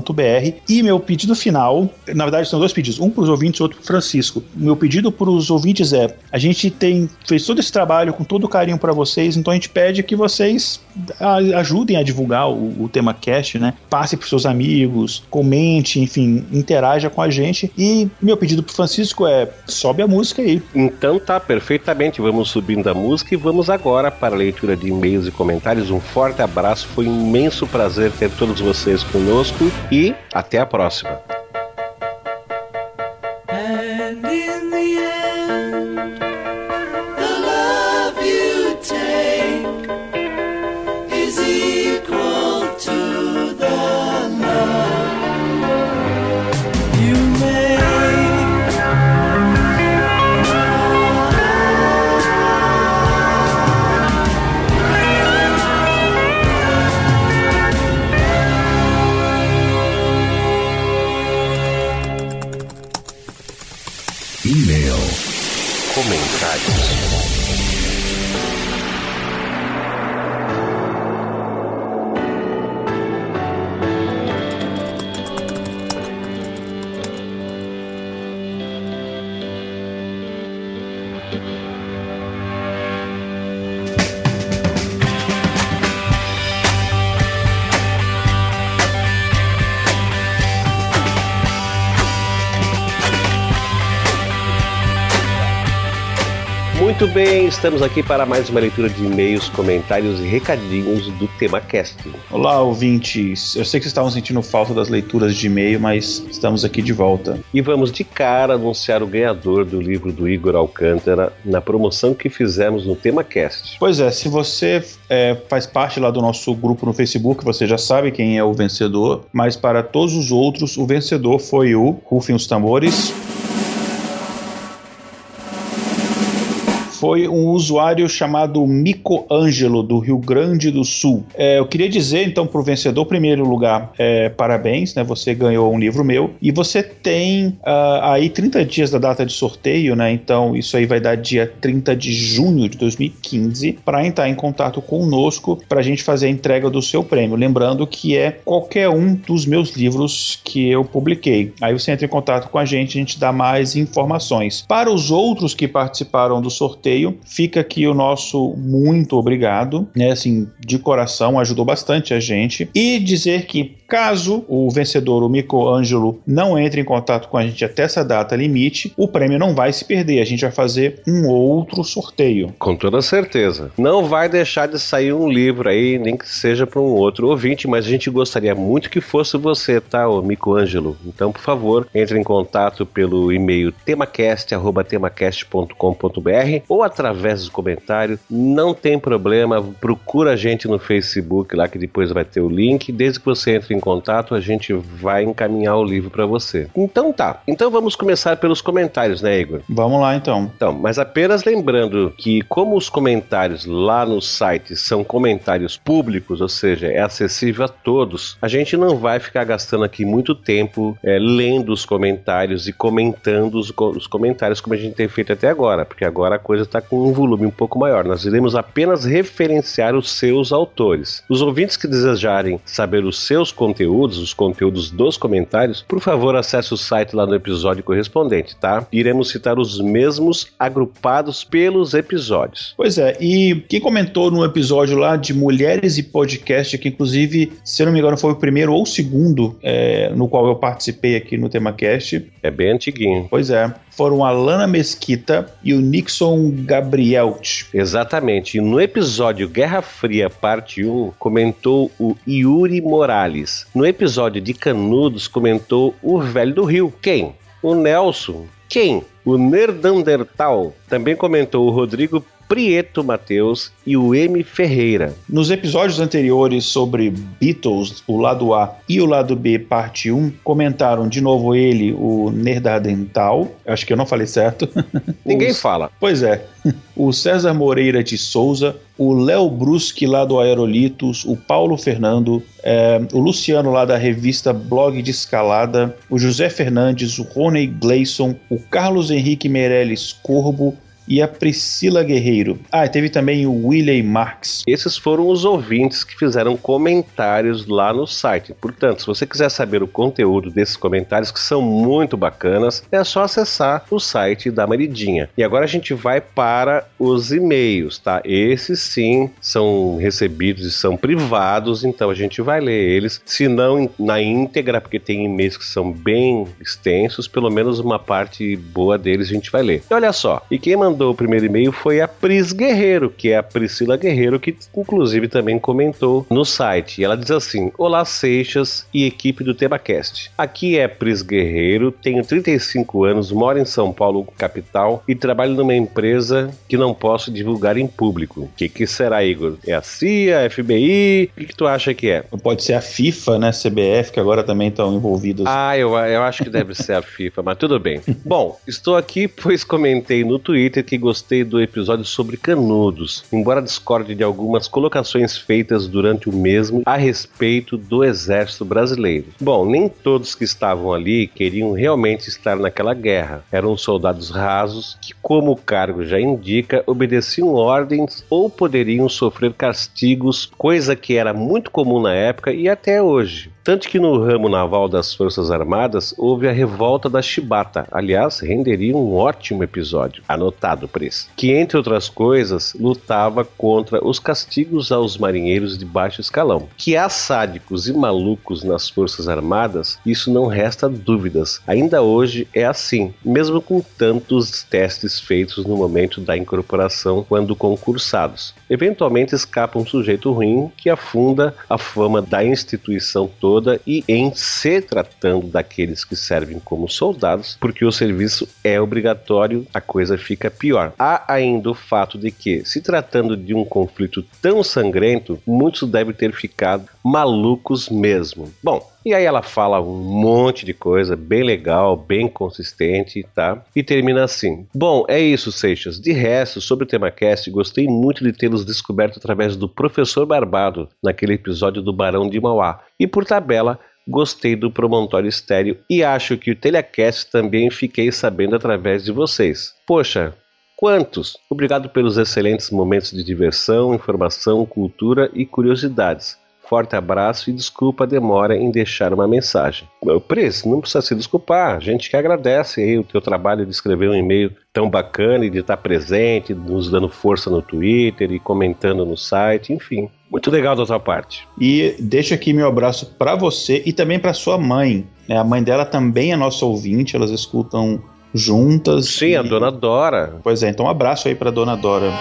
E meu pedido final, na verdade são 2 pedidos, um para os ouvintes e outro para o Francisco. Meu pedido para os ouvintes a gente fez todo esse trabalho com todo carinho para vocês, então a gente pede que vocês ajudem a divulgar o TemaCast, né? Passe para seus amigos, comente, enfim, interaja com a gente. E meu pedido para o Francisco sobe a música aí. Então tá, perfeitamente, vamos subindo a música e vamos agora para a leitura de e-mails e comentários. Um forte abraço, foi um imenso prazer ter todos vocês conosco e até a próxima. And in the end, the love you take is equal to the love you make. E-mail. Comentários. Muito bem, estamos aqui para mais uma leitura de e-mails, comentários e recadinhos do TemaCast. Olá, ouvintes. Eu sei que vocês estavam sentindo falta das leituras de e-mail, mas estamos aqui de volta. E vamos de cara anunciar o ganhador do livro do Igor Alcântara na promoção que fizemos no TemaCast. Pois é, se você faz parte lá do nosso grupo no Facebook, você já sabe quem é o vencedor, mas para todos os outros, o vencedor foi o Rufem os Tambores. Foi um usuário chamado Mico Ângelo, do Rio Grande do Sul. Eu queria dizer, então, para o vencedor, em primeiro lugar, parabéns, né? Você ganhou um livro meu. E você tem aí 30 dias da data de sorteio, né? Então, isso aí vai dar dia 30 de junho de 2015, para entrar em contato conosco para a gente fazer a entrega do seu prêmio. Lembrando que é qualquer um dos meus livros que eu publiquei. Aí você entra em contato com a gente dá mais informações. Para os outros que participaram do sorteio, fica aqui o nosso muito obrigado, né? Assim, de coração, ajudou bastante a gente. E dizer que caso o vencedor, o Mico Ângelo, não entre em contato com a gente até essa data limite, o prêmio não vai se perder. A gente vai fazer um outro sorteio. Com toda certeza. Não vai deixar de sair um livro aí, nem que seja para um outro ouvinte, mas a gente gostaria muito que fosse você, tá, o Mico Ângelo? Então, por favor, entre em contato pelo e-mail temacast@temacast.com.br ou através dos comentários. Não tem problema, procura a gente no Facebook lá, que depois vai ter o link. Desde que você entre em contato, a gente vai encaminhar o livro para você. Então tá, então vamos começar pelos comentários, né, Igor? Vamos lá, então. Então, mas apenas lembrando que como os comentários lá no site são comentários públicos, ou seja, é acessível a todos, a gente não vai ficar gastando aqui muito tempo lendo os comentários e comentando os comentários como a gente tem feito até agora, porque agora a coisa está com um volume um pouco maior. Nós iremos apenas referenciar os seus autores. Os ouvintes que desejarem saber os seus conteúdos, os conteúdos dos comentários, por favor, acesse o site lá no episódio correspondente, tá? Iremos citar os mesmos agrupados pelos episódios. Pois é, e quem comentou no episódio lá de Mulheres e Podcast, que inclusive, se eu não me engano, foi o primeiro ou o segundo no qual eu participei aqui no TemaCast. É bem antiguinho. Pois é. Foram a Lana Mesquita e o Nixon Gabrielt. Exatamente. E no episódio Guerra Fria, parte 1, comentou o Yuri Morales. No episódio de Canudos, comentou o Velho do Rio. Quem? O Nelson. Quem? O Nerdandertal. Também comentou o Rodrigo Prieto Mateus e o M. Ferreira. Nos episódios anteriores sobre Beatles, o lado A e o lado B, parte 1, comentaram de novo ele, o Nerdandertal. Acho que eu não falei certo. Ninguém fala. Pois é. O César Moreira de Souza, o Léo Bruschi lá do Aerolitos, o Paulo Fernando, o Luciano lá da revista Blog de Escalada, o José Fernandes, o Rony Gleison, o Carlos Henrique Meirelles Corbo e a Priscila Guerreiro. E teve também o William Marx. Esses foram os ouvintes que fizeram comentários lá no site. Portanto, se você quiser saber o conteúdo desses comentários, que são muito bacanas, é só acessar o site da Maridinha. E agora a gente vai para os e-mails, tá? Esses sim são recebidos e são privados, então a gente vai ler eles, se não na íntegra, porque tem e-mails que são bem extensos, pelo menos uma parte boa deles a gente vai ler. E olha só, e quem mandou o primeiro e-mail foi a Pris Guerreiro, que é a Priscila Guerreiro, que inclusive também comentou no site. E ela diz assim: olá Seixas e equipe do TemaCast. Aqui é a Pris Guerreiro, tenho 35 anos, moro em São Paulo, capital, e trabalho numa empresa que não posso divulgar em público. O que será, Igor? É a CIA, a FBI? O que tu acha que é? Pode ser a FIFA, né? CBF, que agora também estão envolvidos. Eu acho que deve ser a FIFA, mas tudo bem. Bom, estou aqui pois comentei no Twitter que gostei do episódio sobre Canudos, embora discorde de algumas colocações feitas durante o mesmo a respeito do exército brasileiro. Bom, nem todos que estavam ali queriam realmente estar naquela guerra. Eram soldados rasos que, como o cargo já indica, obedeciam ordens ou poderiam sofrer castigos, coisa que era muito comum na época e até hoje. Tanto que no ramo naval das Forças Armadas houve a revolta da Chibata. Aliás, renderia um ótimo episódio. Anotado. Estado, Pris, que, entre outras coisas, lutava contra os castigos aos marinheiros de baixo escalão. Que há sádicos e malucos nas Forças Armadas, isso não resta dúvidas. Ainda hoje é assim, mesmo com tantos testes feitos no momento da incorporação quando concursados. Eventualmente escapa um sujeito ruim que afunda a fama da instituição toda e, em se tratando daqueles que servem como soldados, porque o serviço é obrigatório, a coisa fica pior. Há ainda o fato de que, se tratando de um conflito tão sangrento, muitos devem ter ficado malucos mesmo. Bom, e aí ela fala um monte de coisa bem legal, bem consistente, tá? E termina assim. Bom, é isso, Seixas. De resto, sobre o TemaCast, gostei muito de tê-los descoberto através do Professor Barbado, naquele episódio do Barão de Mauá. E por tabela, gostei do Promontório Estéreo e acho que o Telecast também fiquei sabendo através de vocês. Poxa, quantos? Obrigado pelos excelentes momentos de diversão, informação, cultura e curiosidades. Forte abraço e desculpa a demora em deixar uma mensagem. Meu Pris, não precisa se desculpar, a gente que agradece aí o teu trabalho de escrever um e-mail tão bacana e de estar presente, nos dando força no Twitter e comentando no site, enfim. Muito legal da tua parte. E deixo aqui meu abraço para você e também para sua mãe. A mãe dela também é nossa ouvinte, elas escutam juntas. Sim, a Dona Dora. Pois é, então um abraço aí para Dona Dora.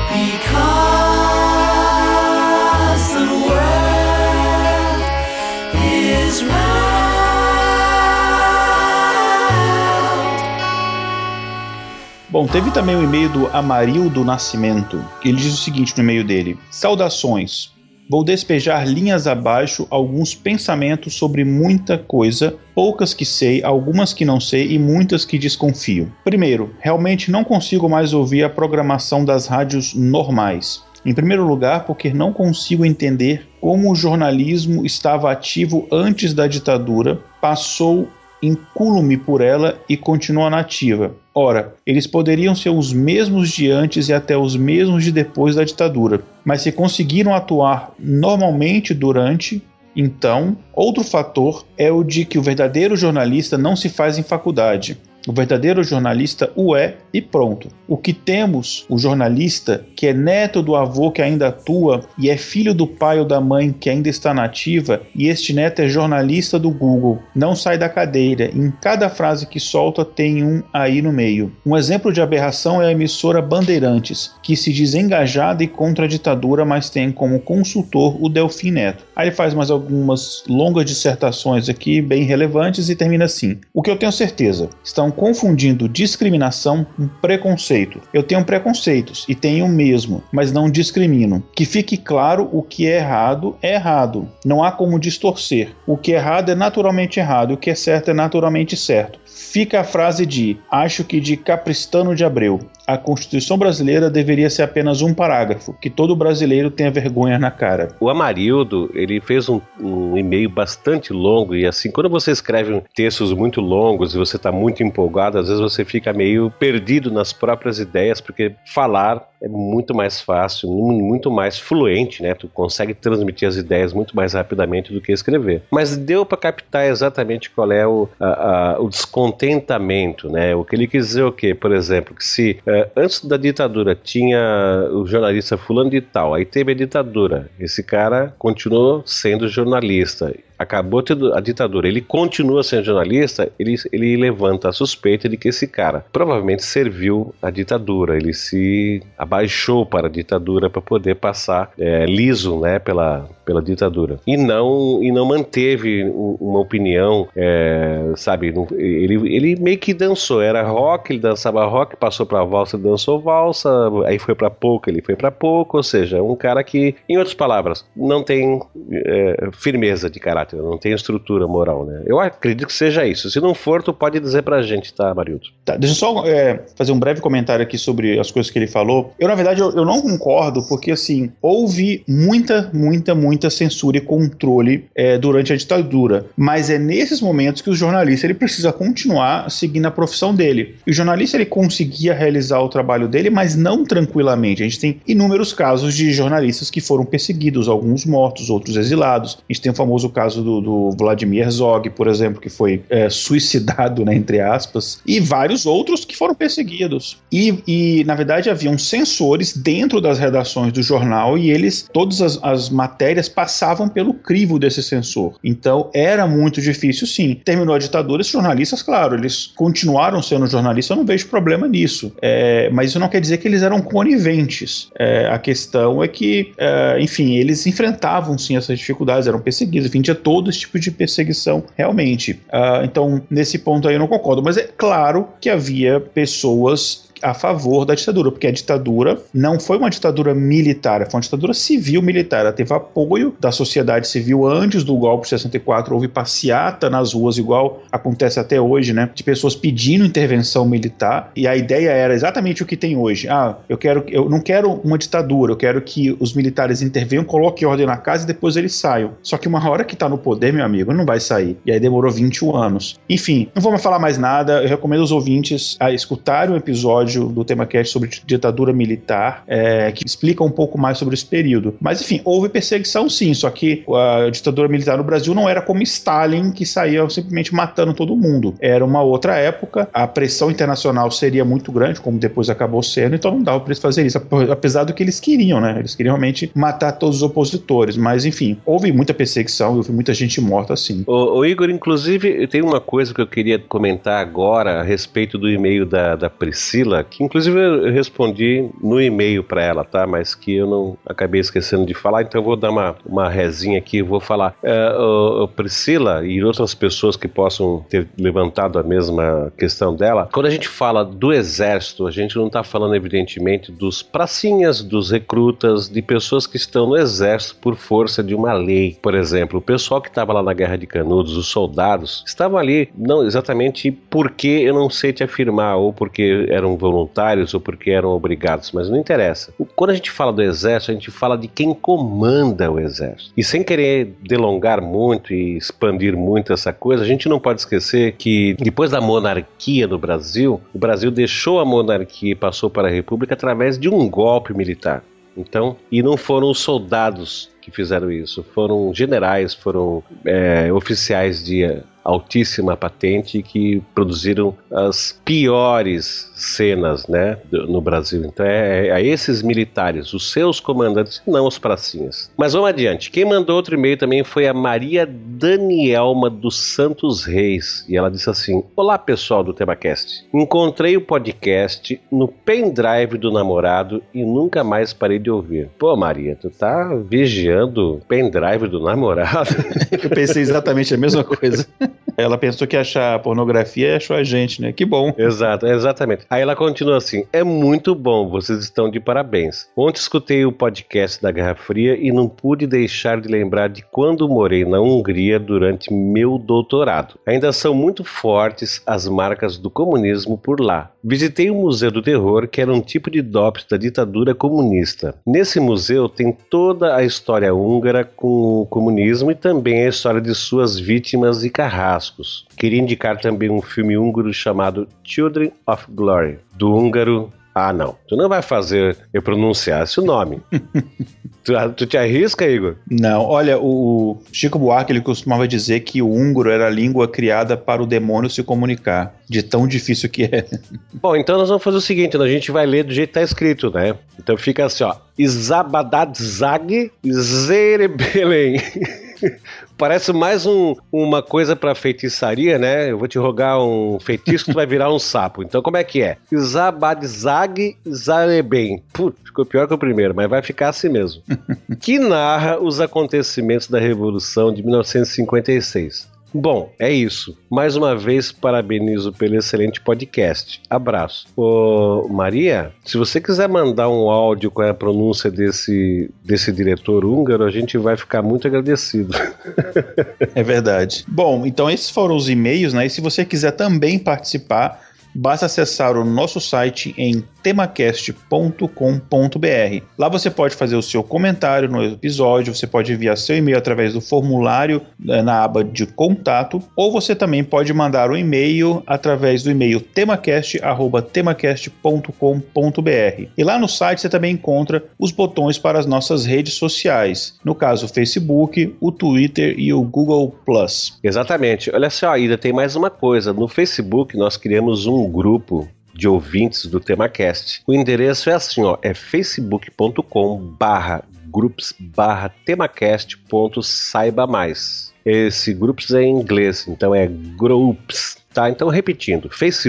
Bom, teve também o e-mail do Amarildo Nascimento. Ele diz o seguinte no e-mail dele: saudações. Vou despejar linhas abaixo alguns pensamentos sobre muita coisa, poucas que sei, algumas que não sei e muitas que desconfio. Primeiro, realmente não consigo mais ouvir a programação das rádios normais. Em primeiro lugar, porque não consigo entender como o jornalismo estava ativo antes da ditadura, passou incúlume por ela e continua nativa. Ora, eles poderiam ser os mesmos de antes e até os mesmos de depois da ditadura, mas se conseguiram atuar normalmente durante, então, outro fator é o de que o verdadeiro jornalista não se faz em faculdade. O verdadeiro jornalista o é e pronto. O que temos, o jornalista, que é neto do avô que ainda atua e é filho do pai ou da mãe que ainda está nativa, e este neto é jornalista do Google, não sai da cadeira, em cada frase que solta tem um aí no meio. Um exemplo de aberração é a emissora Bandeirantes, que se diz engajada e contra a ditadura, mas tem como consultor o Delfim Neto. Aí ele faz mais algumas longas dissertações aqui, bem relevantes, e termina assim: o que eu tenho certeza, estão confundindo discriminação com preconceito. Eu tenho preconceitos e tenho mesmo, mas não discrimino. Que fique claro, o que é errado. Não há como distorcer. O que é errado é naturalmente errado, o que é certo é naturalmente certo. Fica a frase de, acho que de Capristano de Abreu: a Constituição brasileira deveria ser apenas um parágrafo, que todo brasileiro tenha vergonha na cara. O Amarildo, ele fez um e-mail bastante longo, e assim, quando você escreve textos muito longos e você está muito empolgado, às vezes você fica meio perdido nas próprias ideias, porque falar é muito mais fácil, muito mais fluente, né? Tu consegue transmitir as ideias muito mais rapidamente do que escrever. Mas deu para captar exatamente qual é o descontentamento, né? O que ele quis dizer, o quê? Por exemplo, que se antes da ditadura tinha o jornalista fulano de tal, aí teve a ditadura, esse cara continuou sendo jornalista. Acabou a ditadura, ele continua sendo jornalista, ele levanta a suspeita de que esse cara provavelmente serviu a ditadura, ele se abaixou para a ditadura para poder passar liso, né, pela ditadura. E não manteve uma opinião, sabe, ele meio que dançou, era rock, ele dançava rock, passou para valsa, dançou valsa, aí foi para polka, ele foi para polka, ou seja, um cara que, em outras palavras, não tem firmeza de caráter, não tem estrutura moral, né? Eu acredito que seja isso. Se não for, tu pode dizer pra gente, tá, Marildo? Tá, deixa eu só fazer um breve comentário aqui sobre as coisas que ele falou. Eu, na verdade, eu não concordo, porque, assim, houve muita censura e controle durante a ditadura, mas é nesses momentos que o jornalista ele precisa continuar seguindo a profissão dele. E o jornalista ele conseguia realizar o trabalho dele, mas não tranquilamente. A gente tem inúmeros casos de jornalistas que foram perseguidos, alguns mortos, outros exilados. A gente tem o famoso caso caso do Vladimir Herzog, por exemplo, que foi suicidado, né, entre aspas, e vários outros que foram perseguidos. E na verdade, haviam censores dentro das redações do jornal e todas as matérias passavam pelo crivo desse censor. Então, era muito difícil, sim. Terminou a ditadura, esses jornalistas, claro, eles continuaram sendo jornalistas, eu não vejo problema nisso. Mas isso não quer dizer que eles eram coniventes. A questão é que, enfim, eles enfrentavam, sim, essas dificuldades, eram perseguidos, enfim, tinha todo esse tipo de perseguição, realmente. Então, nesse ponto aí eu não concordo, mas é claro que havia pessoas a favor da ditadura, porque a ditadura não foi uma ditadura militar, foi uma ditadura civil-militar. Ela teve apoio da sociedade civil antes do golpe de 64, houve passeata nas ruas, igual acontece até hoje, né, de pessoas pedindo intervenção militar, e a ideia era exatamente o que tem hoje. Eu não quero uma ditadura, eu quero que os militares intervenham, coloquem ordem na casa e depois eles saiam. Só que uma hora que tá no poder, meu amigo, não vai sair. E aí demorou 21 anos. Enfim, não vou mais falar mais nada, eu recomendo aos ouvintes a escutarem o episódio do TemaCast sobre ditadura militar, que explica um pouco mais sobre esse período. Mas, enfim, houve perseguição, sim, só que a ditadura militar no Brasil não era como Stalin, que saía simplesmente matando todo mundo. Era uma outra época, a pressão internacional seria muito grande, como depois acabou sendo, então não dava para eles fazer isso, apesar do que eles queriam, né? Eles queriam realmente matar todos os opositores, mas, enfim, houve muita perseguição, houve muita gente morta, sim. O Igor, inclusive, tem uma coisa que eu queria comentar agora a respeito do e-mail da Priscila, que inclusive eu respondi no e-mail para ela, tá? Mas que eu não acabei esquecendo de falar, então eu vou dar uma rezinha aqui, vou falar. Priscila e outras pessoas que possam ter levantado a mesma questão dela, quando a gente fala do exército, a gente não tá falando evidentemente dos pracinhas, dos recrutas, de pessoas que estão no exército por força de uma lei. Por exemplo, o pessoal que estava lá na Guerra de Canudos, os soldados, estavam ali não exatamente porque eu não sei te afirmar, ou porque eram voluntários ou porque eram obrigados, mas não interessa. Quando a gente fala do exército, a gente fala de quem comanda o exército. E sem querer delongar muito e expandir muito essa coisa, a gente não pode esquecer que depois da monarquia no Brasil, o Brasil deixou a monarquia e passou para a república através de um golpe militar. Então, e não foram os soldados que fizeram isso, foram generais, foram oficiais de altíssima patente que produziram as piores cenas, né, no Brasil. Então a esses militares, os seus comandantes, não os pracinhas. Mas vamos adiante. Quem mandou outro e-mail também foi a Maria Danielma dos Santos Reis, e ela disse assim: olá pessoal do TemaCast, encontrei o podcast no pendrive do namorado e nunca mais parei de ouvir. Pô, Maria, tu tá vigiando o pendrive do namorado? Eu pensei exatamente a mesma coisa. Ela pensou que ia achar pornografia e achou a gente, né? Que bom. Exato, exatamente. Aí ela continua assim: é muito bom, vocês estão de parabéns. Ontem escutei o podcast da Guerra Fria e não pude deixar de lembrar de quando morei na Hungria durante meu doutorado. Ainda são muito fortes as marcas do comunismo por lá. Visitei o Museu do Terror, que era um tipo de DOPS da ditadura comunista. Nesse museu tem toda a história húngara com o comunismo e também a história de suas vítimas e carrascos. Queria indicar também um filme húngaro chamado Children of Glory, do húngaro... Ah, não. Tu não vai fazer eu pronunciar esse nome. Tu te arrisca, Igor? Não. Olha, o Chico Buarque, ele costumava dizer que o húngaro era a língua criada para o demônio se comunicar. De tão difícil que é. Bom, então nós vamos fazer o seguinte, a gente vai ler do jeito que tá escrito, né? Então fica assim, ó. Izabadadzag Zerebelen. Parece mais uma coisa pra feitiçaria, né? Eu vou te rogar um feitiço que tu vai virar um sapo. Então como é que é? Izabadzag Zareben. Putz, ficou pior que o primeiro, mas vai ficar assim mesmo. Que narra os acontecimentos da Revolução de 1956. Bom, é isso. Mais uma vez, parabenizo pelo excelente podcast. Abraço. Ô, Maria, se você quiser mandar um áudio com a pronúncia desse diretor húngaro, a gente vai ficar muito agradecido. É verdade. Bom, então esses foram os e-mails, né? E se você quiser também participar basta acessar o nosso site em temacast.com.br. Lá você pode fazer o seu comentário no episódio, você pode enviar seu e-mail através do formulário na aba de contato, ou você também pode mandar um e-mail através do e-mail temacast@temacast.com.br. E lá no site você também encontra os botões para as nossas redes sociais, no caso o Facebook, o Twitter e o Google+. Exatamente. Olha só, ainda tem mais uma coisa. No Facebook nós criamos um grupo de ouvintes do TemaCast. O endereço é assim, ó, é facebook.com/groups/temacast.saibamais. Esse groups é em inglês, então é groups, tá? Então repetindo,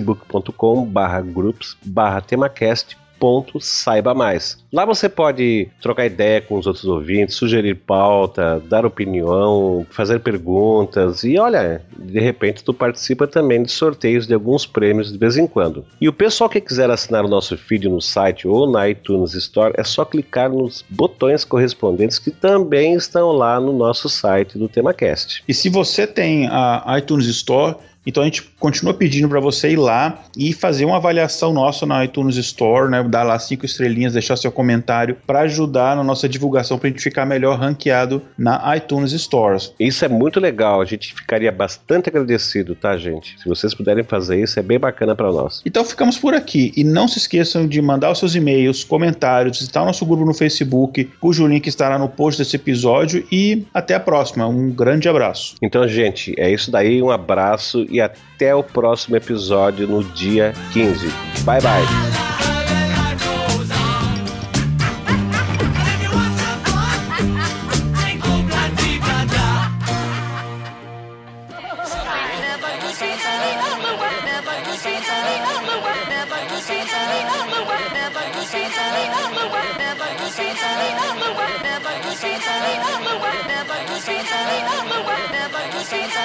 facebook.com/groups/temacast.saibamais. Lá você pode trocar ideia com os outros ouvintes, sugerir pauta, dar opinião, fazer perguntas e olha, de repente tu participa também de sorteios de alguns prêmios de vez em quando. E o pessoal que quiser assinar o nosso feed no site ou na iTunes Store é só clicar nos botões correspondentes que também estão lá no nosso site do TemaCast. E se você tem a iTunes Store, então a gente continua pedindo para você ir lá e fazer uma avaliação nossa na iTunes Store, né? Dar lá 5 estrelinhas, deixar seu comentário para ajudar na nossa divulgação, para a gente ficar melhor ranqueado na iTunes Store. Isso é muito legal, a gente ficaria bastante agradecido, tá, gente? Se vocês puderem fazer isso, é bem bacana para nós. Então ficamos por aqui e não se esqueçam de mandar os seus e-mails, comentários, visitar o nosso grupo no Facebook, cujo link estará no post desse episódio e até a próxima. Um grande abraço. Então, gente, é isso daí, um abraço e até o próximo episódio no dia 15. Bye, bye. Never